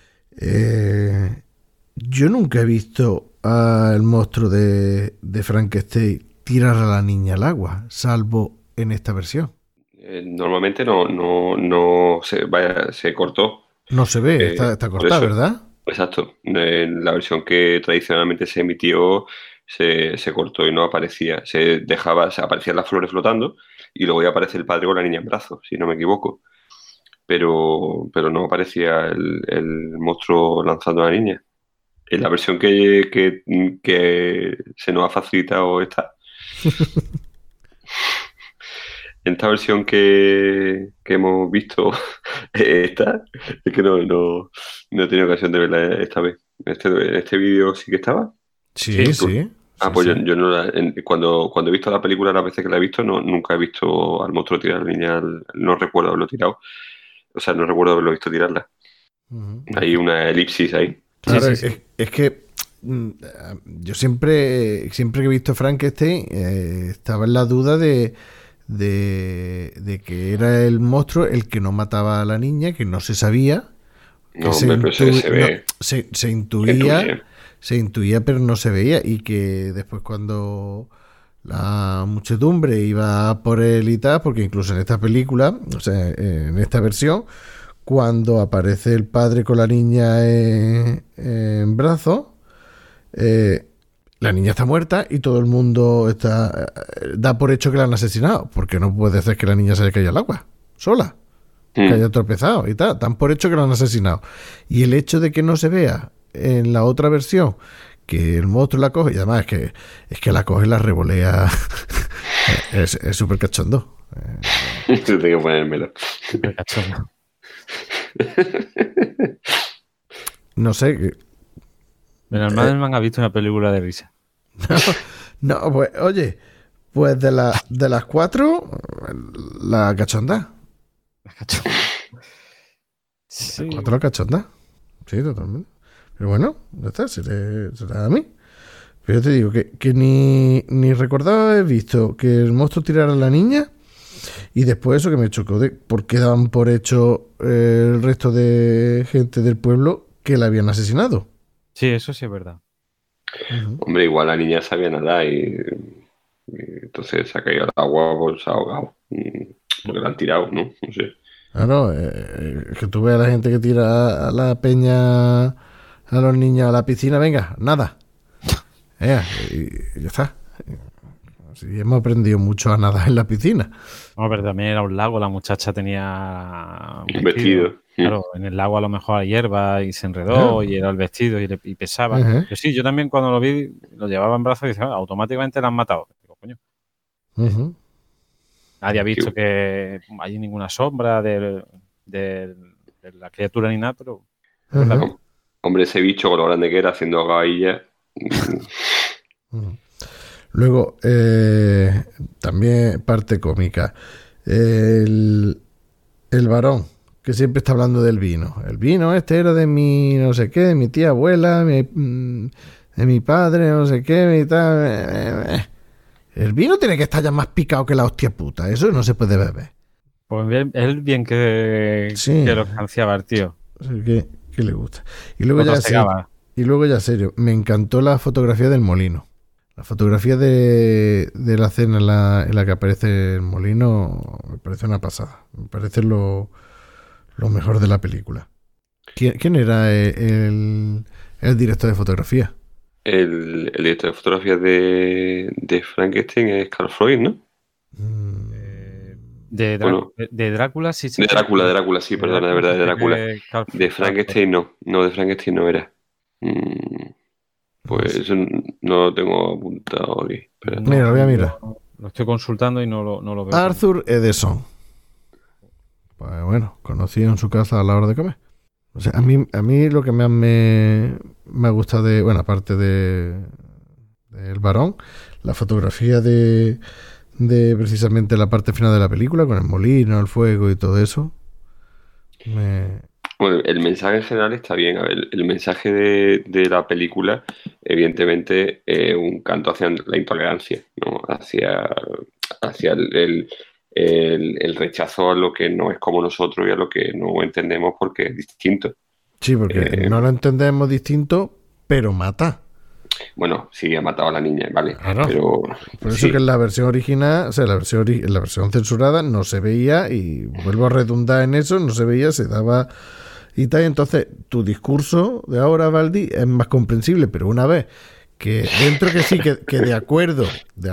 Yo nunca he visto al monstruo de Frankenstein tirar a la niña al agua, salvo en esta versión. Normalmente no se cortó. No se ve, está cortada, ¿verdad? Exacto. En la versión que tradicionalmente se emitió se cortó y no aparecía. Aparecían las flores flotando y luego ya aparece el padre con la niña en brazos, si no me equivoco. Pero no aparecía el monstruo lanzando a la niña. En la versión que se nos ha facilitado esta. En esta versión que hemos visto esta, es que no he tenido ocasión de verla esta vez. En este vídeo sí que estaba. Sí. Pues Sí. yo no cuando he visto la película, las veces que la he visto, nunca he visto al monstruo tirar a la niña, no recuerdo haberlo tirado. O sea, no recuerdo haberlo visto tirarla. Uh-huh. Hay una elipsis ahí. Claro, sí. Es que yo siempre que he visto Frankenstein estaba en la duda de que era el monstruo el que no mataba a la niña, que no se sabía. Se intuía, pero no se veía, y que después cuando la muchedumbre iba por él y tal, porque incluso en esta película, o sea, en esta versión, cuando aparece el padre con la niña en brazos, la niña está muerta y todo el mundo da por hecho que la han asesinado, porque no puede ser que la niña se haya caído al agua sola, que haya tropezado y tal, dan por hecho que la han asesinado. Y el hecho de que no se vea en la otra versión que el monstruo la coge, y además es que la coge y la revolea, es súper cachondo. Tengo que ponérmelo. Súper cachondo. No sé. Menos Madelman ha visto una película de risa. No, pues oye, pues de las 4, la cachonda. Sí. 4 la cachonda. Sí, totalmente. Pero bueno, ya está, será a mí. Pero yo te digo que ni recordaba haber visto que el monstruo tirara a la niña, Y después eso que me chocó de por qué daban por hecho el resto de gente del pueblo que la habían asesinado. Sí, eso sí es verdad. Ujú. Hombre, igual la niña sabía nadar y entonces se ha caído al agua, pues se ha ahogado. Porque la han tirado, ¿no? No sé. Claro, que tú veas a la gente que tira a la peña, a los niños a la piscina, venga, nada. Y ya está. Sí, hemos aprendido mucho a nadar en la piscina. No, pero también era un lago, la muchacha tenía Un vestido. Claro, en el lago a lo mejor hay hierba y se enredó Ah. y era el vestido y pesaba. Ajá. Pero sí, yo también cuando lo vi, lo llevaba en brazos y decía, automáticamente la han matado. Digo, coño, Ujú. nadie ha visto Qué- que hay ninguna sombra de la criatura ni nada, pero es verdad. Ajá. Hombre, ese bicho con lo grande que era haciendo gavilla. Ujú. Luego, también parte cómica. El, el varón, que siempre está hablando del vino. El vino este era de mi no sé qué, de mi tía abuela, de mi padre, no sé qué, mi tal. El vino tiene que estar ya más picado que la hostia puta. Eso no se puede beber. Pues bien, él bien que Sí. lo canciaba el tío. O sea, que le gusta. Y luego, Lo ya serio, tosegaba. y luego ya serio, me encantó la fotografía del molino. La fotografía de la cena en la que aparece el molino me parece una pasada. Me parece lo mejor de la película. ¿Quién era el director de fotografía? El director de fotografía de Frankenstein es Carl Freud, ¿no? Mm, Bueno. De Drácula sí sé De Drácula, sí, perdona, de verdad, de sé Drácula. que Carl De Frankenstein no. No, de Frankenstein no era. no Pues sé. eso no lo tengo apuntado aquí. Espera. Mira, lo voy a mirar. Lo estoy consultando y no lo veo. Arthur Edison. Pues bueno, conocido en su casa a la hora de comer. O sea, a mí lo que más me ha gustado de, bueno, aparte del varón, la fotografía de precisamente la parte final de la película, con el molino, el fuego y todo eso. Bueno, el mensaje en general está bien. A ver, el mensaje de la película, evidentemente, es un canto hacia la intolerancia, ¿no? Hacia el rechazo a lo que no es como nosotros y a lo que no entendemos porque es distinto. Sí, porque no lo entendemos distinto, pero mata. Bueno, sí, ha matado a la niña, ¿vale? Claro. Pero Por eso sí. que en la versión original, o sea, la versión censurada no se veía, y vuelvo a redundar en eso, no se veía, se daba y tal. Entonces, tu discurso de ahora, Valdi, es más comprensible, pero una vez que dentro que sí, que de acuerdo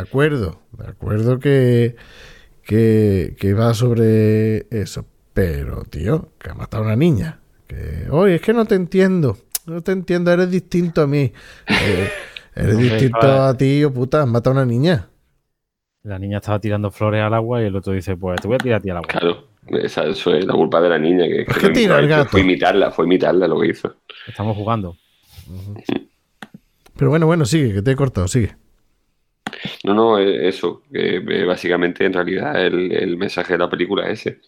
que va sobre eso, pero tío, que ha matado a una niña, que, oye, es que no te entiendo, eres distinto a mí, eres No sé, distinto claro. a ti, o puta, has matado a una niña. La niña estaba tirando flores al agua y el otro dice, pues te voy a tirar a ti al agua. Claro, eso es la culpa de la niña, que ¿Qué tira el gato? fue imitarla lo que hizo. Estamos jugando. Pero bueno, sigue, que te he cortado, sigue. No, eso, que básicamente en realidad el mensaje de la película es ese.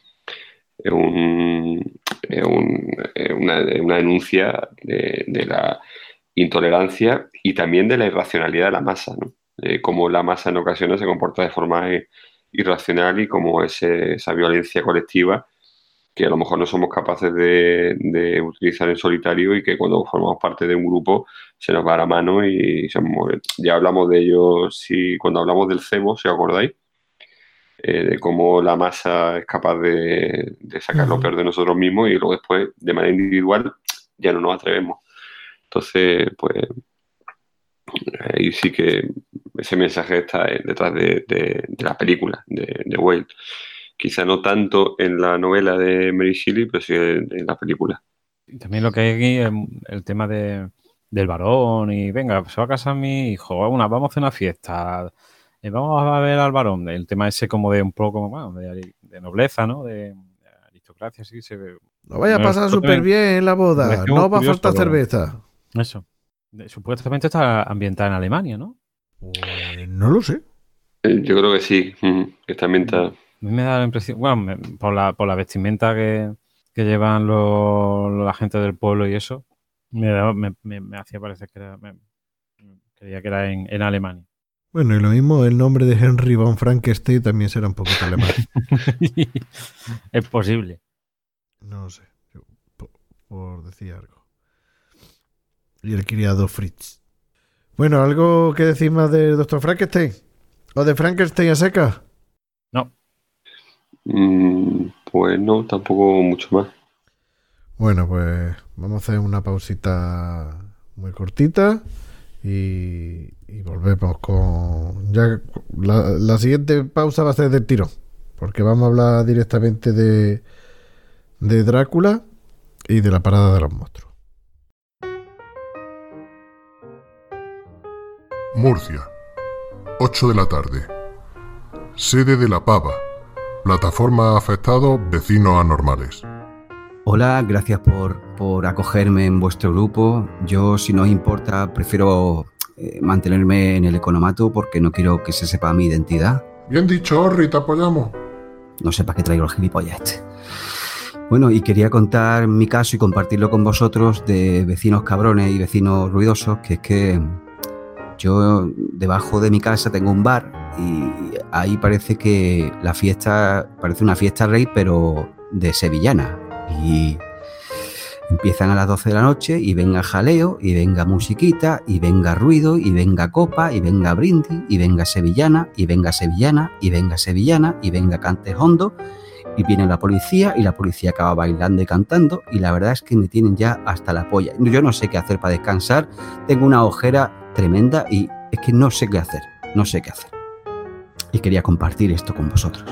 Es una denuncia de la intolerancia y también de la irracionalidad de la masa, ¿no? Cómo la masa en ocasiones se comporta de forma irracional y cómo esa violencia colectiva que a lo mejor no somos capaces de utilizar en solitario y que cuando formamos parte de un grupo se nos va la mano y ya hablamos de ello cuando hablamos del cebo, si os acordáis, de cómo la masa es capaz de sacar lo peor de nosotros mismos y luego después de manera individual ya no nos atrevemos. Entonces, pues ahí sí que ese mensaje está detrás de la película de Whale. Quizá no tanto en la novela de Mary Shelley, pero sí en la película. Y también lo que hay aquí es el tema del varón y venga, se va a casar mi hijo, vamos a hacer una fiesta, vamos a ver al varón. El tema ese como de un poco, bueno, de nobleza, ¿no? De aristocracia, sí. Lo vaya a Me pasar resultó súper también- bien en la me boda, pareció no va a curioso, faltar pero- cerveza. Eso. Supuestamente está ambientada en Alemania, ¿no? Pues no lo sé. Yo creo que sí, que está ambientada. A mí me da la impresión, bueno, por la vestimenta que llevan la gente del pueblo y eso, me hacía parecer que creía que era en Alemania. Bueno, y lo mismo, el nombre de Henry von Frankenstein también será un poquito alemán. Es posible. No sé, por decir algo. Y el criado Fritz. Bueno, ¿algo que decir más del Dr. Frankenstein? ¿O de Frankenstein a seca? No. Pues no, tampoco mucho más. Bueno, pues vamos a hacer una pausita muy cortita y volvemos con... Ya la siguiente pausa va a ser del tiro, porque vamos a hablar directamente de Drácula y de la parada de los monstruos. Murcia, 8 de la tarde. Sede de La Pava. Plataforma afectados vecinos anormales. Hola, gracias por acogerme en vuestro grupo. Yo, si no os importa, prefiero mantenerme en el economato porque no quiero que se sepa mi identidad. Bien dicho, Orri, te apoyamos. No sé para qué traigo el gilipollas este. Bueno, y quería contar mi caso y compartirlo con vosotros de vecinos cabrones y vecinos ruidosos, que es que yo debajo de mi casa tengo un bar y ahí parece que la fiesta parece una fiesta rey, pero de sevillana. Y empiezan a las 12 de la noche y venga jaleo, y venga musiquita, y venga ruido, y venga copa, y venga brindis, y venga sevillana, y venga sevillana, y venga sevillana, y venga cante hondo, y viene la policía, y la policía acaba bailando y cantando, y la verdad es que me tienen ya hasta la polla. Yo no sé qué hacer para descansar, tengo una ojera tremenda y es que no sé qué hacer. Y quería compartir esto con vosotros.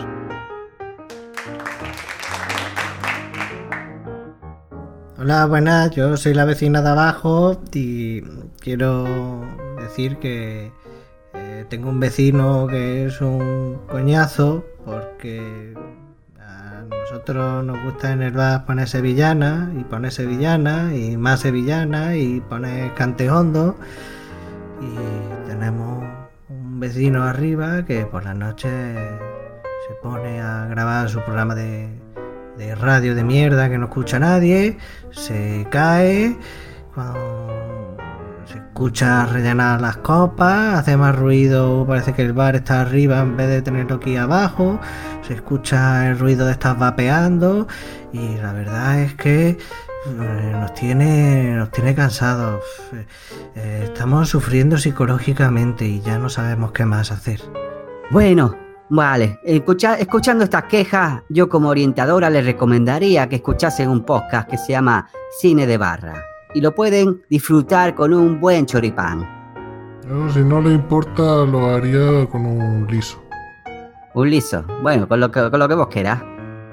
Hola, buenas, yo soy la vecina de abajo y quiero decir que tengo un vecino que es un coñazo porque a nosotros nos gusta en el bar poner sevillana y más sevillana y poner cantejondo, y tenemos un vecino arriba que por la noche se pone a grabar su programa de radio de mierda que no escucha nadie, se cae, cuando se escucha rellenar las copas, hace más ruido, parece que el bar está arriba en vez de tenerlo aquí abajo, se escucha el ruido de estar vapeando y la verdad es que nos tiene cansados, estamos sufriendo psicológicamente y ya no sabemos qué más hacer. Bueno, vale, escuchando estas quejas, yo como orientadora les recomendaría que escuchasen un podcast que se llama Cine de Barra y lo pueden disfrutar con un buen choripán. Si no le importa, lo haría con un liso. Un liso, bueno, con lo que vos quieras.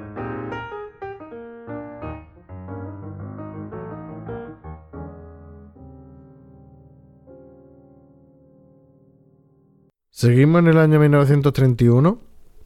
Seguimos en el año 1931,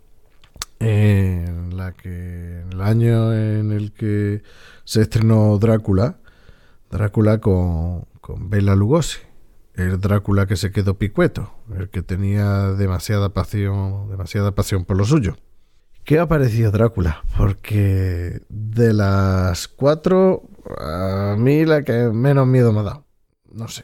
en el año en el que se estrenó Drácula con Bela Lugosi, el Drácula que se quedó picueto, el que tenía demasiada pasión por lo suyo. ¿Qué ha parecido Drácula? Porque de las 4, a mí la que menos miedo me ha dado. No sé.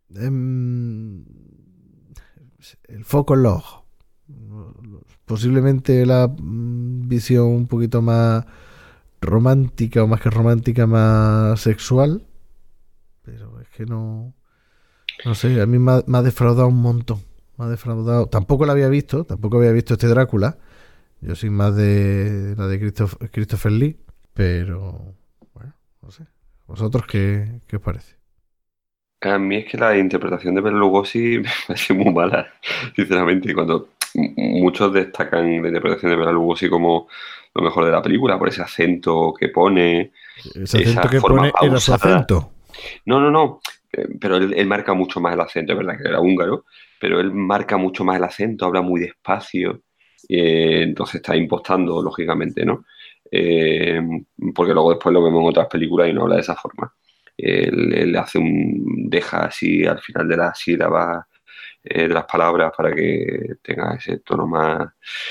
El foco en los ojos. Posiblemente la visión un poquito más romántica, o más que romántica, más sexual. Pero es que no sé, a mí me ha defraudado un montón. Me ha defraudado. Tampoco había visto este Drácula. Yo soy más de la de Christopher Lee. Pero bueno, no sé. ¿Vosotros qué os parece? A mí es que la interpretación de Bela Lugosi me parece muy mala, sinceramente. Cuando muchos destacan la interpretación de Bela Lugosi como lo mejor de la película, por ese acento que pone, ese acento que pone era su acento. No. Pero él marca mucho más el acento, es verdad que era húngaro, pero él marca mucho más el acento, habla muy despacio, entonces está impostando, lógicamente, ¿no? Porque luego después lo vemos en otras películas y no habla de esa forma. Él hace deja así al final de las sílabas de las palabras para que tenga ese tono más.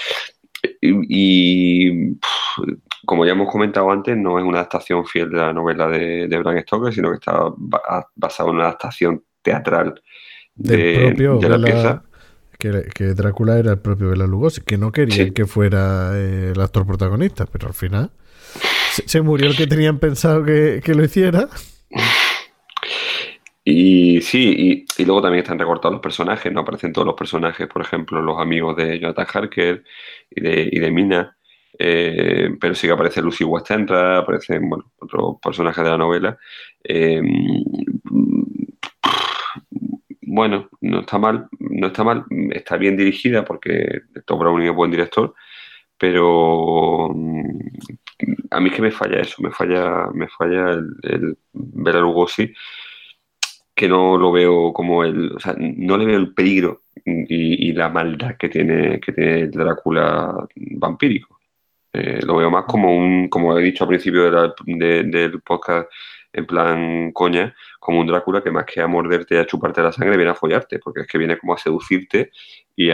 Y como ya hemos comentado antes, no es una adaptación fiel de la novela de Bram Stoker, sino que está basado en una adaptación teatral de la pieza. que Drácula era el propio Bela Lugosi, que no querían que fuera el actor protagonista, pero al final se murió el que tenían pensado que lo hiciera. Y sí, y luego también están recortados los personajes, no aparecen todos los personajes, por ejemplo, los amigos de Jonathan Harker y de Mina, pero sí que aparece Lucy Westenra, aparecen, bueno, otros personajes de la novela. Bueno, no está mal, está bien dirigida porque Tom Browning es buen director, pero a mí es que me falla eso, me falla el Bela Lugosi, que no lo veo como o sea, no le veo el peligro y la maldad que tiene el Drácula vampírico. Lo veo más como he dicho al principio del podcast, en plan coña, como un Drácula que más que a morderte y a chuparte la sangre viene a follarte, porque es que viene como a seducirte y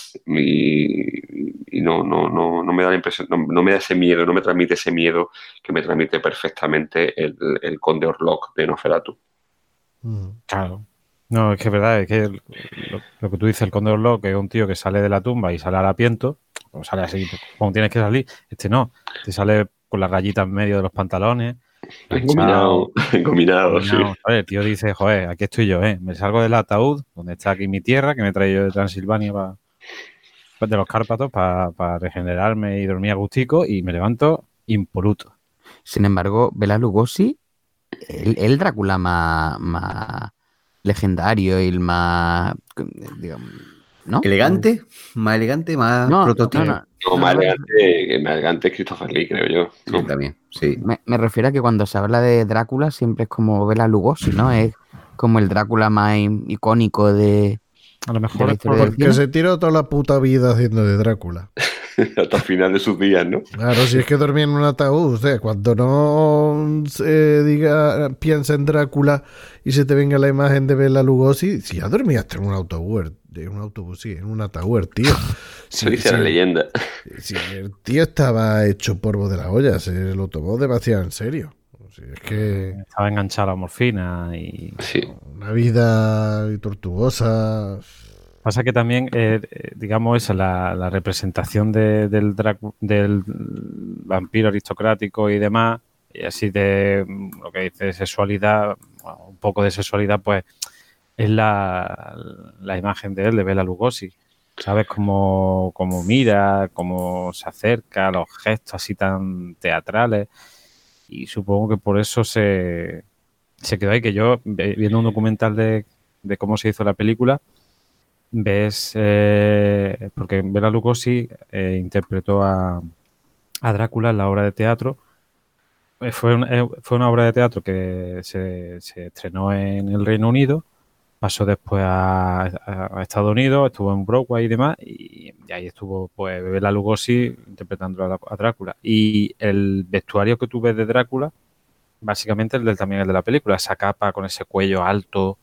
no me da la impresión, no me da ese miedo, no me transmite ese miedo que me transmite perfectamente el Conde Orlok de Nosferatu. Claro. No, es que es verdad, es que lo que tú dices, el Conde Orlok, que es un tío que sale de la tumba y sale a harapiento, o sale así, como tienes que salir, no, te sale con las rayitas en medio de los pantalones. Engominado, sí. A ver, el tío dice, joder, aquí estoy yo, me salgo del ataúd, donde está aquí mi tierra, que me he traído de Transilvania de los Cárpatos para regenerarme y dormir a gustico, y me levanto impoluto. Sin embargo, Bela Lugosi, el Drácula más legendario y el más, digamos, ¿no? ¿Elegante? Más elegante, más prototipo. No, más elegante es Christopher Lee, creo yo. Sí, también, sí. Me refiero a que cuando se habla de Drácula siempre es como Bela Lugosi, ¿no? Es como el Drácula más icónico de... A lo mejor es porque se tiró toda la puta vida haciendo de Drácula. Hasta el final de sus días, ¿no? Claro, si es que dormía en un ataúd, o sea, cuando no piensa en Drácula y se te venga la imagen de Bela Lugosi, si ya dormía hasta en un autobús, en un ataúd, tío. Eso dice la leyenda. Si el tío estaba hecho polvo de la olla, se lo tomó demasiado en serio. O sea, es que estaba enganchado a la morfina y... Sí. Una vida tortuosa. Pasa que también, digamos, esa la representación del vampiro aristocrático y demás, y así de lo que dice sexualidad, un poco de sexualidad, pues es la imagen de él, de Bela Lugosi. ¿Sabes? Cómo mira, cómo se acerca, los gestos así tan teatrales. Y supongo que por eso se quedó ahí, que yo, viendo un documental de cómo se hizo la película, ves, porque Bela Lugosi interpretó a Drácula en la obra de teatro. Fue una obra de teatro que se estrenó en el Reino Unido, pasó después a Estados Unidos, estuvo en Broadway y demás, y ahí estuvo pues Bela Lugosi interpretando a Drácula. Y el vestuario que tú ves de Drácula, básicamente también el de la película, esa capa con ese cuello alto,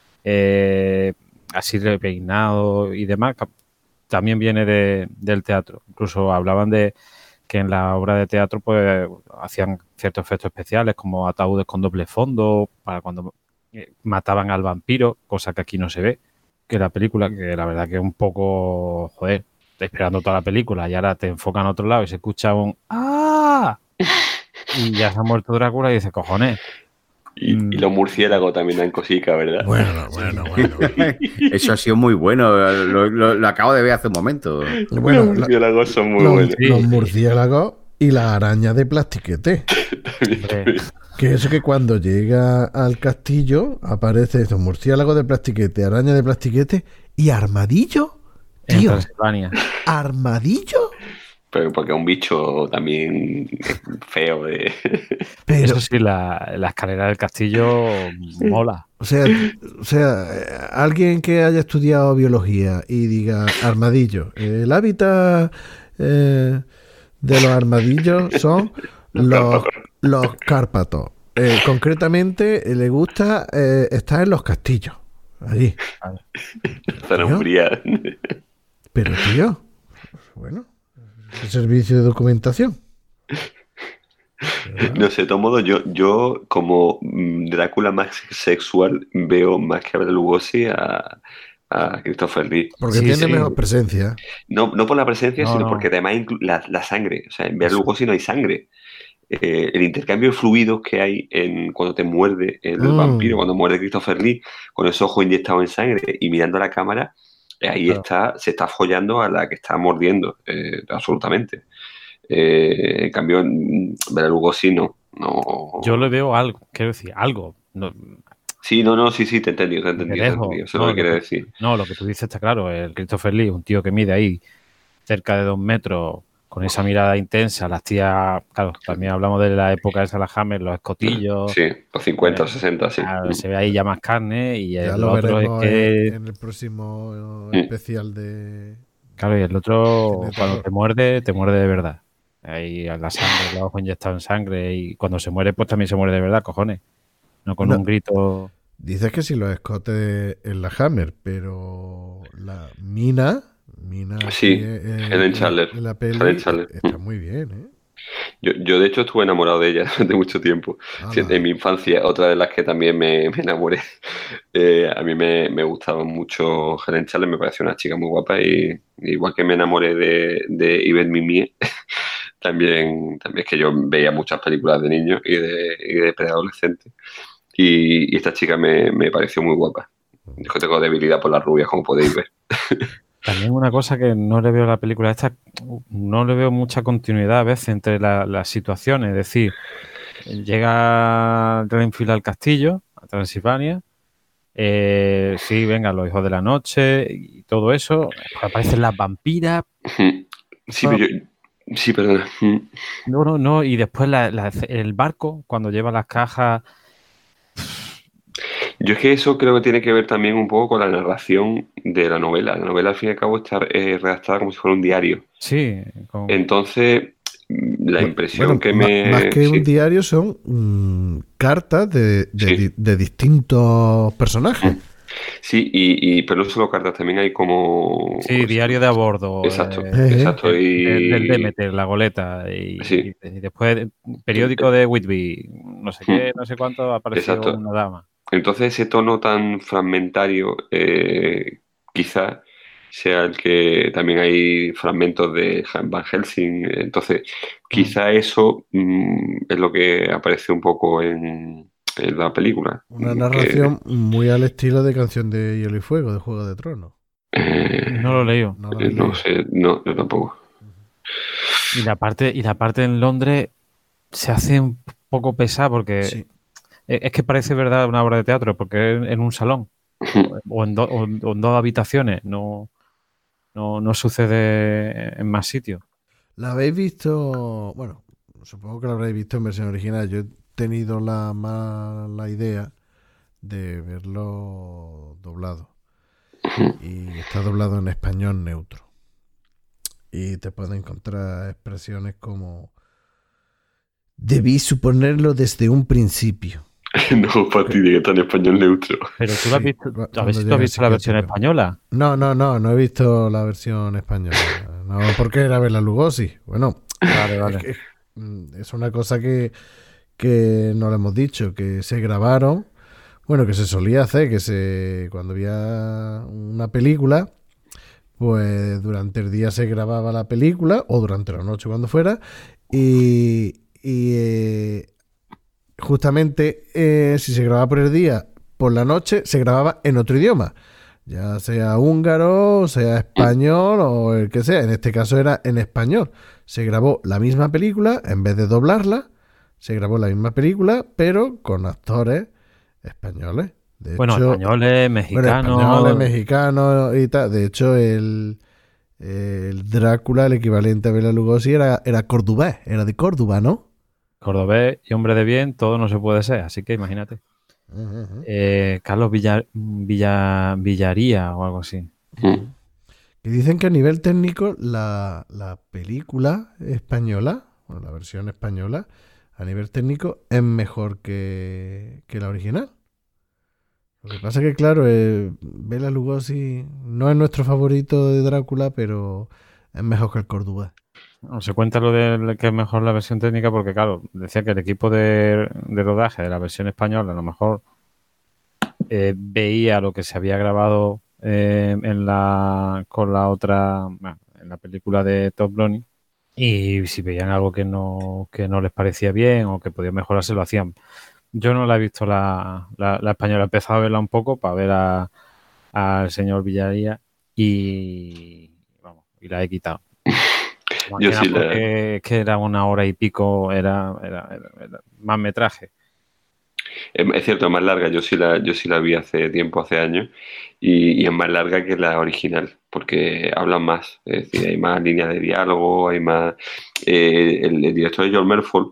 así repeinado y demás, también viene del teatro. Incluso hablaban de que en la obra de teatro pues hacían ciertos efectos especiales, como ataúdes con doble fondo para cuando mataban al vampiro, cosa que aquí no se ve, que la película, que la verdad que es un poco, joder, está esperando toda la película y ahora te enfocan a otro lado y se escucha un ¡ah! Y ya se ha muerto Drácula y dice, cojones. Y los murciélagos también dan cosica, ¿verdad? Bueno. Eso ha sido muy bueno. Lo acabo de ver hace un momento. Bueno, los murciélagos son muy buenos. Los murciélagos y la araña de plastiquete. Que eso que cuando llega al castillo aparece esos murciélagos de plastiquete, araña de plastiquete y armadillo. En Tío, Transilvania. ¿Armadillo? Pero porque es un bicho también feo de... Pero, eso sí, la escalera del castillo mola. o sea, alguien que haya estudiado biología y diga armadillo, el hábitat de los armadillos son los Cárpatos. Concretamente le gusta estar en los castillos, allí. Zona Umbría. Pero tío, bueno, el servicio de documentación. No sé, de todo modo, yo como Drácula más sexual veo más que a Bela Lugosi a a Christopher Lee. Porque Sí, tiene sí. mejor presencia. No, no por la presencia, No, sino no. porque además la sangre. O sea, en Bela Lugosi no hay sangre. El intercambio de fluidos que hay cuando te muerde el vampiro, cuando muerde Christopher Lee, con esos ojos inyectados en sangre y mirando a la cámara, ahí Claro. se está follando a la que está mordiendo, absolutamente. En cambio, Bela Lugosi no. Yo le veo algo, quiero decir, algo. No, Sí, no, sí, te he entendido, de lejos. Eso es lo que quiere decir. No, lo que tú dices está claro. El Christopher Lee, un tío que mide ahí cerca de 2 metros, con esa mirada intensa, las tías, claro, también hablamos de la época de Salah Hammer, los escotillos. Sí, los 50 o 60, sí. Claro, se ve ahí ya más carne y Ya el lo otro es veremos que... en el próximo especial de... Claro, y el otro, de cuando terror. te muerde de verdad. Ahí a la sangre, los ojos inyectados en sangre y cuando se muere, pues también se muere de verdad, cojones. No con No. un grito... Dices que si los escotes en la Hammer, pero la Mina Sí, aquí, Helen Chandler. en la peli Helen Chandler. está muy bien, ¿eh? Yo de hecho estuve enamorado de ella durante mucho tiempo. Sí, Ala. en mi infancia, otra de las que también me enamoré. A mí me gustaba mucho Helen Chandler, me parecía una chica muy guapa y igual que me enamoré de Yvette Mimieux, también es que yo veía muchas películas de niños y de preadolescentes y esta chica me pareció muy guapa. Yo que tengo debilidad por las rubias, como podéis ver. También una cosa que no le veo a la película esta, no le veo mucha continuidad a veces entre las situaciones. Es decir, llega Renfield al castillo, a Transilvania. Sí, venga, los hijos de la noche y todo eso. Aparecen las vampiras. Sí, pero sí, perdona. No. Y después el barco, cuando lleva las cajas. Yo es que eso creo que tiene que ver también un poco con la narración de la novela. La novela, al fin y al cabo, está redactada como si fuera un diario. Sí. Entonces, la impresión que Más que sí. un diario son cartas de distintos personajes. Sí, pero no solo cartas, también hay como... Sí, diario de a bordo. Exacto, exacto. Del Demeter, la goleta. Sí. Y después, periódico de Whitby, no sé qué, no sé cuánto, apareció Exacto. una dama. Entonces ese tono tan fragmentario quizás sea el que también hay fragmentos de Van Helsing. Entonces quizá eso es lo que aparece un poco en la película. Una narración muy al estilo de Canción de Hielo y Fuego, de Juego de Tronos. No lo he leído. No sé, no, yo tampoco. Y la parte en Londres se hace un poco pesada porque... Sí. Es que parece verdad una obra de teatro, porque es en un salón o en dos habitaciones, no sucede en más sitios. ¿La habéis visto? Bueno, supongo que la habréis visto en versión original. Yo he tenido la mala idea de verlo doblado. Y está doblado en español neutro. Y te pueden encontrar expresiones como: debí suponerlo desde un principio. No fastidie que está en español neutro. Pero tú lo has visto, a ver si tú has visto la versión española. No he visto la versión española. No, porque era Bela Lugosi. Bueno, vale. Es una cosa que no le hemos dicho, que se grabaron, bueno, que se solía hacer, cuando había una película, pues durante el día se grababa la película, o durante la noche cuando fuera, y justamente si se grababa por el día, por la noche se grababa en otro idioma, ya sea húngaro, sea español o el que sea. En este caso era en español. Se grabó la misma película, en vez de doblarla, se grabó la misma película, pero con actores españoles. De hecho, españoles, mexicanos. Españoles, mexicanos y tal. De hecho, el Drácula, el equivalente a Bela Lugosi, era cordobés, era de Córdoba, ¿no? Cordobés y hombre de bien, todo no se puede ser, así que imagínate. Carlos Villaría o algo así. Y dicen que a nivel técnico la película española, bueno, la versión española, a nivel técnico es mejor que la original. Lo que pasa es que, claro, Bela Lugosi no es nuestro favorito de Drácula, pero es mejor que el cordobés. No se cuenta lo de que es mejor la versión técnica porque, claro, decía que el equipo de rodaje de la versión española a lo mejor veía lo que se había grabado con la otra, bueno, en la película de Top Browning, y si veían algo que no les parecía bien o que podía mejorarse, lo hacían. Yo no la he visto la española, he empezado a verla un poco para ver al señor Villaría y la he quitado. Yo sí Porque es que era 1 hora y pico, era más metraje. Es cierto, es más larga. Yo sí la vi hace tiempo, hace años, y es más larga que la original, porque hablan más. Es decir, hay más líneas de diálogo, hay más. El director es John Merford,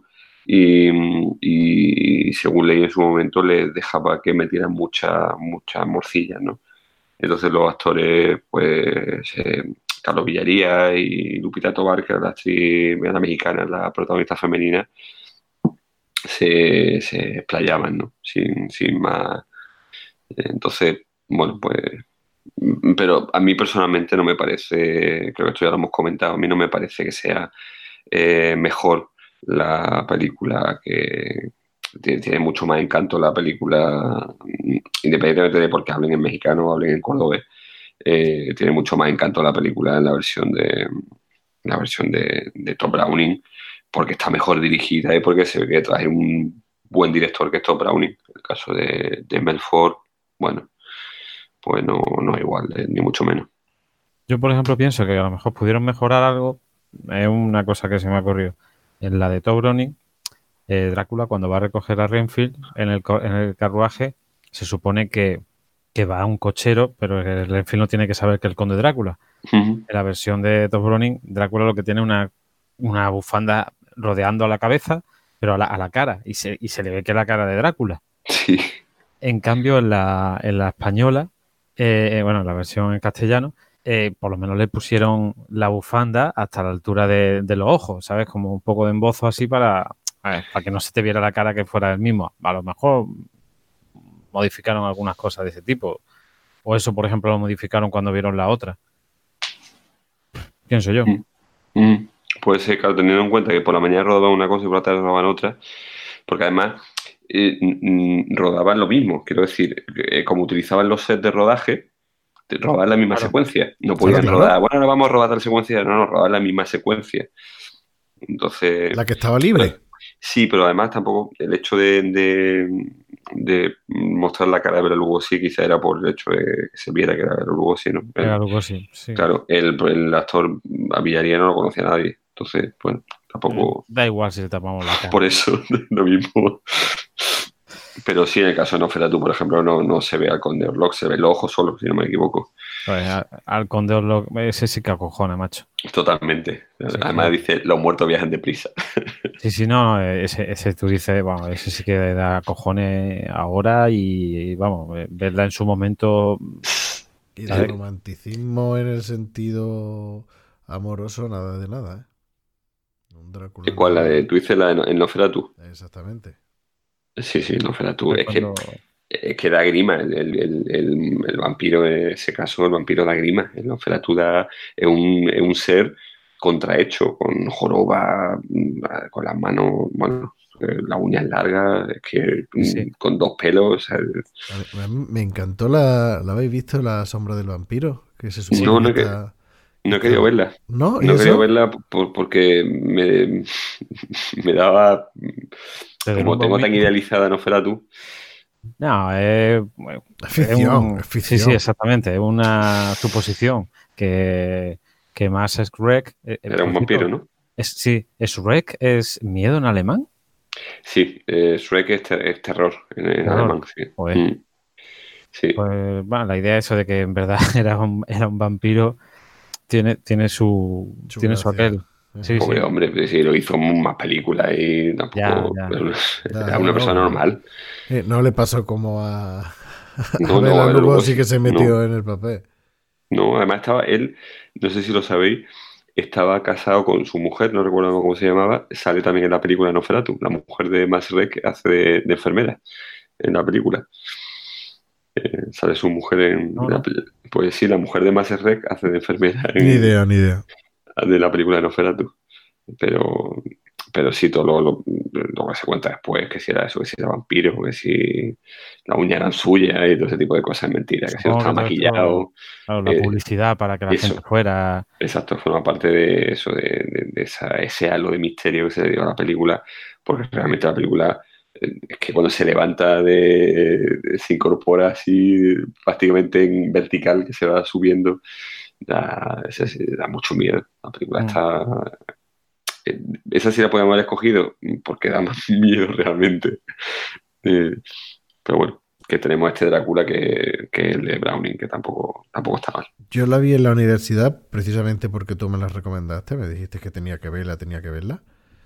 y según leí en su momento, le dejaba que metieran muchas morcillas, ¿no? Entonces los actores, pues, Carlos Villaría y Lupita Tovar, que es la mexicana, la protagonista femenina, se explayaban, ¿no? Sin más. Entonces, bueno, pues. Pero a mí personalmente no me parece, creo que esto ya lo hemos comentado, a mí no me parece que sea mejor la película, que tiene mucho más encanto la película, independientemente de porque hablen en mexicano o hablen en cordobés, tiene mucho más encanto la película en la versión de Top Browning, porque está mejor dirigida y porque se ve que trae un buen director que es Top Browning. En el caso de Melford, bueno, pues no es igual, ni mucho menos. Yo, por ejemplo, pienso que a lo mejor pudieron mejorar algo. Es una cosa que se me ha ocurrido. En la de Top Browning, Drácula, cuando va a recoger a Renfield en el carruaje, se supone que va a un cochero, pero el Renfield no tiene que saber que es el conde Drácula. En la versión de Top Browning, Drácula lo que tiene es una bufanda rodeando a la cabeza, pero a la cara, y se le ve que es la cara de Drácula. Sí. En cambio, en la española, bueno, en la versión en castellano, por lo menos le pusieron la bufanda hasta la altura de los ojos, ¿sabes? Como un poco de embozo así para que no se te viera la cara que fuera el mismo. A lo mejor modificaron algunas cosas de ese tipo. O eso, por ejemplo, lo modificaron cuando vieron la otra. Pienso yo. Puede ser, claro, teniendo en cuenta que por la mañana rodaban una cosa y por la tarde rodaban otra, porque además rodaban lo mismo. Quiero decir, como utilizaban los sets de rodaje, rodaban la misma secuencia. No podían rodar, bueno, ahora vamos a rodar tal secuencia. No, rodaban la misma secuencia. Entonces... La que estaba libre. Sí, pero además tampoco el hecho de mostrar la cara de Bela Lugosi quizá era por el hecho de que se viera que era Bela Lugosi, ¿no? Bela Lugosi, sí. Claro, el actor a Villaría no lo conocía a nadie. Entonces, bueno, tampoco... Da igual si le tapamos la cara. Por eso, lo mismo. Pero sí, en el caso de Nosferatu, por ejemplo, no se ve al conde Orlok, se ve los ojos solo, si no me equivoco. Pues al conde Orlok, ese sí que acojona, macho. Totalmente. Además dice, los muertos viajan deprisa. Sí, no, ese tú dices, bueno, ese sí que da cojones ahora y vamos, verla en su momento... Y de romanticismo en el sentido amoroso, nada de nada, ¿eh? Un Drácula. ¿Cuál? La de, tú dices la de Nosferatu. Exactamente. Sí, Nosferatu. Es que da grima. El vampiro, en ese caso, el vampiro da grima. El Nosferatu es un ser contrahecho, con joroba, con las manos, bueno, las uñas largas, es que sí. Con 2 pelos. O sea, me encantó ¿la habéis visto, La sombra del vampiro? Que se supone no he querido verla. No he querido verla porque me daba... Como tengo tan idealizada Nosferatu. No, es ficción. Sí, exactamente. Es una suposición que más es Schreck. Era un vampiro, ¿no? Sí, ¿Schreck es miedo en alemán? Sí, Schreck es terror en alemán, sí. Sí. Pues bueno, la idea es eso de que en verdad era un vampiro, tiene su aquel. Sí, Pobre hombre, sí, lo hizo más películas y tampoco era una persona normal. No le pasó como a Bela Lugosi, que se metió en el papel. No, además estaba él, no sé si lo sabéis, estaba casado con su mujer, no recuerdo cómo se llamaba, sale también en la película Nosferatu, la mujer de Max Schreck hace de enfermera en la película. Sale su mujer pues sí, la mujer de Max Schreck hace de enfermera ni idea de la película de Nosferatu. Pero pero sí, todo lo que se cuenta después, que si era eso, que si era vampiro, que si la uña eran suyas y todo ese tipo de cosas es mentira, que si no Supongo estaba que todo maquillado. esto, claro, la publicidad para que la Eso, gente fuera. exacto, forma parte de eso, de ese halo de misterio que se le dio a la película, porque realmente la película es que cuando se levanta, se incorpora así prácticamente en vertical, que se va subiendo, da mucho miedo. La película está... Esa sí la podemos haber escogido porque da más miedo realmente. Pero bueno, que tenemos este Drácula que es el de Browning, que tampoco está mal. Yo la vi en la universidad precisamente porque tú me la recomendaste, me dijiste que tenía que verla.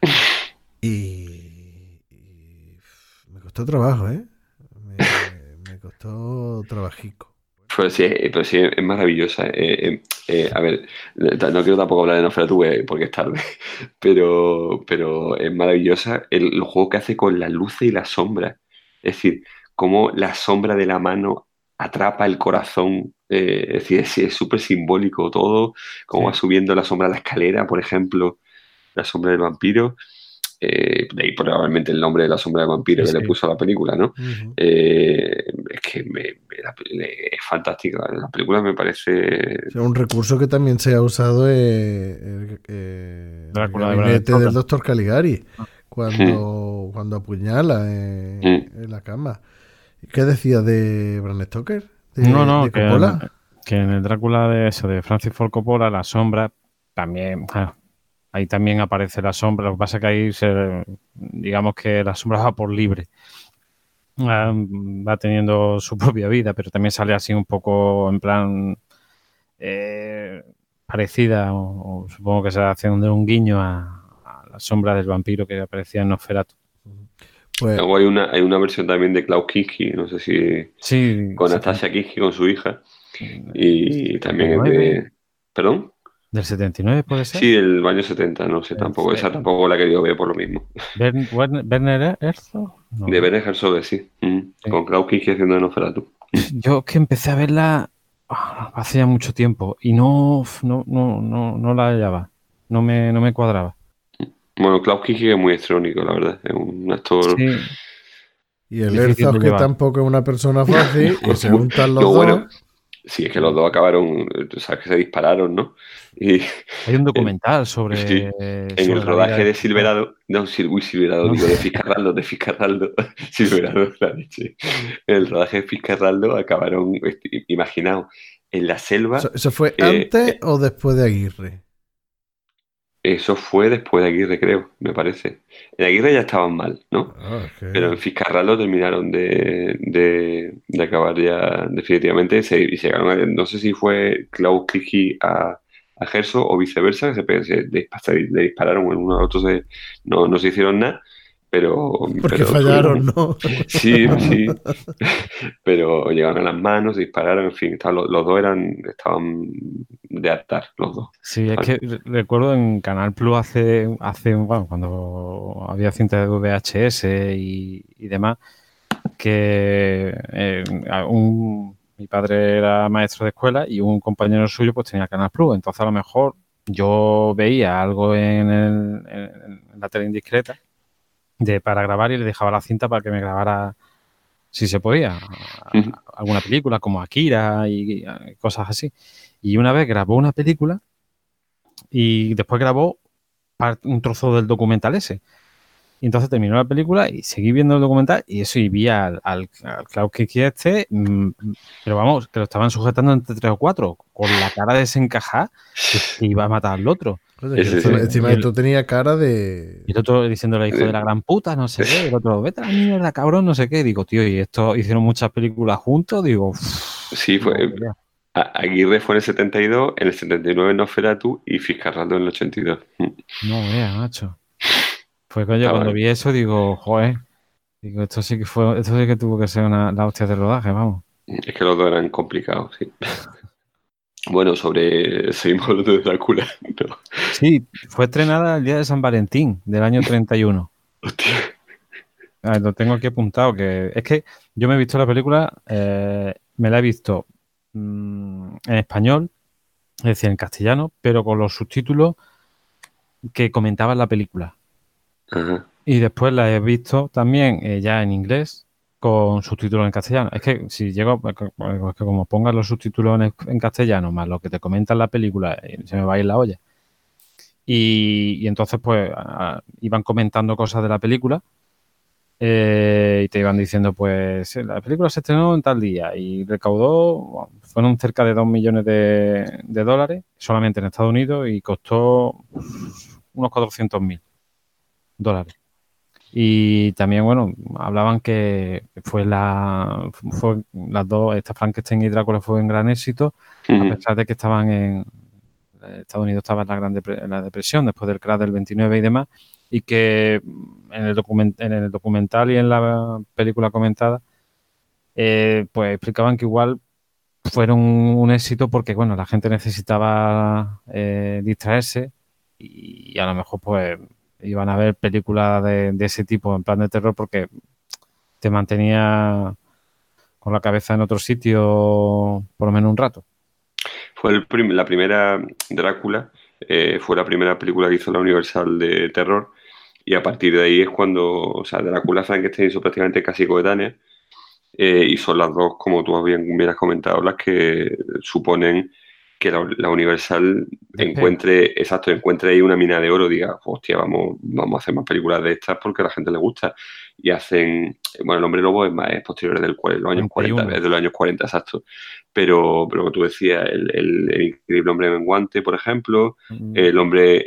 Y me costó trabajo, ¿eh? Me costó trabajico. Pero sí es maravillosa. A ver, no quiero tampoco hablar de Nosferatu porque es tarde, pero es maravillosa el juego que hace con la luz y la sombra. Es decir, cómo la sombra de la mano atrapa el corazón. Es decir, es súper simbólico todo, cómo va subiendo la sombra de la escalera, por ejemplo, la sombra del vampiro. De ahí probablemente el nombre de la sombra del vampiro que le puso a la película, ¿no? Es que es fantástica. La película me parece... O sea, un recurso que también se ha usado en el gabinete del Dr. Caligari, cuando apuñala en la cama. ¿Qué decía de Bram Stoker? ¿De Coppola? Que en el Drácula de Francis Ford Coppola, la sombra también... Ahí también aparece la sombra. Lo que pasa es que ahí digamos que la sombra va por libre. Va teniendo su propia vida, pero también sale así un poco en plan parecida, o supongo que se haciendo un guiño a la sombra del vampiro que aparecía en Nosferatu. Pues, luego hay una versión también de Klaus Kinski, no sé si con Nastasia Kinski, con su hija. Y también es de... ¿Perdón? ¿Del 79 puede ser? Sí, del año 70, no sé, tampoco. Esa tampoco la he querido ver por lo mismo. ¿Werner Herzog? No. De Werner Herzog, sí. Con Klaus Kinski haciendo de Nosferatu. Yo que empecé a verla hace ya mucho tiempo y no la hallaba. No me cuadraba. Bueno, Klaus Kinski es muy estrónico, la verdad. Es un actor... Sí. Y el Herzog, que tampoco es una persona fácil, y se juntan los dos. Bueno, sí, es que los dos acabaron, tú sabes que se dispararon, ¿no? Y, hay un documental sobre... Sí, en el rodaje de Silverado, de Fitzcarraldo, Silverado, la leche. En el rodaje de Fitzcarraldo acabaron, imaginaos, en la selva... ¿Eso fue antes o después de Aguirre? Eso fue después de Aguirre, creo, me parece. En Aguirre ya estaban mal, ¿no? Okay. Pero en Fitzcarraldo terminaron de acabar ya definitivamente y se llegaron no sé si fue Klaus Kinski a Herzog o viceversa, que le dispararon uno al otro, no se hicieron nada, pero... Porque fallaron, ¿no? Sí, pero llegaron a las manos, dispararon, en fin, los dos estaban de atar, los dos. Sí, es que recuerdo en Canal Plus bueno, cuando había cintas de VHS y demás, que mi padre era maestro de escuela y un compañero suyo pues tenía Canal Plus, entonces a lo mejor yo veía algo en la tele indiscreta para grabar y le dejaba la cinta para que me grabara, si se podía, alguna película como Akira y cosas así. Y una vez grabó una película y después grabó un trozo del documental ese. Y entonces terminó la película y seguí viendo el documental y eso, y vi al Klaus Kinski pero vamos, que lo estaban sujetando entre 3 o 4, con la cara desencajada, que iba a matar al otro. Encima esto tenía cara de... Y el otro diciéndole hijo de la gran puta, no sé qué, el otro, vete a la mierda, cabrón, no sé qué. Digo, tío, y esto hicieron muchas películas juntos, digo... Sí, fue... Aguirre fue en el 72, en el 79 Nosferatu y Fitzcarraldo en el 82. No, vea, macho. Pues coño, cuando vi eso digo, joder, digo, esto sí que tuvo que ser la hostia de rodaje, vamos. Es que los dos eran complicados, sí. Bueno, seguimos hablando de Drácula, ¿no? Sí, fue estrenada el día de San Valentín del año 31. Hostia. Lo tengo aquí apuntado, que es que yo me he visto la película, me la he visto en español, es decir, en castellano, pero con los subtítulos que comentaban la película. Ajá. Y después la he visto también ya en inglés con subtítulos en castellano. Es que si llego, es que como pongas los subtítulos en castellano más lo que te comenta en la película, se me va a ir la olla. Y entonces pues iban comentando cosas de la película y te iban diciendo pues la película se estrenó en tal día y recaudó, bueno, fueron cerca de 2 millones de dólares solamente en Estados Unidos y costó unos 400.000 dólares. Y también, bueno, hablaban que fue las dos, esta Frankenstein y Drácula fue un gran éxito, a pesar de que estaban en Estados Unidos, estaba en la depresión después del crash del 29 y demás, y que en el documental y en la película comentada, pues explicaban que igual fueron un éxito porque, bueno, la gente necesitaba distraerse y a lo mejor pues iban a ver películas de ese tipo en plan de terror porque te mantenía con la cabeza en otro sitio por lo menos un rato. Fue la primera Drácula, fue la primera película que hizo la Universal de terror, y a partir de ahí es cuando, o sea, Drácula y Frankenstein son prácticamente casi coetáneas, y son las dos, como tú bien has comentado, las que suponen que la Universal encuentre ahí una mina de oro, diga, hostia, vamos a hacer más películas de estas porque a la gente le gusta. Y hacen, bueno, El Hombre Lobo es posterior los años 40, es de los años 40, exacto. Pero como tú decías, el Increíble Hombre Menguante, por ejemplo, el hombre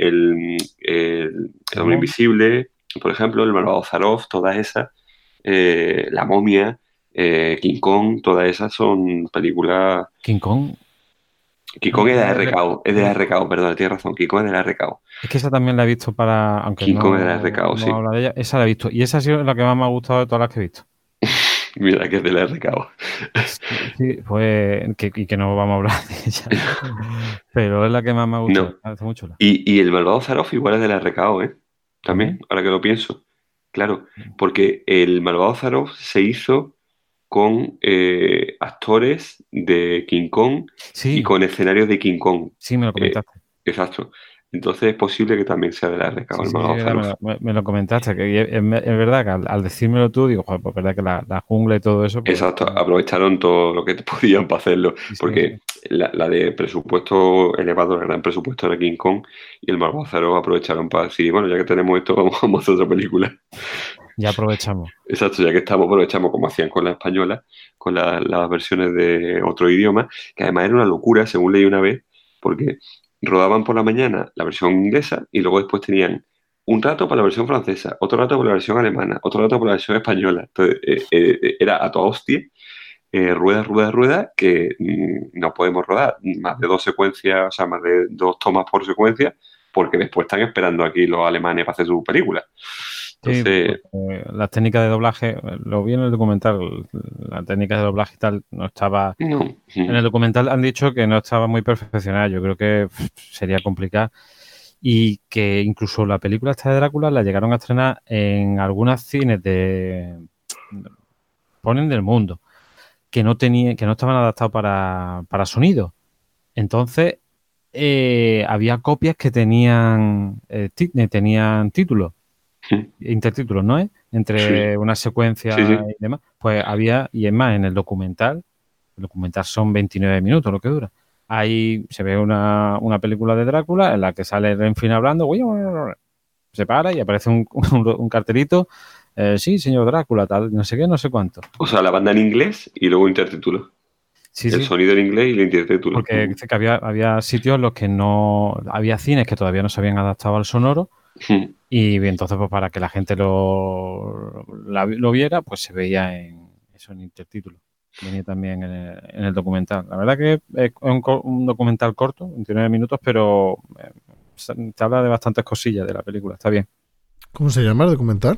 invisible, por ejemplo, El Malvado Zaroff, todas esas, La Momia, King Kong, todas esas son películas. King Kong es de la RKO, perdón, tienes razón, King Kong es de la RKO. Es que esa también la he visto aunque King no, Kong es de la RKO, sí. habla de ella, esa la he visto. Y esa ha sido la que más me ha gustado de todas las que he visto. Mira que es de la RKO. Sí, pues, y que no vamos a hablar de ella. Pero es la que más me ha gustado. No. Me parece muy chula. Y El Malvado Zaroff igual es de la RKO, ¿eh? También, ahora que lo pienso. Claro, porque El Malvado Zaroff se hizo con actores de King Kong y con escenarios de King Kong. Sí, me lo comentaste. Exacto. Entonces es posible que también sea de la RKO, El Malvado Zaroff. Me lo comentaste, que es verdad que al decírmelo tú, digo, joder, pues verdad que la jungla y todo eso. Pues, exacto, aprovecharon todo lo que podían para hacerlo, porque la de presupuesto elevado, el gran presupuesto de King Kong, y El Malvado Zaroff aprovecharon para decir, bueno, ya que tenemos esto, vamos a hacer otra película. Ya aprovechamos. Exacto, ya que estamos, aprovechamos como hacían con la española, con las versiones de otro idioma, que además era una locura, según leí una vez, porque rodaban por la mañana la versión inglesa y luego después tenían un rato para la versión francesa, otro rato para la versión alemana, otro rato para la versión española. Entonces, era a toda hostia, rueda, que no podemos rodar más de 2 secuencias, o sea, más de 2 tomas por secuencia, porque después están esperando aquí los alemanes para hacer su película. Entonces, las técnicas de doblaje, lo vi en el documental, la técnica de doblaje y tal no estaba. No. En el documental han dicho que no estaba muy perfeccionada. Yo creo que sería complicado. Y que incluso la película esta de Drácula la llegaron a estrenar en algunos cines ponen del mundo, que no estaban adaptados para sonido. Entonces, había copias que tenían títulos. Intertítulos, ¿no es? Entre una secuencia y demás. Pues había, y es más, en el documental son 29 minutos lo que dura. Ahí se ve una película de Drácula en la que sale Renfield hablando, se para y aparece un cartelito, sí, señor Drácula, tal, no sé qué, no sé cuánto. O sea, la banda en inglés y luego intertítulos. El sonido en inglés y el intertítulo. Porque dice que había sitios en los que no... Había cines que todavía no se habían adaptado al sonoro. Y entonces, pues para que la gente lo viera, pues se veía en intertítulos. Venía también en el documental. La verdad que es un documental corto, 29 minutos, pero te habla de bastantes cosillas de la película. Está bien. ¿Cómo se llama el documental?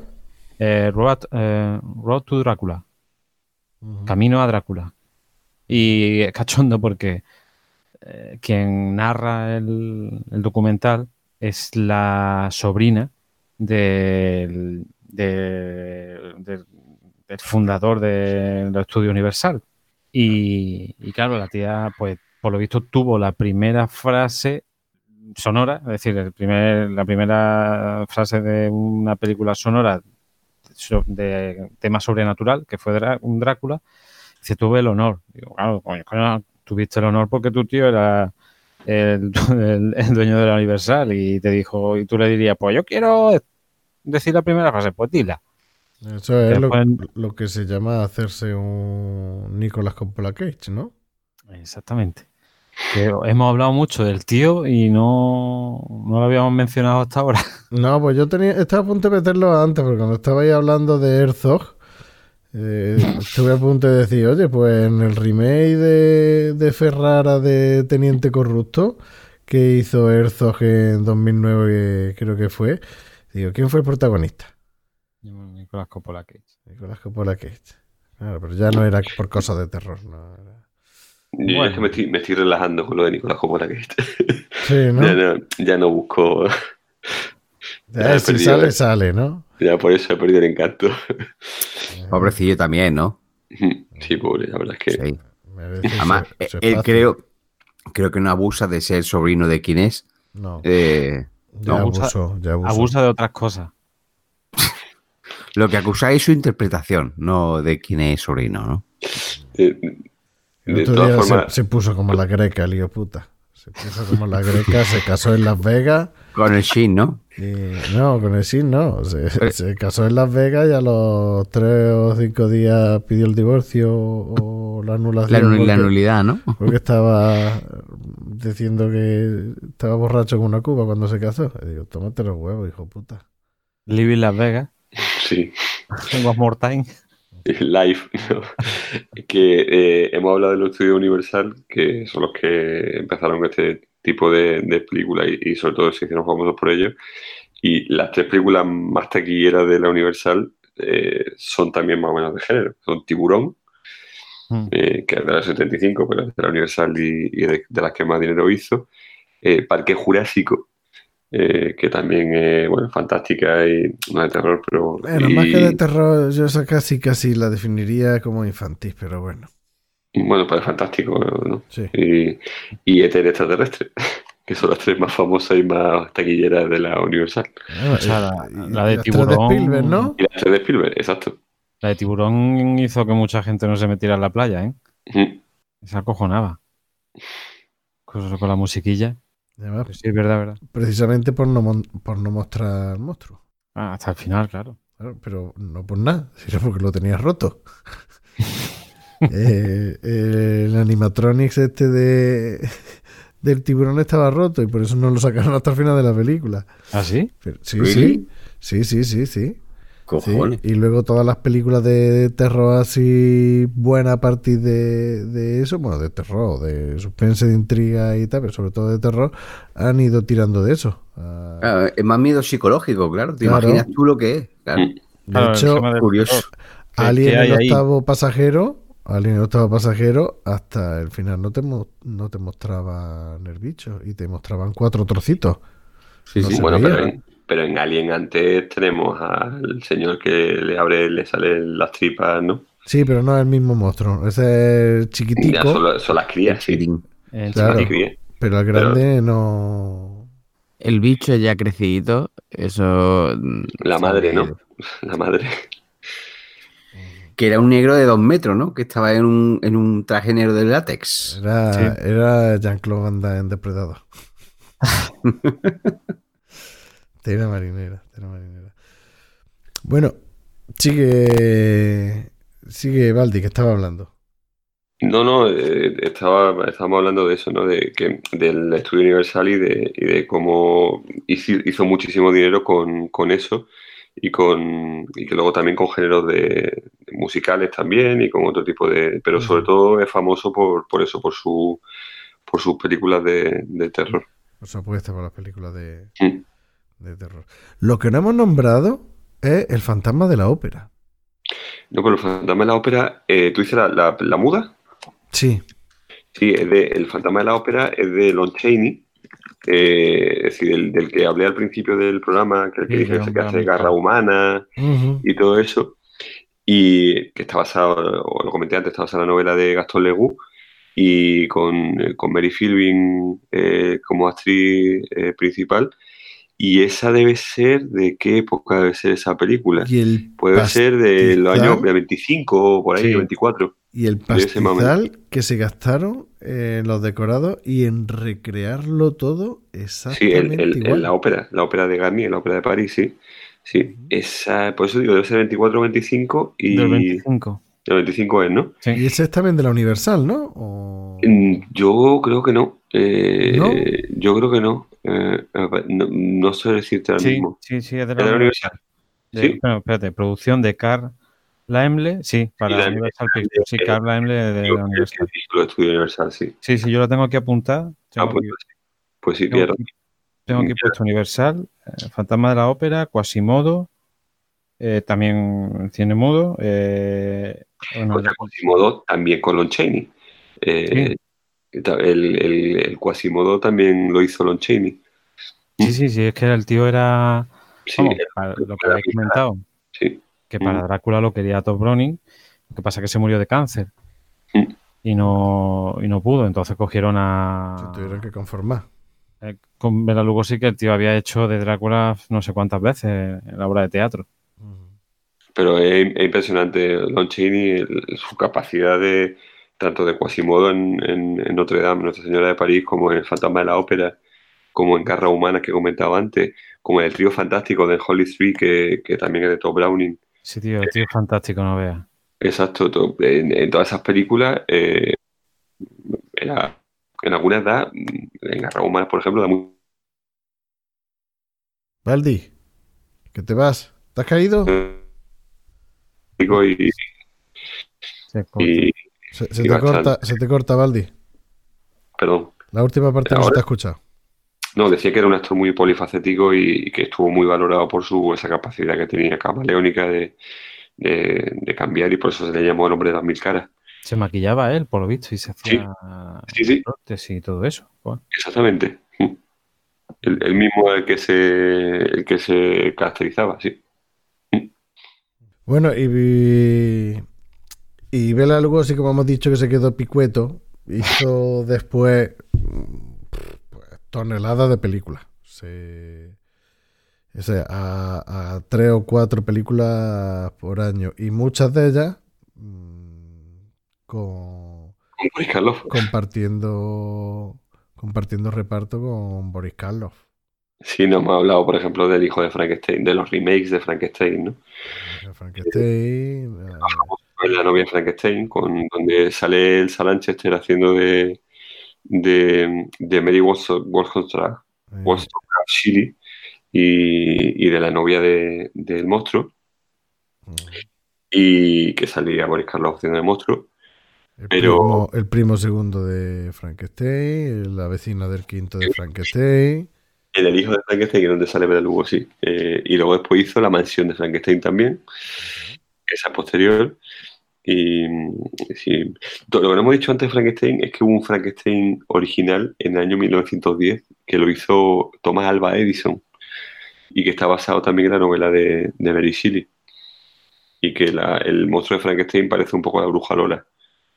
Road to Drácula. Camino a Drácula. Y es cachondo porque quien narra el documental es la sobrina del fundador del estudio Universal. Y claro, la tía, pues por lo visto, tuvo la primera frase sonora, es decir, la primera frase de una película sonora de tema sobrenatural, que fue un Drácula, dice, tuve el honor. Digo, claro, coño, tuviste el honor porque tu tío era el dueño de la Universal y te dijo, y tú le dirías, pues yo quiero decir la primera frase, pues dila. Eso es lo que se llama hacerse un Nicolas Coppola Cage, ¿no? Exactamente. Que hemos hablado mucho del tío y no lo habíamos mencionado hasta ahora. No, pues yo estaba a punto de meterlo antes, porque cuando estabais hablando de Herzog, estuve a punto de decir, oye, pues en el remake de Ferrara de Teniente Corrupto, que hizo Herzog en 2009, creo que fue, digo, ¿quién fue el protagonista? Nicolas Coppola Cage. Nicolas Coppola Cage. Claro, pero ya no era por cosas de terror, no era... Yo es que me estoy relajando con lo de Nicolas Coppola Cage. Sí, ¿no? Ya no busco... si sale, ¿no? Ya por eso he perdido el encanto. Pobrecillo también, ¿no? Sí, pobre, la verdad es que... Sí. Además, él creo que no abusa de ser sobrino de quién es. No. No abusa de otras cosas. Lo que acusáis es su interpretación, no de quién es sobrino, ¿no? El otro día se puso como la greca, lío puta. Se puso como la greca, se casó en Las Vegas. Con el Shin, ¿no? No, con el Shin no. Se casó en Las Vegas y a los 3 o 5 días pidió el divorcio o la anulación. La nulidad, ¿no? Porque estaba diciendo que estaba borracho con una cuba cuando se casó. Y digo, tómate los huevos, hijo puta. Living Las Vegas. Sí. One more time. Live, ¿no? Que hemos hablado de los estudios Universal, que son los que empezaron con este tipo de películas y sobre todo se hicieron famosos por ello. Y las 3 películas más taquilleras de la Universal son también más o menos de género. Son Tiburón, que es de la 75, pero es de la Universal y de las que más dinero hizo. Parque Jurásico, que también es fantástica y no de terror, pero... Bueno, más que de terror, yo esa casi la definiría como infantil, pero bueno. Bueno, pues es fantástico, ¿no? Sí. Y ET extraterrestre, que son las 3 más famosas y más taquilleras de la Universal. O sea, la de Tiburón... de Spielberg, ¿no? Y las 3 de Spielberg, exacto. La de Tiburón hizo que mucha gente no se metiera en la playa, ¿eh? Se acojonaba. Con la musiquilla. Además, sí, es verdad. Precisamente por no mostrar al monstruo. Hasta el final, claro. Pero no por nada, sino porque lo tenías roto. El animatronics del tiburón estaba roto y por eso no lo sacaron hasta el final de la película. ¿Ah, sí? Pero, sí, ¿Really? Sí. Cojones. Sí, y luego todas las películas de terror así buenas a partir de eso, bueno, de terror, de suspense, de intriga y tal, pero sobre todo de terror, han ido tirando de eso. Es más miedo psicológico, claro. ¿Te imaginas tú lo que es? Claro. De hecho, curioso. Alien el octavo pasajero, hasta el final no te mostraban el bicho y te mostraban 4 trocitos. Sí, bueno, pero en Alien antes tenemos al señor que le salen las tripas, ¿no? Sí, pero no es el mismo monstruo. Ese es chiquitico. Ya son las crías, sí. Claro, pero el grande no... El bicho ya crecidito, eso... La madre, ¿no? La madre. Que era un negro de 2 metros, ¿no? Que estaba en un traje negro de látex. Era Jean-Claude Van Damme en Depredador. Tela marinera. Bueno, sigue Baldi, que estaba hablando. No, estábamos hablando de eso, ¿no? Del estudio Universal y de cómo hizo muchísimo dinero con eso y que luego también con géneros de musicales también y con otro tipo de... Pero sobre todo es famoso por eso, por sus películas de terror. Por supuesto, por las películas de terror. Lo que no hemos nombrado es El fantasma de la ópera. No, pero El fantasma de la ópera, ¿tú dices la muda? Sí. Sí, El fantasma de la ópera es de Lon Chaney, es decir, del que hablé al principio del programa, que dice que hace Garra Humana y todo eso, y que está basado, o lo comenté antes, está basado en la novela de Gastón Leroux, y con Mary Philbin como actriz principal. Y esa debe ser, ¿de qué época debe ser esa película? Y el Puede ser de los años pastizal- 25 o por ahí, Sí. 24. Y el Debe ser más o menos. pastizal que se gastaron en los decorados y en recrearlo todo Sí, exactamente igual. la ópera de Garnier, la ópera de París, sí. Sí, esa, por eso digo, debe ser 24 o 25 Del y 25. el 25 es, ¿no? Sí. Y ese es también de la Universal, ¿no? O- Yo creo que no. ¿No? Yo creo que no. No sé decirte ahora Sí, mismo. sí, sí, es de ¿Es de la Universal? Sí. Bueno, espérate, producción de Carl Laemmle, sí, para la Universal Pictures. Sí, Carl Laemmle de Creo la que Universal. lo estudio Universal, sí. Sí, sí, yo lo tengo aquí apuntado. Ah, pues sí, tengo pierdo. tengo aquí puesto Universal, Fantasma de la Ópera, Quasimodo, también cine mudo. Bueno, Pues Quasimodo también con Lon Chaney. El Quasimodo también lo hizo Lon Chaney. sí, es que el tío era, Sí, vamos, para lo que habéis comentado, sí. que para Drácula lo quería Todd Browning, lo que pasa es que se murió de cáncer y no pudo, entonces cogieron Se tuvieron que conformar. con Bela Lugosi, que el tío había hecho de Drácula no sé cuántas veces en la obra de teatro. Pero es impresionante Lon Chaney, su capacidad de tanto de Quasimodo en Notre Dame, Nuestra Señora de París, como en El Fantasma de la Ópera, como en Garra Humana que comentaba antes, como en el trío fantástico de Holy Three, que también es de Todd Browning. Sí, tío, el tío es fantástico, no veas. Exacto, en todas esas películas, en algunas da, en Garra Humana, por ejemplo, da muy Baldi, que te vas. ¿Te has caído? y Se te corta, Baldi. Perdón. La última parte no se te ha escuchado. No, decía que era un actor muy polifacético y que estuvo muy valorado por esa capacidad que tenía camaleónica de cambiar, y por eso se le llamó el hombre de las mil caras. Se maquillaba él, por lo visto, y se hacía prótesis y todo eso. Bueno. Exactamente. El mismo el que se caracterizaba, sí. Bueno, y Bela Lugosi, como hemos dicho, que se quedó picueto, hizo después toneladas de películas. O sea, a 3 o 4 películas por año. Y muchas de ellas compartiendo reparto con Boris Karloff. Sí, nos hemos hablado, por ejemplo, del hijo de Frankenstein, de los remakes de Frankenstein, ¿no? Frankenstein. La novia de Frankenstein, donde sale el Lanchester haciendo de Mary Wollstonecraft Shelley y de la novia del monstruo, y que salía Boris Karloff haciendo de monstruo. El primo segundo de Frankenstein, la vecina del quinto de Frankenstein. El hijo de Frankenstein, que es donde sale Bela Lugosi. Y luego después hizo La mansión de Frankenstein también, esa posterior. Y sí, lo que no hemos dicho antes de Frankenstein es que hubo un Frankenstein original en el año 1910 que lo hizo Thomas Alva Edison y que está basado también en la novela de Mary Shelley, y que el monstruo de Frankenstein parece un poco la bruja Lola.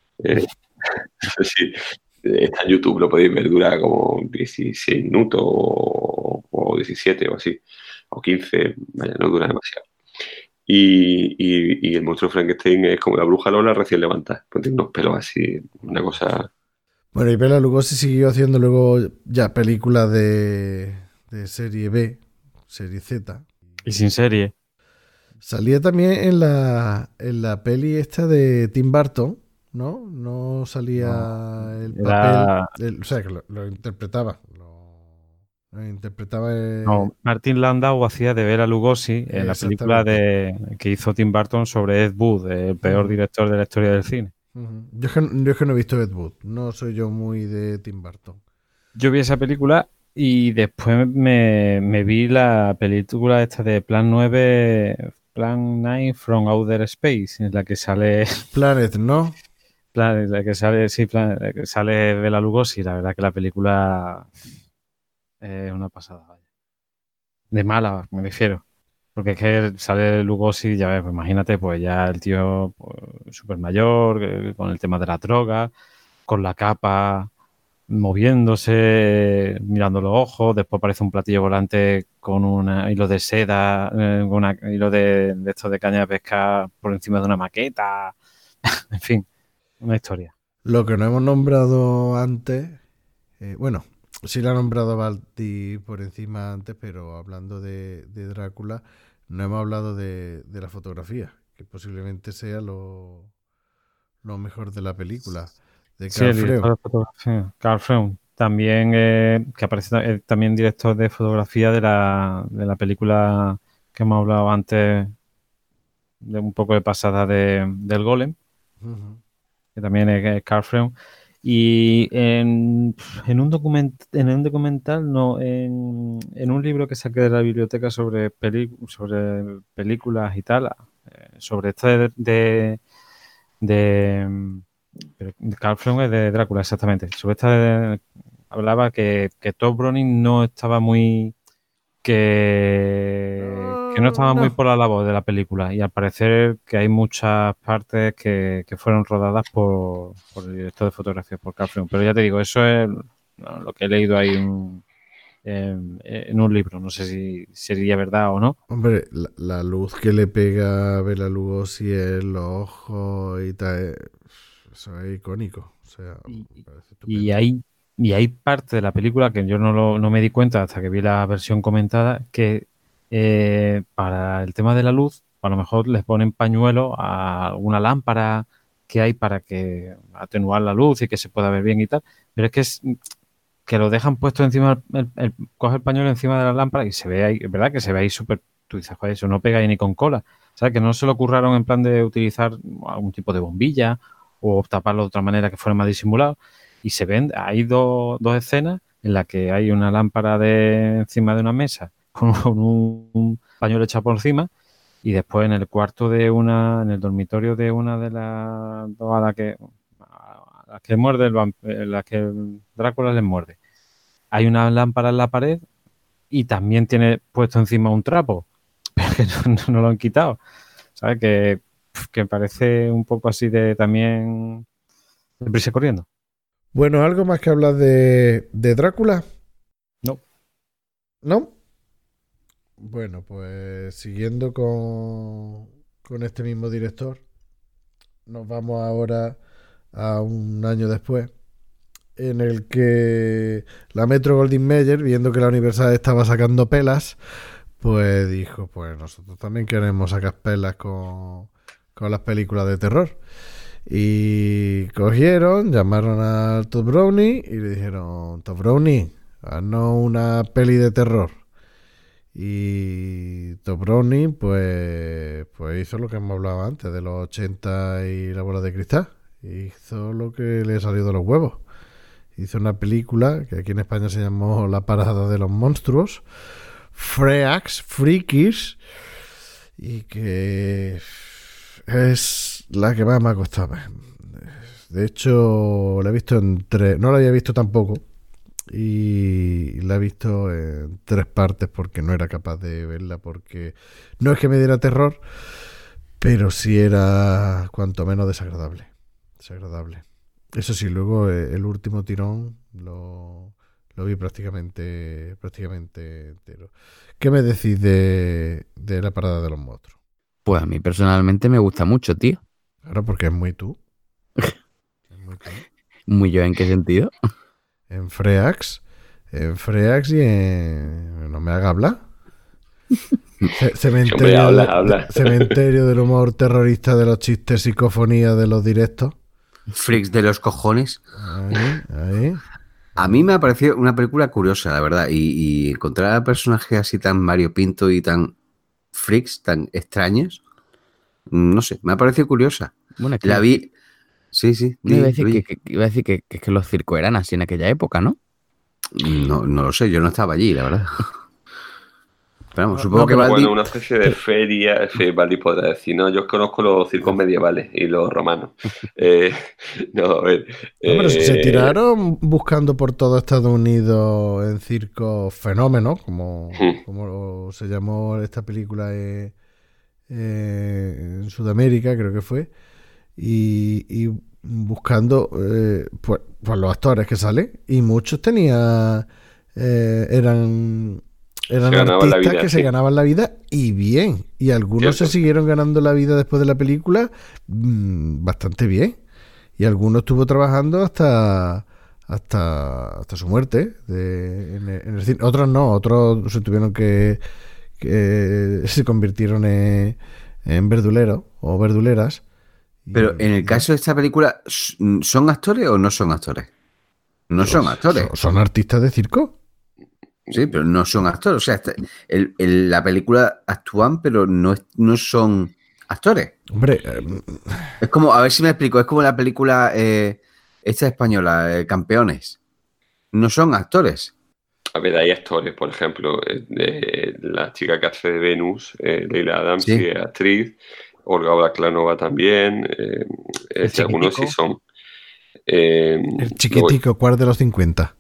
Sí, está en YouTube, lo podéis ver, dura como 16 minutos o 17 o así, o 15, vaya, no dura demasiado. Y el monstruo Frankenstein es como la bruja Lola recién levantada, pues tiene unos pelos así, una cosa. Bueno, y Bela Lugosi siguió haciendo luego ya películas de serie B, serie Z. Y sin serie. Salía también en la peli esta de Tim Burton, ¿no? No salía el papel, o sea, que lo interpretaba. No, Martin Landau hacía de Bela Lugosi en la película que hizo Tim Burton sobre Ed Wood, el peor director de la historia del cine. Yo es que no he visto Ed Wood, no soy yo muy de Tim Burton. Yo vi esa película y después me vi la película esta de Plan 9 from Outer Space, en la que sale Planet, ¿no? La que sale Bela Lugosi. La verdad que la película es una pasada, vaya. De mala, me refiero. Porque es que sale Lugosi, ya ves, pues imagínate, pues ya el tío súper mayor, con el tema de la droga, con la capa moviéndose, mirando los ojos, después aparece un platillo volante con un hilo de seda, con un hilo de estos de caña de pescar por encima de una maqueta, en fin, una historia. Lo que no hemos nombrado antes, bueno, sí lo ha nombrado Balti por encima antes, pero hablando de Drácula, no hemos hablado de la fotografía, que posiblemente sea lo mejor de la película, de Sí, Carl el director Freund. de fotografía, Carl Freund, también que aparece también director de fotografía de la película que hemos hablado antes, de un poco de pasada del Golem, Ujú. que también es Carl Freund. Y en un documental, no, en un libro que saqué de la biblioteca sobre películas y tal, sobre esto pero Carl Freund es de Drácula, exactamente. Sobre esta hablaba que Todd Browning no estaba muy que no estaba muy por la labor de la película, y al parecer que hay muchas partes que fueron rodadas por el director de fotografía, por Carl Freund. Pero ya te digo, eso es lo que he leído ahí en un libro. No sé si sería verdad o no. Hombre, la luz que le pega a Bela Lugosi en los ojos y tal, eso es icónico. O sea, me parece estupendo. Y hay parte de la película que yo no me di cuenta hasta que vi la versión comentada, que para el tema de la luz, a lo mejor les ponen pañuelo a alguna lámpara que hay para que atenuar la luz y que se pueda ver bien y tal, pero es que lo dejan puesto encima, coge el pañuelo encima de la lámpara y se ve ahí, es verdad que se ve ahí súper, tú dices, joder, eso no pega ahí ni con cola, ¿sabes? Que no se lo ocurraron en plan de utilizar algún tipo de bombilla o taparlo de otra manera que fuera más disimulado. Y se ven, hay dos escenas en las que hay una lámpara encima de una mesa con un pañuelo echado por encima, y después en el en el dormitorio de una de las dos a las que muerde las que Drácula les muerde, hay una lámpara en la pared y también tiene puesto encima un trapo, pero que no lo han quitado. ¿Sabes? Que parece un poco así de también de prisa corriendo. Bueno, ¿algo más que hablar de Drácula? No. ¿No? Bueno, pues siguiendo con este mismo director, nos vamos ahora a un año después, en el que la Metro Goldwyn Mayer, viendo que la Universal estaba sacando pelas, pues dijo, pues nosotros también queremos sacar pelas con las películas de terror. Y cogieron, llamaron a Todd Browning y le dijeron, Todd Browning, haznos una peli de terror. Y Todd Browning pues hizo lo que hemos hablado antes de los 80 y la bola de cristal. Hizo lo que le salió de los huevos. Hizo una película que aquí en España se llamó La Parada de los Monstruos, Freakish, y que es la que más me ha costado. De hecho, la he visto en tres, no la había visto tampoco, y la he visto en 3 partes porque no era capaz de verla, porque no es que me diera terror, pero sí era cuanto menos desagradable. Eso sí, luego el último tirón lo vi prácticamente entero. ¿Qué me decís de La Parada de los Monstruos? Pues a mí personalmente me gusta mucho, tío. Claro, porque es muy tú. ¿Muy yo en qué sentido? En Freax y en... No me haga hablar. Cementerio, Hombre, habla. Cementerio del humor terrorista, de los chistes, psicofonía de los directos. Freaks de los cojones. Ahí. A mí me ha parecido una película curiosa, la verdad, y encontrar a personajes así tan variopinto y tan freaks, tan extraños, no sé, me ha parecido curiosa. Bueno, es que la vi... Sí. Iba a decir que los circos eran así en aquella época, ¿no? No lo sé, yo no estaba allí, la verdad. Pero vamos, supongo que Baldi... Bueno, una especie de feria, sí, Baldi podrá decir, no, yo conozco los circos medievales y los romanos. No, a ver. Pero se tiraron buscando por todo Estados Unidos en circos fenómenos, como se llamó esta película en Sudamérica, creo que fue. Y buscando pues los actores que salen, y muchos eran artistas que se ganaban la vida, y bien, y algunos se siguieron ganando la vida después de la película bastante bien, y algunos estuvo trabajando hasta su muerte en el cine. Otros no, otros se tuvieron que se convirtieron en verduleros o verduleras. Pero en el caso de esta película, ¿son actores o no son actores? No son actores. ¿Son artistas de circo? Sí, pero no son actores. O sea, la película actúan, pero no son actores. Hombre, es como, a ver si me explico, es como la película esta española, Campeones. No son actores. A ver, hay actores, por ejemplo, la chica que hace de Venus, Leila Adams, Sí. sí, es actriz. Olga Baklanova también. Algunos sí son. el chiquitico, ¿cuál de los 50?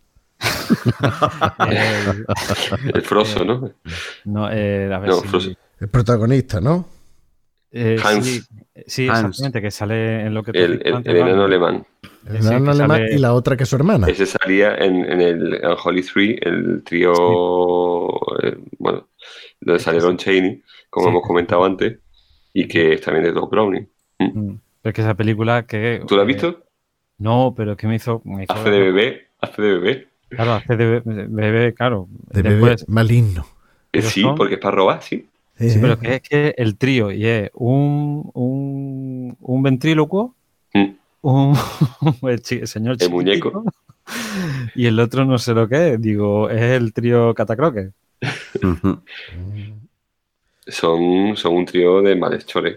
El Froso, ¿no? No, a ver No, si- Froso. El protagonista, ¿no? Hans. Sí, Hans. exactamente, que sale en lo que tú El has dicho antes, enano Vale. alemán. El Sí, enano que alemán sale- y la otra que es su hermana. Ese salía en el Unholy Three, el trío, bueno, donde salieron Cheney, como Sí. hemos comentado antes, y que es también de Doc Browning. Mm. Pero es que esa película que... ¿Tú la has visto? No, pero es que me hizo Hace de bebé, hace de bebé. Claro, hace de bebé, claro. De bebé Después, maligno. Pero Sí, son- porque es para robar, sí. sí, pero es que el trío y es un ventrílocuo, Mm. el señor El muñeco. chiquitico, y el otro no sé lo que es. Digo, es el trío Catacroque. Ujú. Son un trío de malhechores.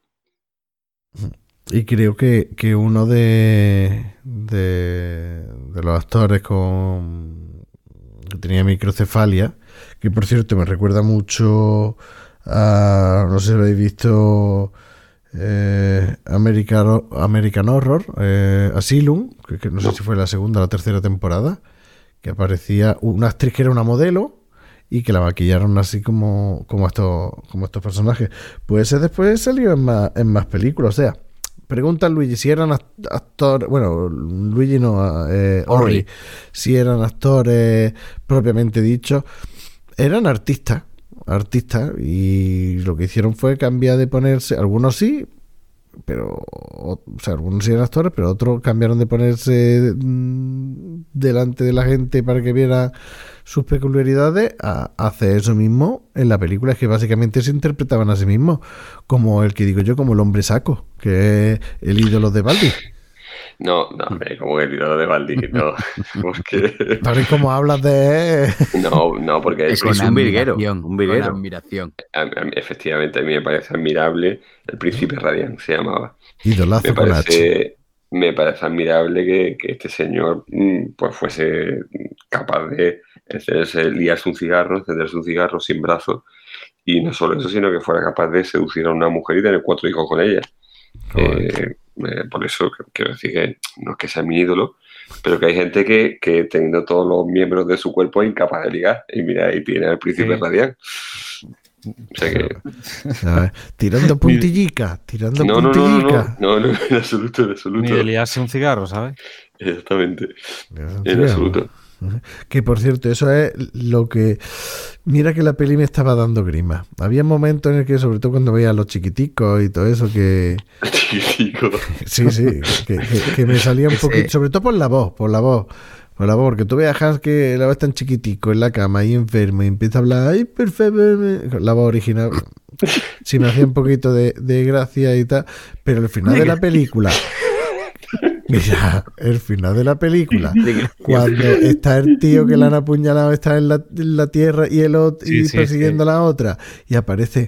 Y creo que uno de los actores que tenía microcefalia, que por cierto me recuerda mucho a, no sé si lo habéis visto, American Horror, Asylum, que no sé si fue la segunda o la tercera temporada, que aparecía una actriz que era una modelo y que la maquillaron así como estos personajes. Pues ese después salió en más películas. O sea, pregunta a Luigi si eran actores. Bueno, Luigi no, Orri, si eran actores propiamente dichos. Eran artistas, y lo que hicieron fue cambiar de ponerse. Algunos sí, pero, o sea, algunos sí eran actores, pero otros cambiaron de ponerse delante de la gente para que viera sus peculiaridades a hacer eso mismo en la película. Es que básicamente se interpretaban a sí mismos, como el que digo yo, como el hombre saco, que es el ídolo de Baldi. No, hombre, como el ídolo de Baldi, no. Porque... Tal y como hablas de... No, porque Es un virguero. Un Con virguero. admiración. Efectivamente, a mí me parece admirable. El Príncipe Radiant se llamaba. Idolazo con H. Me parece admirable que este señor pues fuese capaz de liarse un cigarro, encenderse un cigarro sin brazos, y no solo eso, sino que fuera capaz de seducir a una mujer y tener 4 hijos con ella. Por eso quiero decir que no es que sea mi ídolo, pero que hay gente que teniendo todos los miembros de su cuerpo es incapaz de ligar, y mira, ahí tiene al Príncipe Radiant. O sea que... Tirando puntillica, No, en absoluto, en absoluto. Ni de liarse un cigarro, ¿sabes? Exactamente. En absoluto. Que por cierto, eso es lo que... Mira que la peli me estaba dando grima. Había momentos en el que, sobre todo cuando veía a los chiquiticos y todo eso, que... Chiquitico. Sí, que me salía un poquito... Sobre todo por la voz, porque tú veas a Hans que la ves tan chiquitico en la cama y enfermo y empieza a hablar, ay, perfecto, la voz original. Sí me hacía un poquito de gracia y tal, pero el final de la película... Mira, el final de la película, cuando está el tío que le han apuñalado, está en la tierra y el otro persiguiendo a la otra, y aparece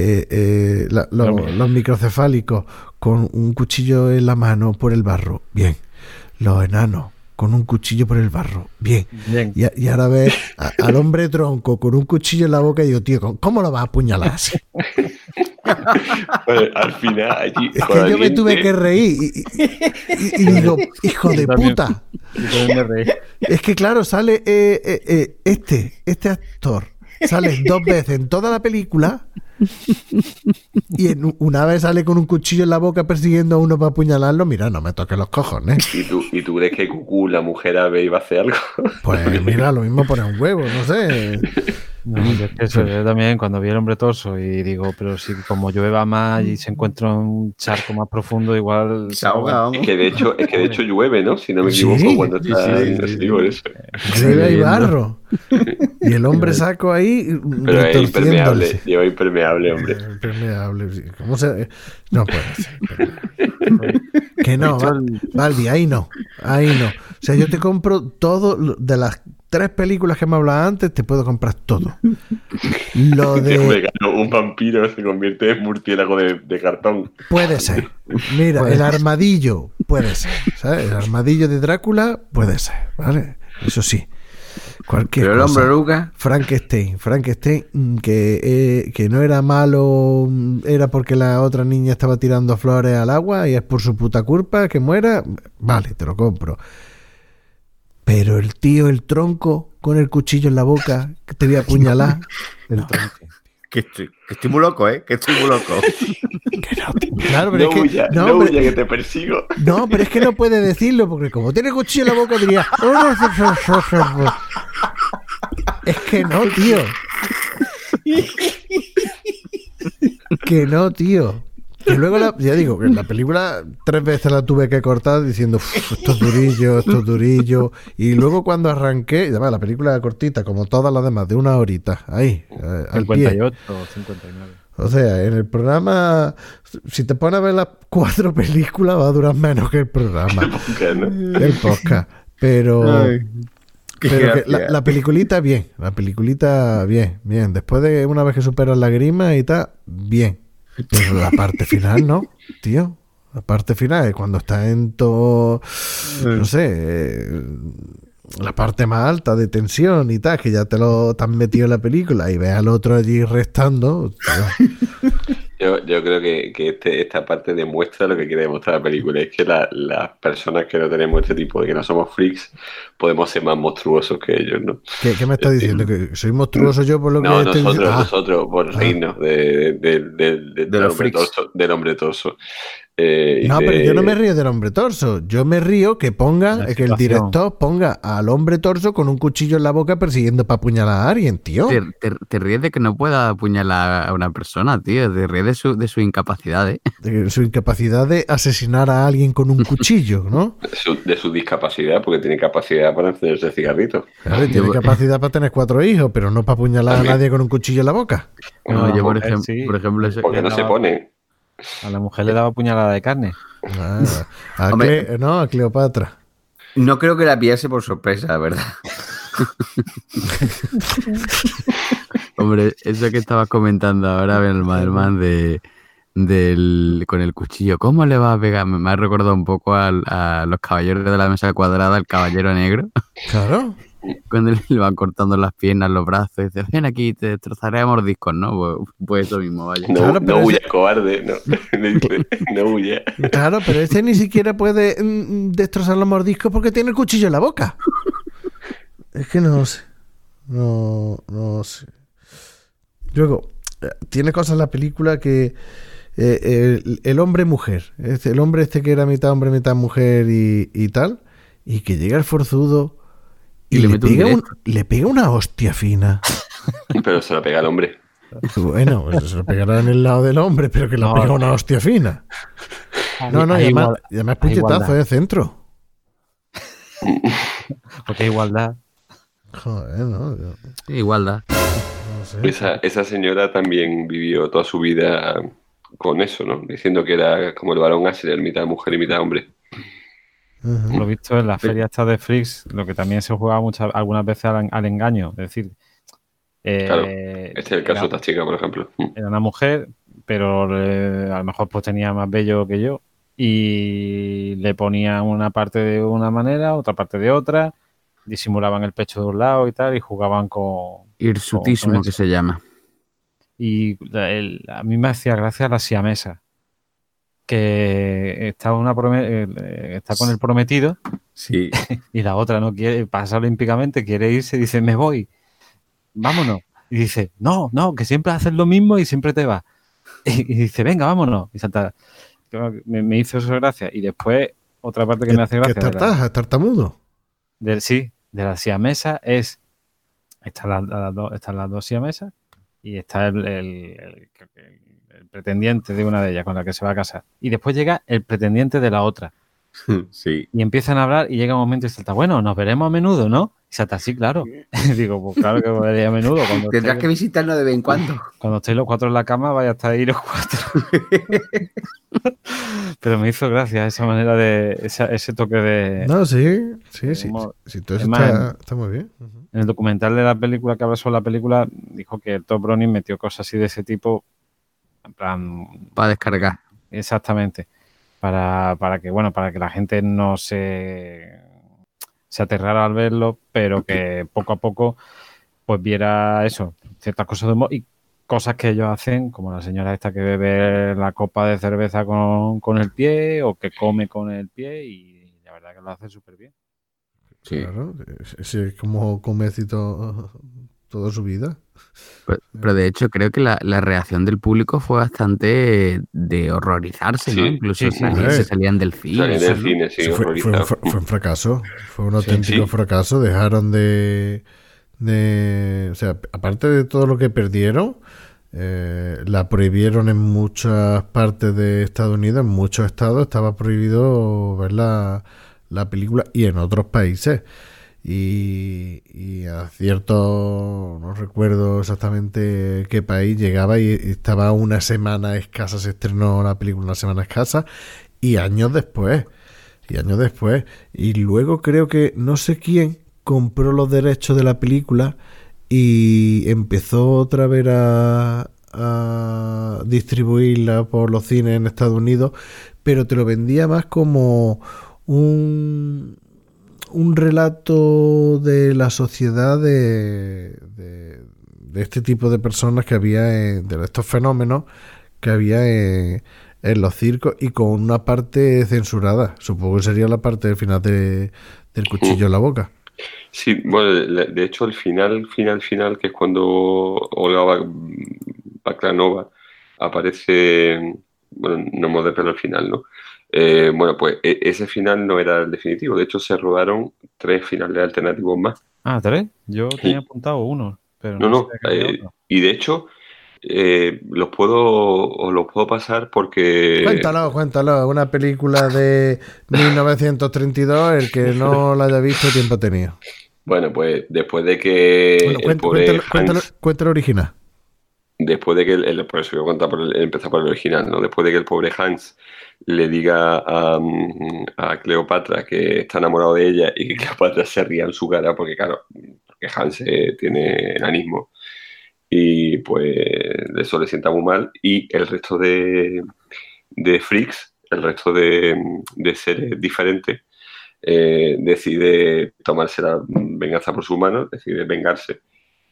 los microcefálicos con un cuchillo en la mano por el barro, bien, los enanos con un cuchillo por el barro, bien. Y ahora ves al hombre tronco con un cuchillo en la boca y digo, tío, ¿cómo lo vas a apuñalar así? Pues, al final allí es que yo me tuve que reír y digo, hijo de puta. Es que claro, sale este actor sale 2 veces en toda la película Y una vez sale con un cuchillo en la boca persiguiendo a uno para apuñalarlo, mira, no me toques los cojones. ¿Y tú crees que Cucú, la mujer ave, iba a hacer algo? Pues mira, lo mismo pone un huevo, no sé. No, yo es que eso, yo también cuando vi el hombre torso y digo, pero si como llueva más y se encuentra un charco más profundo, igual se ahoga, vamos. Es que de hecho llueve, ¿no? Si no me equivoco, cuando está por eso. Llueve ahí barro. Y el hombre saco ahí pero es impermeable, lleva impermeable, hombre. Impermeable, sí. ¿Cómo se...? No puede ser. Que no, Balbi, ahí no. O sea, yo te compro todo de las 3 películas que me hablaba antes, te puedo comprar todo. Lo de... Un vampiro se convierte en murciélago de cartón. Puede ser. Mira, el armadillo puede ser, ¿sabes? El armadillo de Drácula puede ser, ¿vale? Eso sí. Cualquier Pero el cosa. hombre oruga. Frankenstein, que no era malo, era porque la otra niña estaba tirando flores al agua y es por su puta culpa que muera. Vale, te lo compro. Pero el tío, el tronco, con el cuchillo en la boca, que te voy a apuñalar. El tronco. Que estoy muy loco, ¿eh? Que estoy muy loco. Que no, claro, pero no es que... no huya, que te persigo. No, pero es que no puede decirlo, porque como tiene cuchillo en la boca diría... Es que no, tío. Que no, tío. Y luego, ya digo, en la película 3 veces la tuve que cortar diciendo esto es durillo. Y luego cuando arranqué, y además la película cortita, como todas las demás, de 1 horita, ahí, al 58 o 59. O sea, en el programa, si te pones a ver las 4 películas, va a durar menos que el programa. El podcast. Pero que la peliculita bien. Bien. Después de una vez que superas la grima y tal, bien. Pero la parte final, ¿no? Tío. La parte final es cuando está en todo, no sé, la parte más alta de tensión y tal, que ya te han metido en la película y ves al otro allí restando. Yo creo que esta parte demuestra lo que quiere demostrar la película. Es que las personas que no tenemos este tipo de que no somos freaks podemos ser más monstruosos que ellos, ¿no? ¿Qué me estás diciendo? ¿Que soy monstruoso yo por lo que estoy diciendo? Nosotros, por reírnos del hombre torso. Pero yo no me río del hombre torso. Yo me río que el director ponga al hombre torso con un cuchillo en la boca persiguiendo para apuñalar a alguien, tío. Te ríes de que no pueda apuñalar a una persona, tío. Te ríes de su incapacidad, ¿eh? De su incapacidad de asesinar a alguien con un cuchillo, ¿no? De su discapacidad, porque tiene capacidad para encenderse cigarritos. Claro, tiene capacidad para tener 4 hijos, pero no para apuñalar a nadie con un cuchillo en la boca. No, yo, por ejemplo, porque no se pone. A la mujer le daba puñalada de carne. A Cleopatra. No creo que la pillase por sorpresa, la verdad. Hombre, eso que estabas comentando ahora, Madelman, con el cuchillo, ¿cómo le va a pegar? Me ha recordado un poco a los caballeros de la mesa cuadrada, el caballero negro. Claro. Cuando le van cortando las piernas, los brazos, y dice, ven aquí, te destrozaré a mordiscos, ¿no? Pues eso mismo, vaya. No huya, cobarde, no huya. Claro, pero ese ni siquiera puede destrozar los mordiscos porque tiene el cuchillo en la boca. Es que no sé. No sé. Luego, tiene cosas en la película que el hombre-mujer, el hombre que era mitad hombre, mitad mujer y tal, y que llega el forzudo y le pega una hostia fina. Pero se la pega al hombre. Bueno, se la pegará en el lado del hombre, pero que le pega una hostia fina. No, y además puñetazo de centro. Porque hay igualdad. Joder, no. Igualdad. No sé. Esa señora también vivió toda su vida con eso, ¿no? Diciendo que era como el varón Asher, mitad mujer y mitad hombre. Lo visto en las ferias estas de Freaks, lo que también se juega algunas veces al engaño. Es decir, claro, este es el caso de esta chica, por ejemplo. Era una mujer, pero a lo mejor pues tenía más vello que yo y le ponían una parte de una manera, otra parte de otra, disimulaban el pecho de un lado y tal y jugaban con... Hirsutismo, que se llama. Y a mí me hacía gracia la siamesa, que está con el prometido, sí, y la otra no quiere, pasa olímpicamente, quiere irse, dice, me voy, vámonos. Y dice, no, que siempre haces lo mismo y siempre te vas. Y dice, venga, vámonos. Y salta. Me hizo eso gracia. Y después, otra parte que me hace gracia. ¿Es tartamudo? Sí, de la siamesa es... Están las dos siamesas y está el pretendiente de una de ellas con la que se va a casar. Y después llega el pretendiente de la otra. Sí. Y empiezan a hablar y llega un momento y salta, bueno, nos veremos a menudo, ¿no? Y salta, sí, claro. Digo, pues claro que veré a menudo. Tendrás que visitarnos de vez en cuando. Cuando estéis los cuatro en la cama, vaya a estar ahí los cuatro. Pero me hizo gracia esa manera de... ese toque de... No, sí. Todo eso está muy bien. En el documental de la película que habla sobre la película, dijo que Todd Browning metió cosas así de ese tipo, en plan... Para descargar. Exactamente. Para que la gente no se aterrara al verlo, pero que poco a poco pues viera eso, ciertas cosas de humor y cosas que ellos hacen, como la señora esta que bebe la copa de cerveza con el pie o que come con el pie, y la verdad que lo hace súper bien. Sí. Claro, es como comecito toda su vida. Pero de hecho creo que la reacción del público fue bastante de horrorizarse, ¿no? Incluso se salían del cine. Fue un fracaso. Fue un auténtico fracaso. Dejaron de... O sea, aparte de todo lo que perdieron, la prohibieron en muchas partes de Estados Unidos, en muchos estados estaba prohibido ver la película, y en otros países. Y a cierto, no recuerdo exactamente qué país, llegaba y estaba una semana escasa, se estrenó la película una semana escasa, y años después. Y luego creo que no sé quién compró los derechos de la película y empezó otra vez a distribuirla por los cines en Estados Unidos, pero te lo vendía más como un relato de la sociedad de este tipo de personas que había, de estos fenómenos que había en los circos, y con una parte censurada. Supongo que sería la parte del final del cuchillo en la boca. Sí, bueno, de hecho el final, que es cuando Olga Baklanova aparece, bueno, no hemos de verlo al final, ¿no? Bueno, pues ese final no era el definitivo. De hecho, se rodaron 3 finales alternativos más. Ah, 3. Yo tenía apuntado uno, pero no. Y de hecho, os los puedo pasar porque... Cuéntalo. Una película de 1932, el que no la haya visto, tiempo ha tenido. Bueno, pues después de que... Cuéntalo original. Después de que por eso voy a contar empezar por el original, ¿no? Después de que el pobre Hans le diga a Cleopatra que está enamorado de ella, y que Cleopatra se ría en su cara porque Hans tiene enanismo, y pues eso le sienta muy mal, y el resto de freaks, el resto de seres diferentes, decide tomarse la venganza por sus manos, decide vengarse.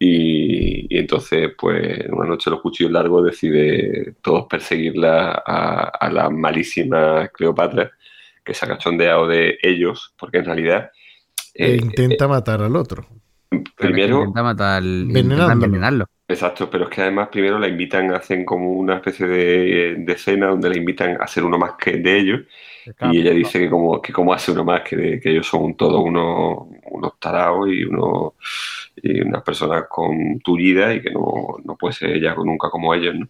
Y entonces, pues, una noche los cuchillos largos decide todos perseguirla a la malísima Cleopatra, que se ha cachondeado de ellos, porque en realidad... intenta matar al otro. Primero... Intenta envenenarlo. Exacto, pero es que además primero la invitan, hacen como una especie de cena donde la invitan a hacer uno más que de ellos, y ella dice que como hace uno más, que ellos son todos unos taraos y unas personas con tullidas, y que no puede ser ella nunca como ellos, ¿no?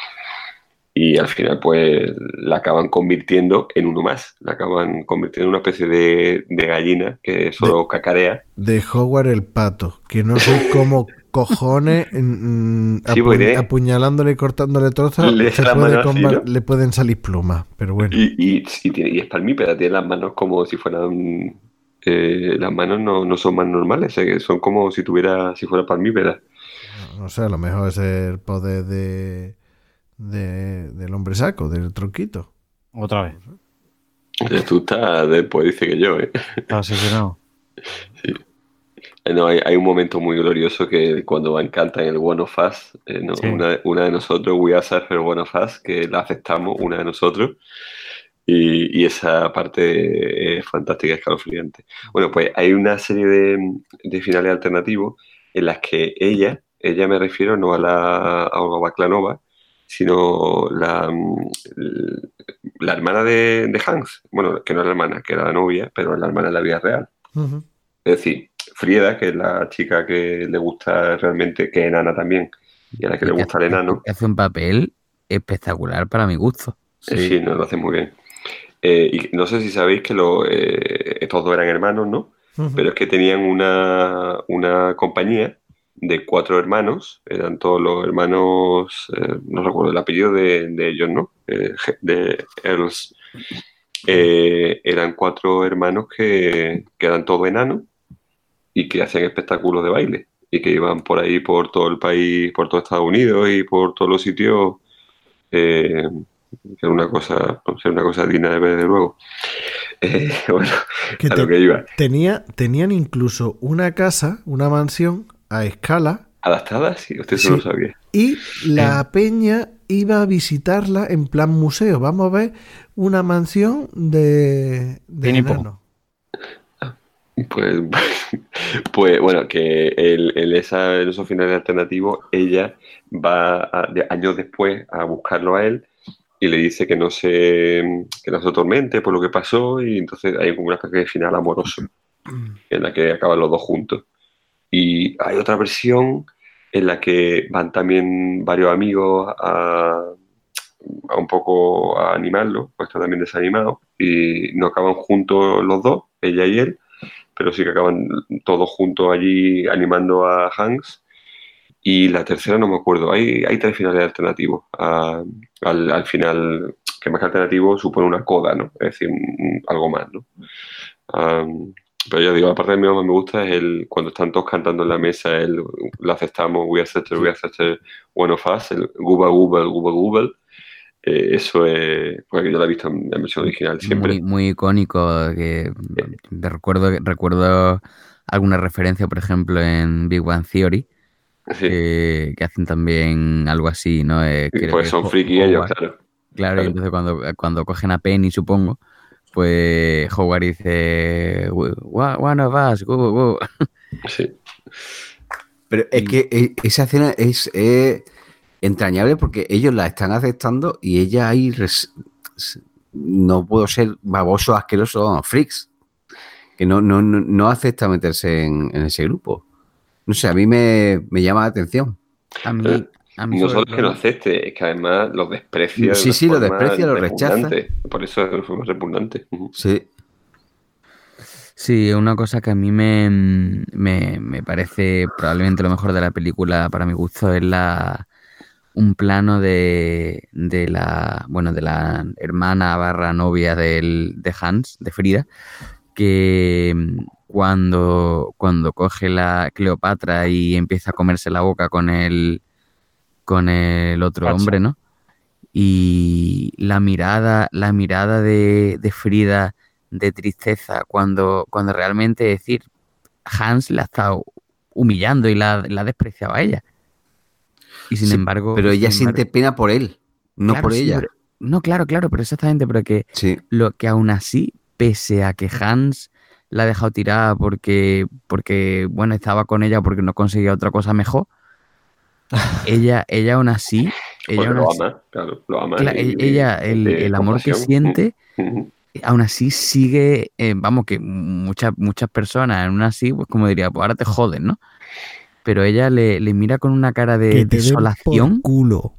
Y al final pues la acaban convirtiendo en uno más, la acaban convirtiendo en una especie de gallina que solo cacarea. De Howard el pato, que no sé cómo cojones apuñalándole y cortándole trozos le pueden salir plumas, pero bueno. Y es palmípeda, tiene las manos como si fueran... las manos no son más normales, son como si fuera palmípeda. No sé, a lo mejor es el poder del hombre saco, del tronquito. Otra vez. Tú estás después, dice que yo, Está asesinado. Sí. No, hay un momento muy glorioso que cuando cantan el One of Us, sí. una de nosotros, We Are Surfer One of Us, que la aceptamos, una de nosotros, y esa parte es fantástica, escalofriante. Bueno, pues hay una serie de finales alternativos en las que ella ella me refiero no a a Olga Baklanova, sino la hermana de Hans. Bueno, que no es la hermana, que era la novia, pero es la hermana en la vida real. Ujú. Es decir, Frieda, que es la chica que le gusta realmente, que es enana también, y a la que le gusta el enano. Hace un papel espectacular para mi gusto. Sí, no, lo hace muy bien. Y no sé si sabéis que estos dos eran hermanos, ¿no? Ujú. Pero es que tenían una compañía de 4 hermanos, eran todos los hermanos, no recuerdo el apellido de ellos, ¿no? De Earls. Eran 4 hermanos que eran todos enanos y que hacían espectáculos de baile y que iban por ahí, por todo el país, por todo Estados Unidos y por todos los sitios. Que era una cosa, no sé, una cosa digna de ver, de luego. Bueno, Que a lo que iba. Tenían incluso una casa, una mansión a escala, ¿Adaptada? Sí, usted Sí. eso lo sabía. y la peña iba a visitarla en plan museo. Vamos a ver una mansión de Winnie Pooh. enano. Pues, pues bueno, que en esos finales alternativos ella va años después a buscarlo a él y le dice que no se atormente por lo que pasó, y entonces hay como una especie de final amoroso en la que acaban los dos juntos. Y hay otra versión en la que van también varios amigos a un poco a animarlo, pues está también desanimado, y no acaban juntos los dos, ella y él, pero sí que acaban todos juntos allí animando a Hans. Y la tercera no me acuerdo, hay 3 finales alternativos. Al final, que más que alternativo, supone una coda, ¿no? Es decir, algo más, ¿no? Pero ya digo, la parte que más me gusta es cuando están todos cantando en la mesa, lo aceptamos, we accept one of us, el Guba Google, Guba Google. Eso es, porque yo lo he visto en versión original siempre. Muy icónico. Que recuerdo alguna referencia, por ejemplo, en Big Bang Theory, Sí. que hacen también algo así, ¿no? Creo Pues que son friki ellos, Howard- claro. Claro, y entonces cuando cogen a Penny, supongo, pues Howard dice, one of us, go. Sí. Pero es que esa escena es entrañable porque ellos la están aceptando y ella ahí no puedo ser baboso, asqueroso, freaks, que no acepta meterse en ese grupo. No sé, a mí me llama la atención. A mí No sobre solo es que no todo- acepte, es que además los desprecia. Sí, de sí, lo forma desprecia, lo rechaza. repugnante. Por eso es de forma repugnante. Sí. Sí, una cosa que a mí me parece probablemente lo mejor de la película, para mi gusto, es un plano de la hermana barra novia de Hans, de Frida, que cuando coge la Cleopatra y empieza a comerse la boca con el otro Pacha. hombre, ¿no? Y la mirada de Frida de tristeza cuando realmente, decir, Hans la ha estado humillando y la ha despreciado a ella. Y sin Sí, embargo... pero ella sin embargo- siente pena por él, no Claro, por sí, ella. no, claro, pero exactamente, pero que Sí. lo que aún así, pese a que Hans la ha dejado tirada porque bueno, estaba con ella porque no conseguía otra cosa mejor, ella aún así, Porque lo ama, claro, lo ama. ella, el amor que compasión. siente, aún así sigue, vamos, que muchas personas aún así, pues como diría, pues ahora te joden, ¿no? Pero ella le mira con una cara de Que te den desolación. por culo.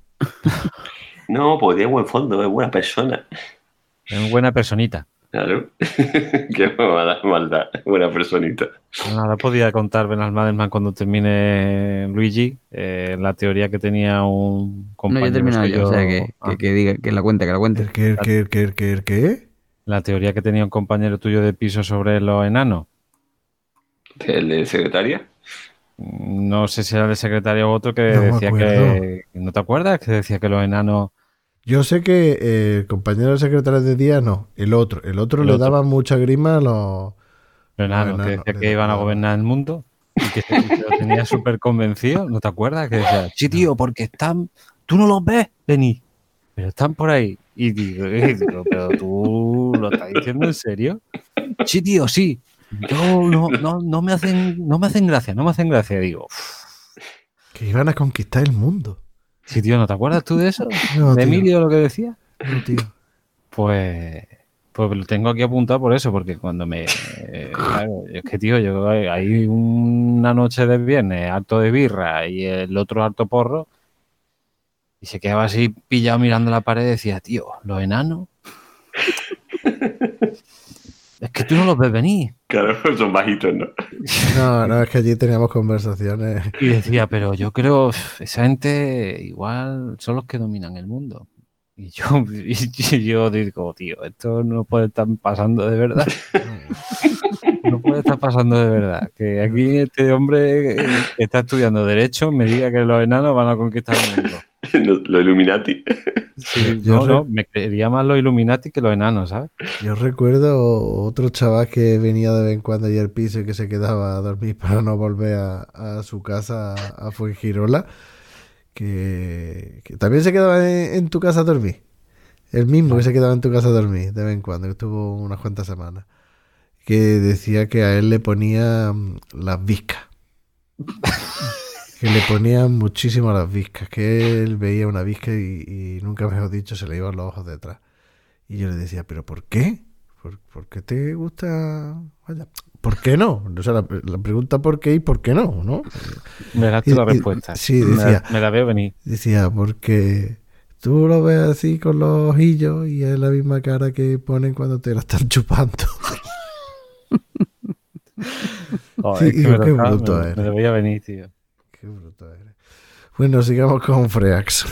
No, pues tiene buen fondo, es buena persona. Es una buena personita. Claro. Qué maldad, buena personita. Nada, podía contar Benalmádena cuando termine Luigi, la teoría que tenía un No, compañero yo he terminado ya, suyo- o sea, que diga, que la cuente. ¿Qué? La teoría que tenía un compañero tuyo de piso sobre los enanos. ¿El de secretaria? No sé si era el de secretario o otro que No me decía acuerdo. que... ¿No te acuerdas? Que decía que los enanos... Yo sé que el compañero secretario de día no, el otro El le otro. daba mucha grima a los Los enanos, que decía que iban a gobernar el mundo y que lo tenía súper convencido. ¿No te acuerdas? Que decía, sí, tío, porque están... ¿Tú no los ves, Denis? Pero están por ahí. Y digo, ¿pero tú lo estás diciendo en serio? Sí, tío, sí. Yo no me hacen gracia, no me hacen gracia. Digo, Que iban a conquistar el mundo. Sí, tío, ¿no te acuerdas tú de eso? No, ¿De tío. Emilio lo que decía? No, tío. Pues lo tengo aquí apuntado por eso, porque cuando claro, es que, tío, yo hay una noche de viernes harto de birra y el otro harto porro, y se quedaba así pillado mirando la pared y decía, tío, los enanos... Es que tú no los ves venir. Claro, son bajitos, ¿no? No, es que allí teníamos conversaciones. Y decía, pero yo creo, esa gente igual son los que dominan el mundo. Y yo digo, tío, esto no puede estar pasando de verdad. No puede estar pasando de verdad. Que aquí este hombre que está estudiando Derecho me diga que los enanos van a conquistar el mundo. Los Illuminati. Sí, Yo no, me creería más los Illuminati que los enanos, ¿sabes? Yo recuerdo otro chaval que venía de vez en cuando allí al piso y que se quedaba a dormir para no volver a su casa a Fuengirola, que también se quedaba en tu casa a dormir. El mismo que se quedaba en tu casa a dormir de vez en cuando, que estuvo unas cuantas semanas. Que decía que a él le ponían las viscas. Que le ponían muchísimo las viscas. Que él veía una visca y nunca mejor dicho se le iban los ojos detrás. Y yo le decía, ¿pero por qué? ¿Por qué te gusta? Vaya, ¿por qué no? O sea, la pregunta ¿por qué y por qué no? ¿No? Verás tú la respuesta. Sí, decía. Me la veo venir. Decía, porque tú lo ves así con los ojillos y es la misma cara que ponen cuando te la están chupando. Joder, Sí, es que qué bruto me eres. debería venir, tío. Qué bruto eres. Bueno, sigamos con Freax.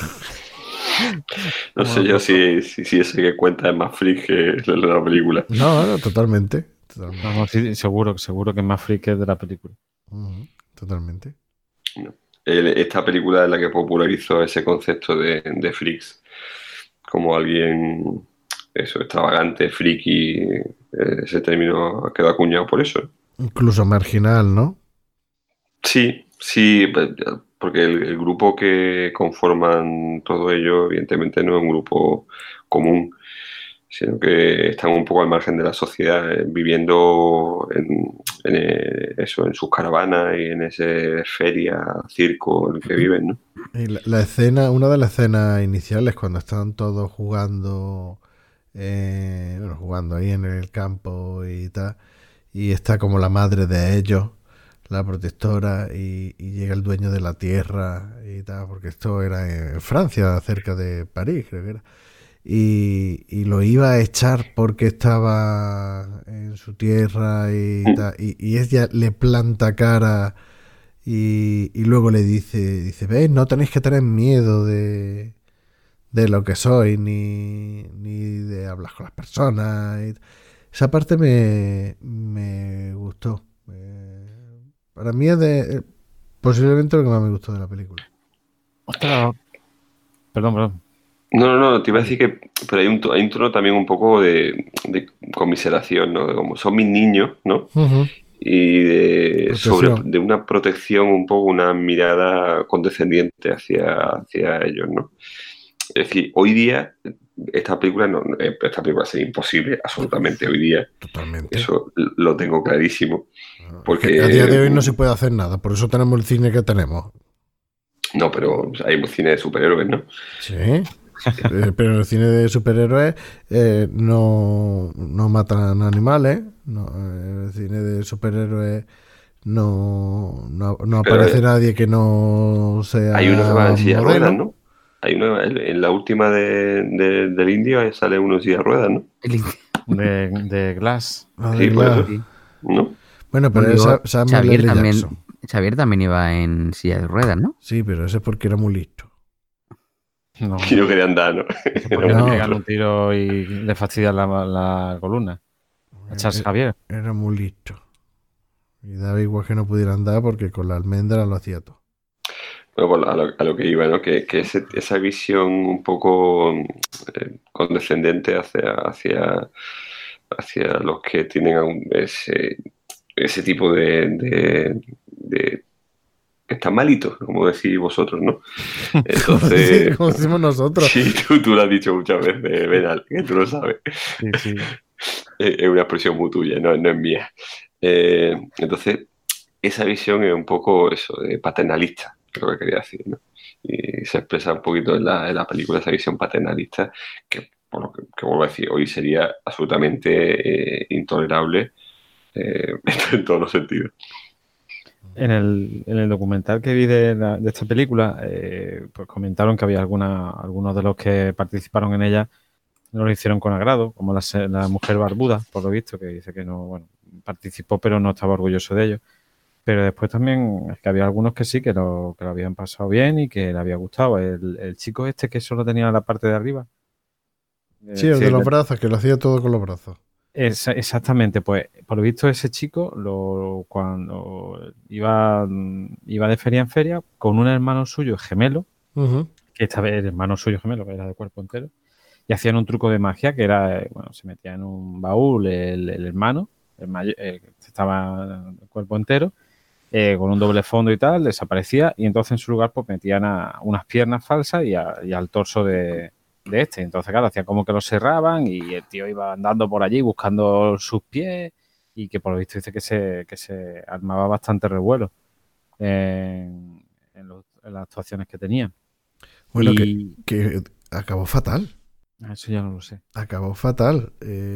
No sé yo si ese que cuenta es más freak que la película. No, totalmente. No, sí, seguro que es más freak que de la película. Totalmente. Esta película es la que popularizó ese concepto de freaks. Como alguien, eso, extravagante, friki, ese término quedó acuñado por eso. Incluso marginal, ¿no? Sí, porque el grupo que conforman todo ello, evidentemente no es un grupo común, sino que están un poco al margen de la sociedad, viviendo en sus caravanas y en ese feria, circo en el que viven, ¿no? Y la escena, una de las escenas iniciales, cuando están todos jugando, jugando ahí en el campo y tal, y está como la madre de ellos, la protectora, y llega el dueño de la tierra y tal, porque esto era en Francia, cerca de París, creo que era. Y lo iba a echar porque estaba en su tierra y tal, y ella le planta cara y luego le dice, ¿ves? No tenéis que tener miedo de lo que sois ni de hablar con las personas. Esa parte me gustó. Para mí es posiblemente lo que más me gustó de la película. Ostras. Perdón. No, te iba a decir que pero hay un tono también un poco de conmiseración, ¿no? De como son mis niños, ¿no? Uh-huh. Y de una protección, un poco una mirada condescendiente hacia ellos, ¿no? Es decir, hoy día esta película sería imposible, absolutamente hoy día. Totalmente. Eso lo tengo clarísimo. Porque a día de hoy no se puede hacer nada, por eso tenemos el cine que tenemos. No, pero hay cine de superhéroes, ¿no? Sí. Pero en el cine de superhéroes no matan animales. No, en el cine de superhéroes no aparece nadie que no sea. Hay uno que va en silla de modelo. ruedas, ¿no? Hay uno, en la última del Indio sale uno en silla de ruedas, ¿no? De Glass. Sí, por eso. ¿No? Bueno, pero Xavier también iba en silla de ruedas, ¿no? Sí, pero ese es porque era muy listo. No. Y no quería andar, ¿no? Porque le pegan un tiro y le fastidia la columna. A Charles Xavier. Era muy listo. Y daba igual que no pudiera andar porque con la almendra lo hacía todo. Bueno, pues a lo que iba, ¿no? Que esa visión un poco condescendente hacia los que tienen ese tipo de están malitos, como decís vosotros, ¿no? Entonces, como decimos nosotros. Sí, tú lo has dicho muchas veces, Benal, que tú lo sabes. Sí. Es una expresión muy tuya, no es mía. Entonces, esa visión es un poco eso, paternalista lo que quería decir, ¿no? Y se expresa un poquito en la película esa visión paternalista por lo que vuelvo a decir, hoy sería absolutamente intolerable en todos los sentidos. En el documental que vi de esta película, pues comentaron que había algunos de los que participaron en ella no lo hicieron con agrado, como la mujer barbuda, por lo visto, que dice que no, bueno, participó pero no estaba orgulloso de ello. Pero después también es que había algunos que sí, que lo habían pasado bien y que le había gustado. El chico este que solo tenía la parte de arriba. Sí, el de los brazos, que lo hacía todo con los brazos. Exactamente, pues por lo visto ese chico cuando iba de feria en feria con un hermano suyo gemelo, que esta vez el hermano suyo gemelo, que era de cuerpo entero, y hacían un truco de magia que era, bueno, se metía en un baúl el hermano, que estaba de cuerpo entero, con un doble fondo y tal, desaparecía y entonces en su lugar pues metían unas piernas falsas y al torso de este. Entonces, claro, hacían como que lo cerraban y el tío iba andando por allí buscando sus pies y que por lo visto dice que se armaba bastante revuelo en las actuaciones que tenía. Bueno, que acabó fatal. Eso ya no lo sé. Acabó fatal.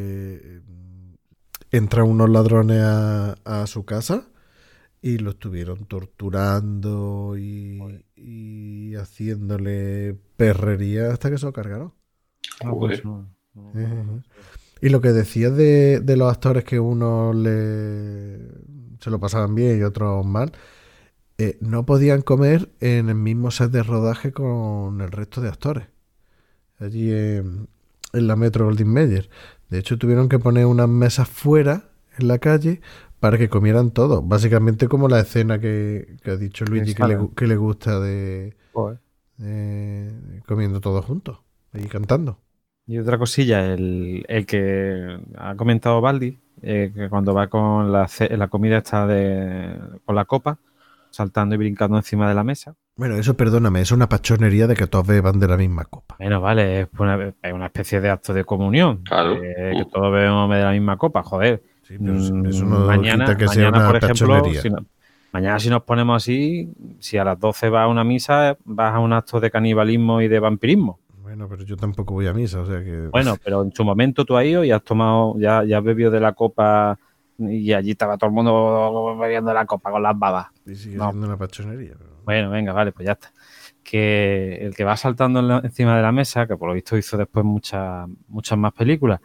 Entran unos ladrones a su casa y lo estuvieron torturando y haciéndole perrería hasta que se lo cargaron. Pues Y lo que decías de los actores que unos se lo pasaban bien y otros mal, no podían comer en el mismo set de rodaje con el resto de actores. Allí en la Metro Goldwyn Mayer. De hecho, tuvieron que poner unas mesas fuera en la calle para que comieran todos. Básicamente como la escena que ha dicho Luigi que le gusta de comiendo todos juntos y cantando. Y otra cosilla, el que ha comentado Baldi, que cuando va con la comida está con la copa, saltando y brincando encima de la mesa. Bueno, eso perdóname, es una pachonería de que todos beban de la misma copa. Bueno, vale, es una especie de acto de comunión. Claro. Que todos bebemos de la misma copa, joder. Sí, pero eso no mañana, quita que sea una por ejemplo, pachonería. Mañana si nos ponemos así, si a las 12 vas a una misa, vas a un acto de canibalismo y de vampirismo. Bueno, pero yo tampoco voy a misa, o sea que... Bueno, pero en su momento tú has ido y has tomado, ya has bebido de la copa y allí estaba todo el mundo bebiendo de la copa con las babas. Y sigue siendo una pachonería. Pero... Bueno, venga, vale, pues ya está. Que el que va saltando encima de la mesa, que por lo visto hizo después muchas más películas,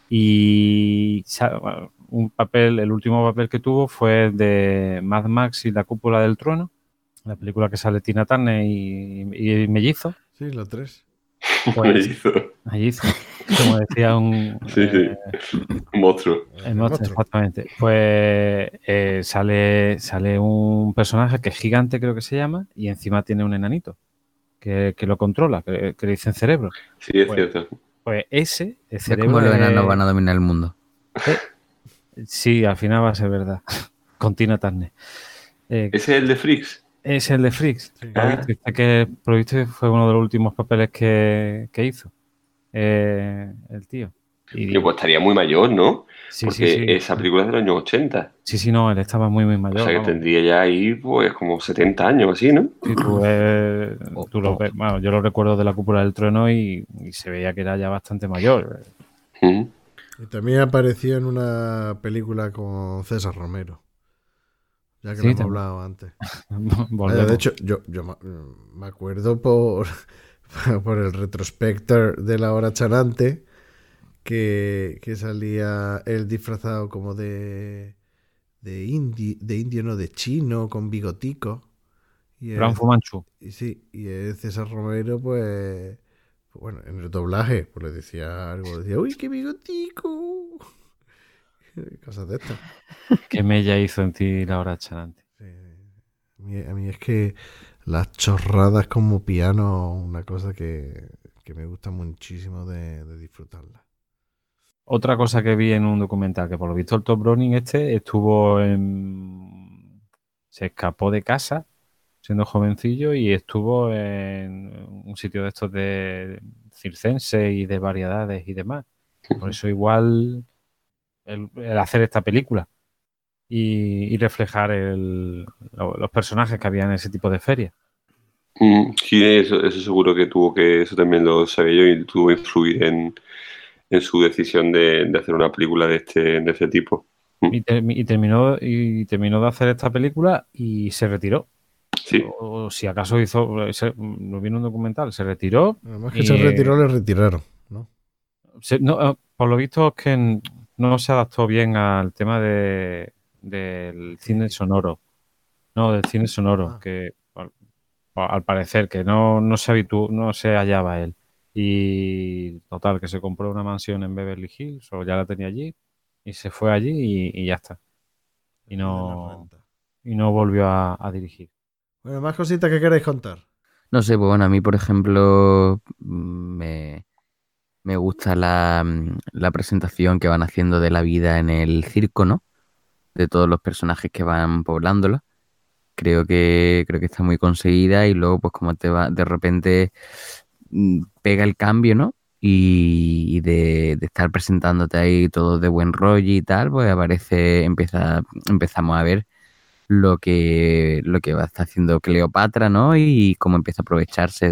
y el último papel que tuvo fue de Mad Max y la cúpula del trueno, la película que sale Tina Turner y Mellizo. Sí, los tres. Pues, Mellizo, como decía un monstruo. El monstruo, exactamente. Pues sale un personaje que es gigante, creo que se llama, y encima tiene un enanito que lo controla, que le dicen cerebro. Sí, es cierto. Pues el cerebro. ¿Cómo los enanos van a dominar el mundo? Sí, al final va a ser verdad. Con Tina Turner. ¿Ese es el de Freaks? Es el de Freaks. Sí. Por lo visto fue uno de los últimos papeles que hizo el tío. Pues estaría muy mayor, ¿no? Sí, porque sí. Esa película es de los años 80. Sí, no, él estaba muy mayor. O sea, que tendría ya ahí, pues, como 70 años, así, ¿no? Sí, tú lo ves. Bueno, yo lo recuerdo de la cúpula del trueno y se veía que era ya bastante mayor. Y también apareció en una película con César Romero. Ya que lo hemos hablado antes. De hecho, yo me acuerdo por el retrospector de La Hora Chanante que salía él disfrazado como de indio, no, de chino, con bigotico. Gran Fumanchu. Y sí, y César Romero, pues bueno, en el doblaje, pues le decía algo, decía, ¡uy, qué bigotico! Cosas de estas. ¿Qué mella hizo en ti La Hora Chanante? Sí. A mí es que las chorradas como piano, una cosa que me gusta muchísimo de disfrutarla. Otra cosa que vi en un documental, que por lo visto el Top Browning se escapó de casa siendo jovencillo y estuvo en un sitio de estos de circense y de variedades y demás. Por eso igual el hacer esta película y reflejar los personajes que había en ese tipo de ferias. Sí, eso seguro que eso también lo sabía yo y tuvo que influir en su decisión de hacer una película de ese tipo. Y terminó de hacer esta película y se retiró. Sí. O si acaso no vino un documental, se retiró. Además que se retiró, le retiraron, ¿no? Por lo visto es que no se adaptó bien al tema del cine sonoro. No, del cine sonoro, que al parecer que no se hallaba él. Y total, que se compró una mansión en Beverly Hills, o ya la tenía allí, y se fue allí y ya está. Y no volvió a dirigir. Bueno, más cositas que queréis contar. No sé, pues bueno, a mí, por ejemplo, me gusta la presentación que van haciendo de la vida en el circo, ¿no? De todos los personajes que van poblándolo. Creo que está muy conseguida y luego, pues como de repente pega el cambio, ¿no? Y de estar presentándote ahí todo de buen rollo y tal, pues empezamos a ver lo que va a estar haciendo Cleopatra, ¿no? Y cómo empieza a aprovecharse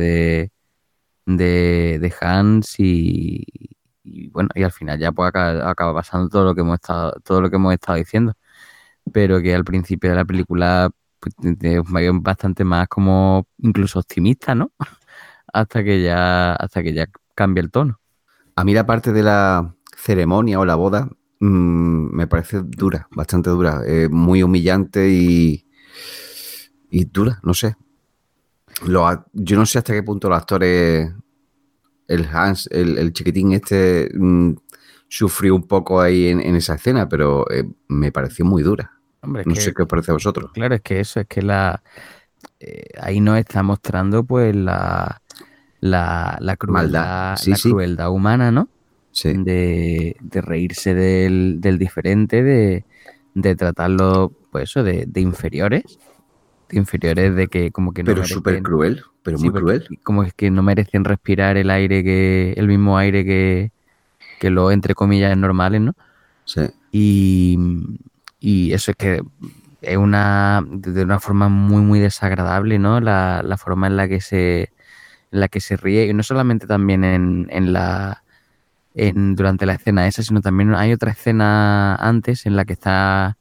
de Hans y bueno, y al final ya pues acaba pasando todo lo que hemos estado diciendo, pero que al principio de la película pues, es bastante más como incluso optimista, ¿no? hasta que ya cambia el tono. A mí la parte de la ceremonia o la boda me parece dura, bastante dura, muy humillante y dura, no sé. Yo no sé hasta qué punto los actores, el Hans, el chiquitín este, sufrió un poco ahí en esa escena, pero me pareció muy dura. Hombre, no sé qué os parece a vosotros. Claro, es que ahí nos está mostrando pues la crueldad, crueldad humana, ¿no? Sí. De reírse del diferente, de tratarlo, pues eso, de inferiores. De inferiores, de que como que no pero súper cruel, pero muy cruel. Como es que no merecen respirar el mismo aire que los, entre comillas, normales, ¿no? Sí. Y eso es que es de una forma muy, muy desagradable, ¿no? La forma en la que se ríe, y no solamente también durante la escena esa, sino también hay otra escena antes en la que está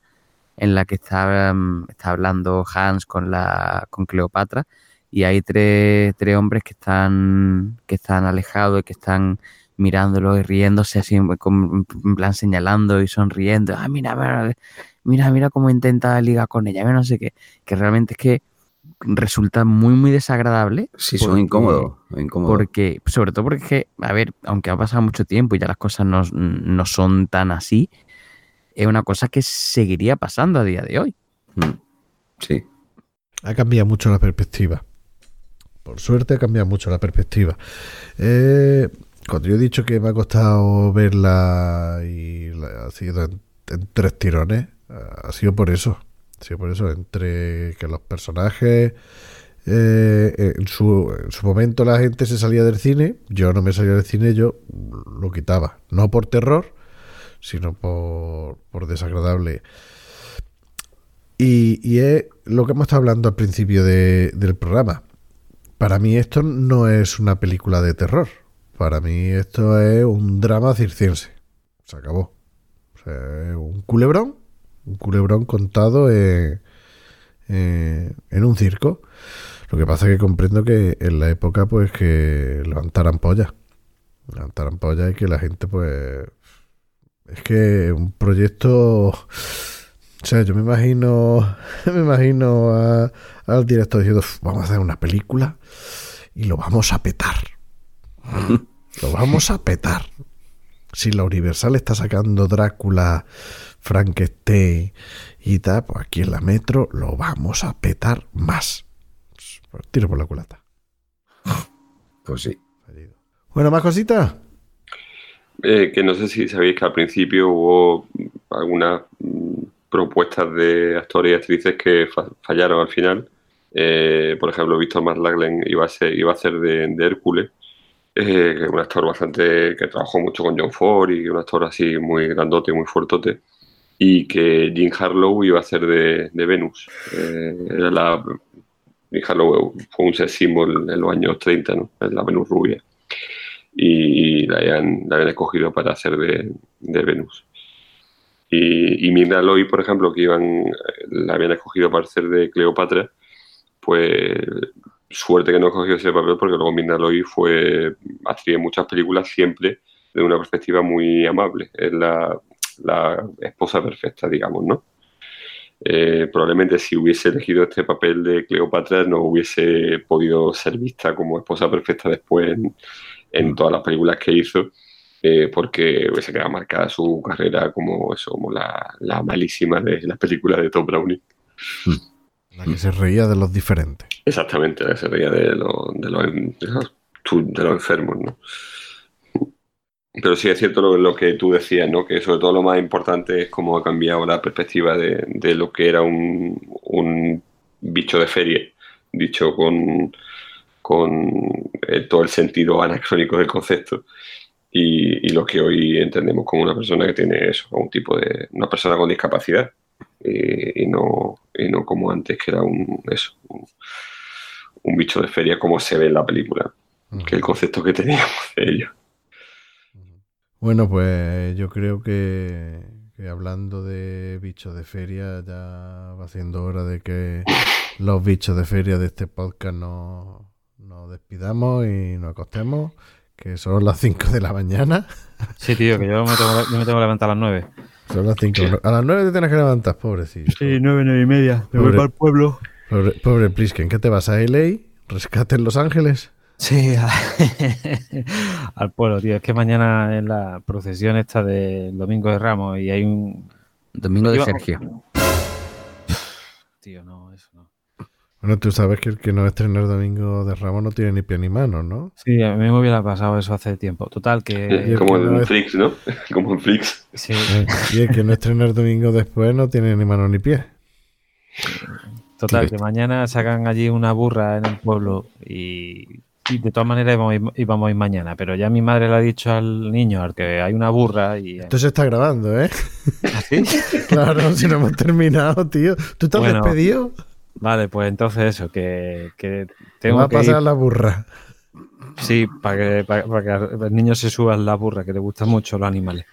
hablando Hans con Cleopatra, y hay tres hombres que están alejados y que están mirándolo y riéndose así, en plan señalando y sonriendo. Mira cómo intenta ligar con ella, no sé qué, que realmente es que resulta muy, muy desagradable. Sí, son incómodos. Porque, sobre todo porque, a ver, aunque ha pasado mucho tiempo y ya las cosas no son tan así, es una cosa que seguiría pasando a día de hoy. Sí. Ha cambiado mucho la perspectiva. Por suerte ha cambiado mucho la perspectiva. Cuando yo he dicho que me ha costado verla y ha sido en 3 tirones, ha sido por eso. Ha sido por eso, entre que los personajes... en su momento la gente se salía del cine, yo no me salía del cine, yo lo quitaba, no por terror, sino por desagradable. Y es lo que hemos estado hablando al principio del programa. Para mí esto no es una película de terror, para mí esto es un drama circense, se acabó. O sea, es un culebrón contado en un circo. Lo que pasa es que comprendo que en la época pues que levantaran pollas y que la gente pues... Es que un proyecto... O sea, yo me imagino al director diciendo, vamos a hacer una película y lo vamos a petar. Lo vamos a petar. Si la Universal está sacando Drácula, Frankenstein y tal, pues aquí en la Metro lo vamos a petar más. Tiro por la culata. Pues sí. Bueno, ¿más cositas? Que no sé si sabéis que al principio hubo algunas propuestas de actores y actrices que fallaron al final. Por ejemplo, Víctor Marlaglen iba a ser de Hércules, que es un actor que trabajó mucho con John Ford y un actor así muy grandote y muy fuertote. Y que Jean Harlow iba a ser de Venus. Era Hija Lobos fue un sex symbol en los años 30, ¿no? Es la Venus rubia. Y la habían escogido para hacer de Venus. Y Mirna Loy, por ejemplo, que la habían escogido para hacer de Cleopatra, pues suerte que no escogió ese papel, porque luego Mirna Loy fue actriz en muchas películas, siempre de una perspectiva muy amable. Es la esposa perfecta, digamos, ¿no? Probablemente si hubiese elegido este papel de Cleopatra no hubiese podido ser vista como esposa perfecta después en todas las películas que hizo, porque hubiese quedado marcada su carrera como la malísima de las películas de Tom Browning. La que se reía de los diferentes. Exactamente, la que se reía de los enfermos, ¿no? Pero sí es cierto lo que tú decías, ¿no? Que sobre todo lo más importante es cómo ha cambiado la perspectiva de lo que era un bicho de feria, dicho con todo el sentido anacrónico del concepto, y lo que hoy entendemos como una persona que tiene una persona con discapacidad, y no como antes, que era un bicho de feria, como se ve en la película, que el concepto que teníamos de ello. Bueno, pues yo creo que hablando de bichos de feria, ya va siendo hora de que los bichos de feria de este podcast nos despidamos y nos acostemos, que son las 5 de la mañana. Sí, tío, que yo me tengo que levantar a las 9. Son las 5. A las 9 te tienes que levantar, pobrecillo. Sí, 9 y media. Me voy para el pueblo. Pobre Plisken, ¿qué te vas a LA? ¿Rescate en Los Ángeles? Sí, al pueblo, tío. Es que mañana es la procesión esta del Domingo de Ramos y hay un... Domingo de Sergio. Tío, no, eso no. Bueno, tú sabes que el que no estrena el Domingo de Ramos no tiene ni pie ni mano, ¿no? Sí, a mí me hubiera pasado eso hace tiempo. Total, que... Como en Flix, ¿no? Como en Flix. Sí. Y el que no estrena el domingo después no tiene ni mano ni pie. Total, que mañana sacan allí una burra en el pueblo y de todas maneras íbamos a ir mañana, pero ya mi madre le ha dicho al niño al que hay una burra y... Esto se está grabando, ¿eh? ¿Sí? Claro, si no hemos terminado, tío. ¿Tú te has despedido? Vale, pues entonces eso, que tengo va a que pasar ir... la burra. Sí, para que el niño se suba en la burra, que le gustan mucho los animales.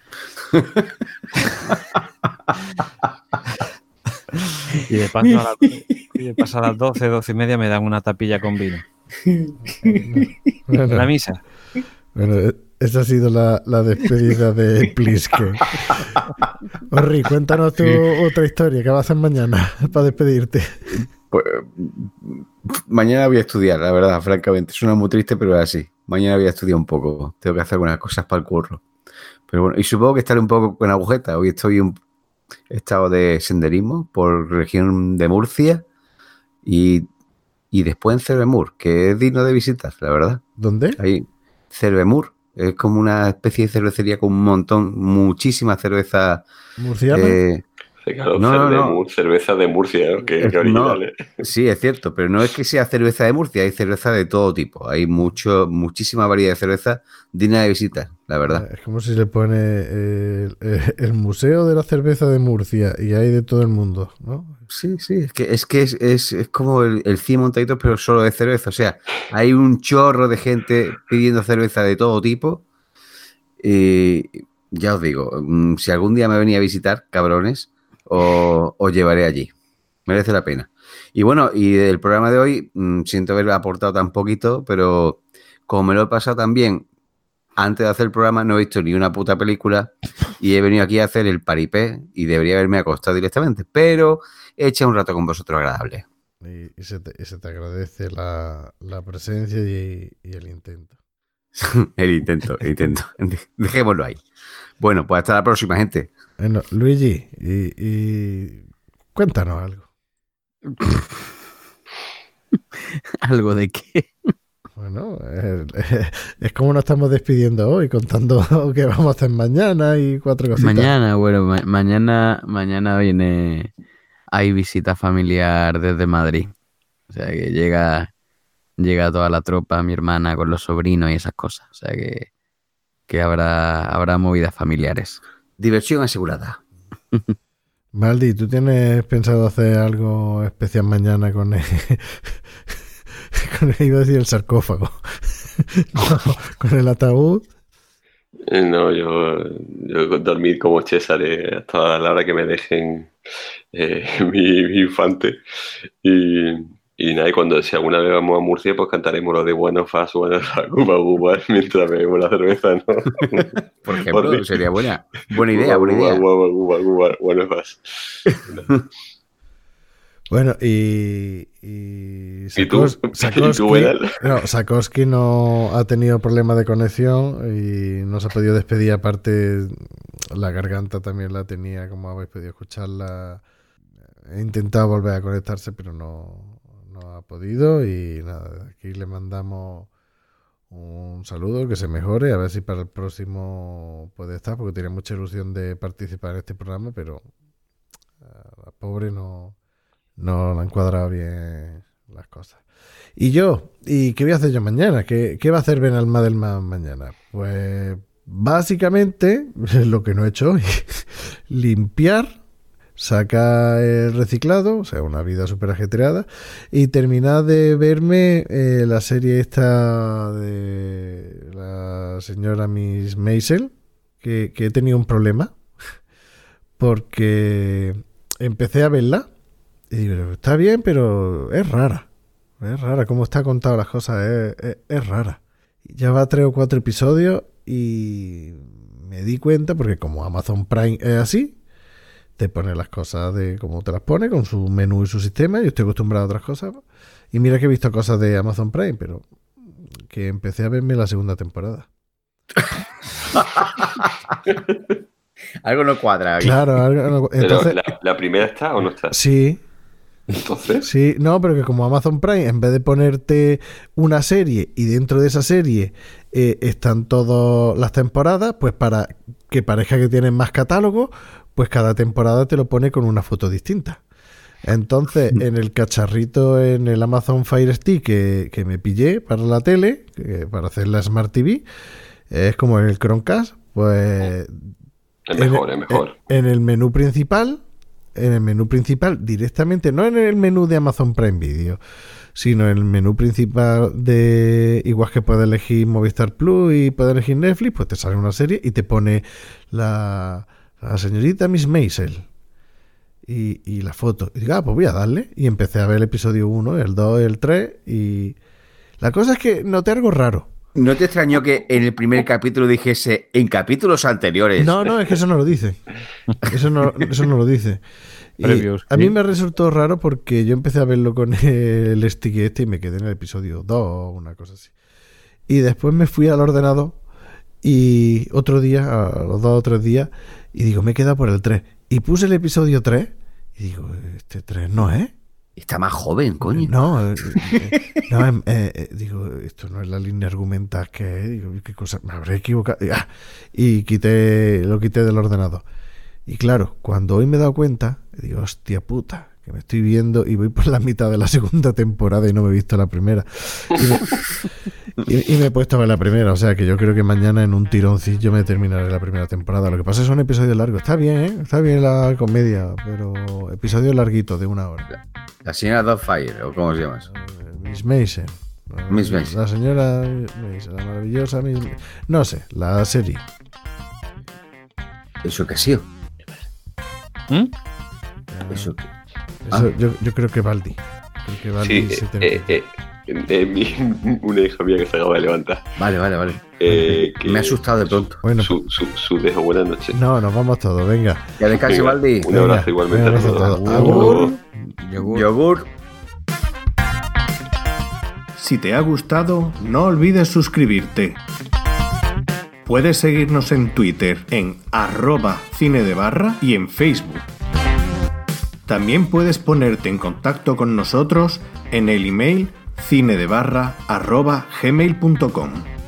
Y de paso a las 12 y media me dan una tapilla con vino. Bueno, la misa. Bueno, esa ha sido la despedida de Pliske. Orri, cuéntanos tú otra historia. ¿Qué vas a hacer mañana para despedirte? Pues, mañana voy a estudiar, la verdad, francamente. Suena muy triste, pero es así. Mañana voy a estudiar un poco. Tengo que hacer algunas cosas para el curro. Pero bueno, y supongo que estaré un poco con agujeta. Hoy he estado de senderismo por región de Murcia y después en Cervemur, que es digno de visitar, la verdad. ¿Dónde? Ahí, Cervemur. Es como una especie de cervecería con muchísima cerveza. ¿Murciana? Claro, cerveza de Murcia, ¿no? Qué original. Sí, es cierto, pero no es que sea cerveza de Murcia, hay cerveza de todo tipo. Hay muchísima variedad de cerveza digna de visitar, la verdad. Es como si le pone el Museo de la Cerveza de Murcia y hay de todo el mundo, ¿no? Sí, es que es como el 100 montaditos, pero solo de cerveza. O sea, hay un chorro de gente pidiendo cerveza de todo tipo. Y ya os digo, si algún día me venía a visitar, cabrones, os llevaré allí. Merece la pena. Y bueno, y del programa de hoy, siento haber aportado tan poquito, pero como me lo he pasado tan bien, antes de hacer el programa no he visto ni una puta película y he venido aquí a hacer el paripé y debería haberme acostado directamente, pero he echado un rato con vosotros agradable. Y se te agradece la presencia y el intento. el intento. Dejémoslo ahí. Bueno, pues hasta la próxima, gente. Bueno, Luigi, y cuéntanos algo. ¿Algo de qué? Bueno, es como nos estamos despidiendo hoy, contando qué vamos a hacer mañana y 4 cositas. Mañana hay visita familiar desde Madrid. O sea que llega toda la tropa, mi hermana con los sobrinos y esas cosas. O sea que habrá movidas familiares. Diversión asegurada. Valdi, ¿tú tienes pensado hacer algo especial mañana con el... iba a decir el sarcófago. No, con el ataúd? No, yo dormir como César hasta la hora que me dejen mi infante. Y nada, y cuando si alguna vez vamos a Murcia, pues cantaremos lo de Buenos Fas, Buenos Fas, Cuba, Cuba, mientras bebemos la cerveza, ¿no? Por ejemplo, sería buena idea, Cuba, buena idea. Cuba, Buenos Fas. Bueno, y Sakoski no ha tenido problemas de conexión y no se ha podido despedir. Aparte, la garganta también la tenía, como habéis podido escucharla. He intentado volver a conectarse, pero no ha podido. Y nada, aquí le mandamos un saludo, que se mejore, a ver si para el próximo puede estar, porque tiene mucha ilusión de participar en este programa, pero la pobre no le han cuadrado bien las cosas. ¿Y qué voy a hacer yo mañana? ¿Qué va a hacer Ben Almadelman mañana? Pues básicamente lo que no he hecho hoy, limpiar, sacar el reciclado, o sea, una vida súper ajetreada, y terminar de verme la serie esta de la señora Miss Maisel, que he tenido un problema, porque empecé a verla, y digo, está bien, pero es rara cómo está contado las cosas, es rara. Ya va 3 o 4 episodios y me di cuenta, porque como Amazon Prime es así, te pone las cosas de como te las pone, con su menú y su sistema. Yo estoy acostumbrado a otras cosas, y mira que he visto cosas de Amazon Prime, pero que empecé a verme la segunda temporada. Algo no cuadra aquí. Claro, algo no... Entonces, ¿Pero la primera está o no está? Sí. ¿Entonces? Sí, no, pero que como Amazon Prime, en vez de ponerte una serie y dentro de esa serie están todas las temporadas, pues para que parezca que tienen más catálogo, pues cada temporada te lo pone con una foto distinta. Entonces, en el cacharrito, en el Amazon Fire Stick que me pillé para la tele, para hacer la Smart TV, es como en el Chromecast, pues... Es mejor. En el menú principal, directamente, no en el menú de Amazon Prime Video, sino en el menú principal de, igual que puedes elegir Movistar Plus y puedes elegir Netflix, pues te sale una serie y te pone la señorita Miss Maisel y la foto. Y digo, pues voy a darle. Y empecé a ver el episodio 1, el 2, el 3, y la cosa es que noté algo raro. ¿No te extrañó que en el primer capítulo dijese en capítulos anteriores? No, es que eso no lo dice. Eso no lo dice. Y Previos, a mí me resultó raro porque yo empecé a verlo con el stick y me quedé en el episodio 2 o una cosa así. Y después me fui al ordenador y otro día, a los 2 o 3 días, y digo, me he quedado por el 3. Y puse el episodio 3 y digo, este 3 no es. Está más joven, coño. No, digo, esto no es la línea argumental que es. Digo, qué cosa, me habré equivocado. Y lo quité del ordenador. Y claro, cuando hoy me he dado cuenta, digo, hostia puta, que me estoy viendo y voy por la mitad de la segunda temporada y no me he visto la primera. Y me he puesto a ver la primera, o sea que yo creo que mañana en un tironcillo me terminaré la primera temporada. Lo que pasa es que son episodios largos. Está bien, está bien la comedia, pero episodios larguitos de 1 hora. La señora Doubtfire, ¿o cómo se llama eso? Miss Maisel. Miss Maisel. La señora Maisel, la maravillosa Miss... No sé, la serie. ¿Eso qué ha sido? Eso yo creo que Valdi. Creo que Valdi una hija mía que se acaba de levantar. Vale. Me ha asustado de pronto. Bueno, su dejo, buenas noches. No, nos vamos todos, venga. Ya descanse, Valdi. Un abrazo igualmente. Un abrazo a todos. Yogur. Si te ha gustado, no olvides suscribirte. Puedes seguirnos en Twitter en @cinedebarra y en Facebook. También puedes ponerte en contacto con nosotros en el email cinedebarra@gmail.com.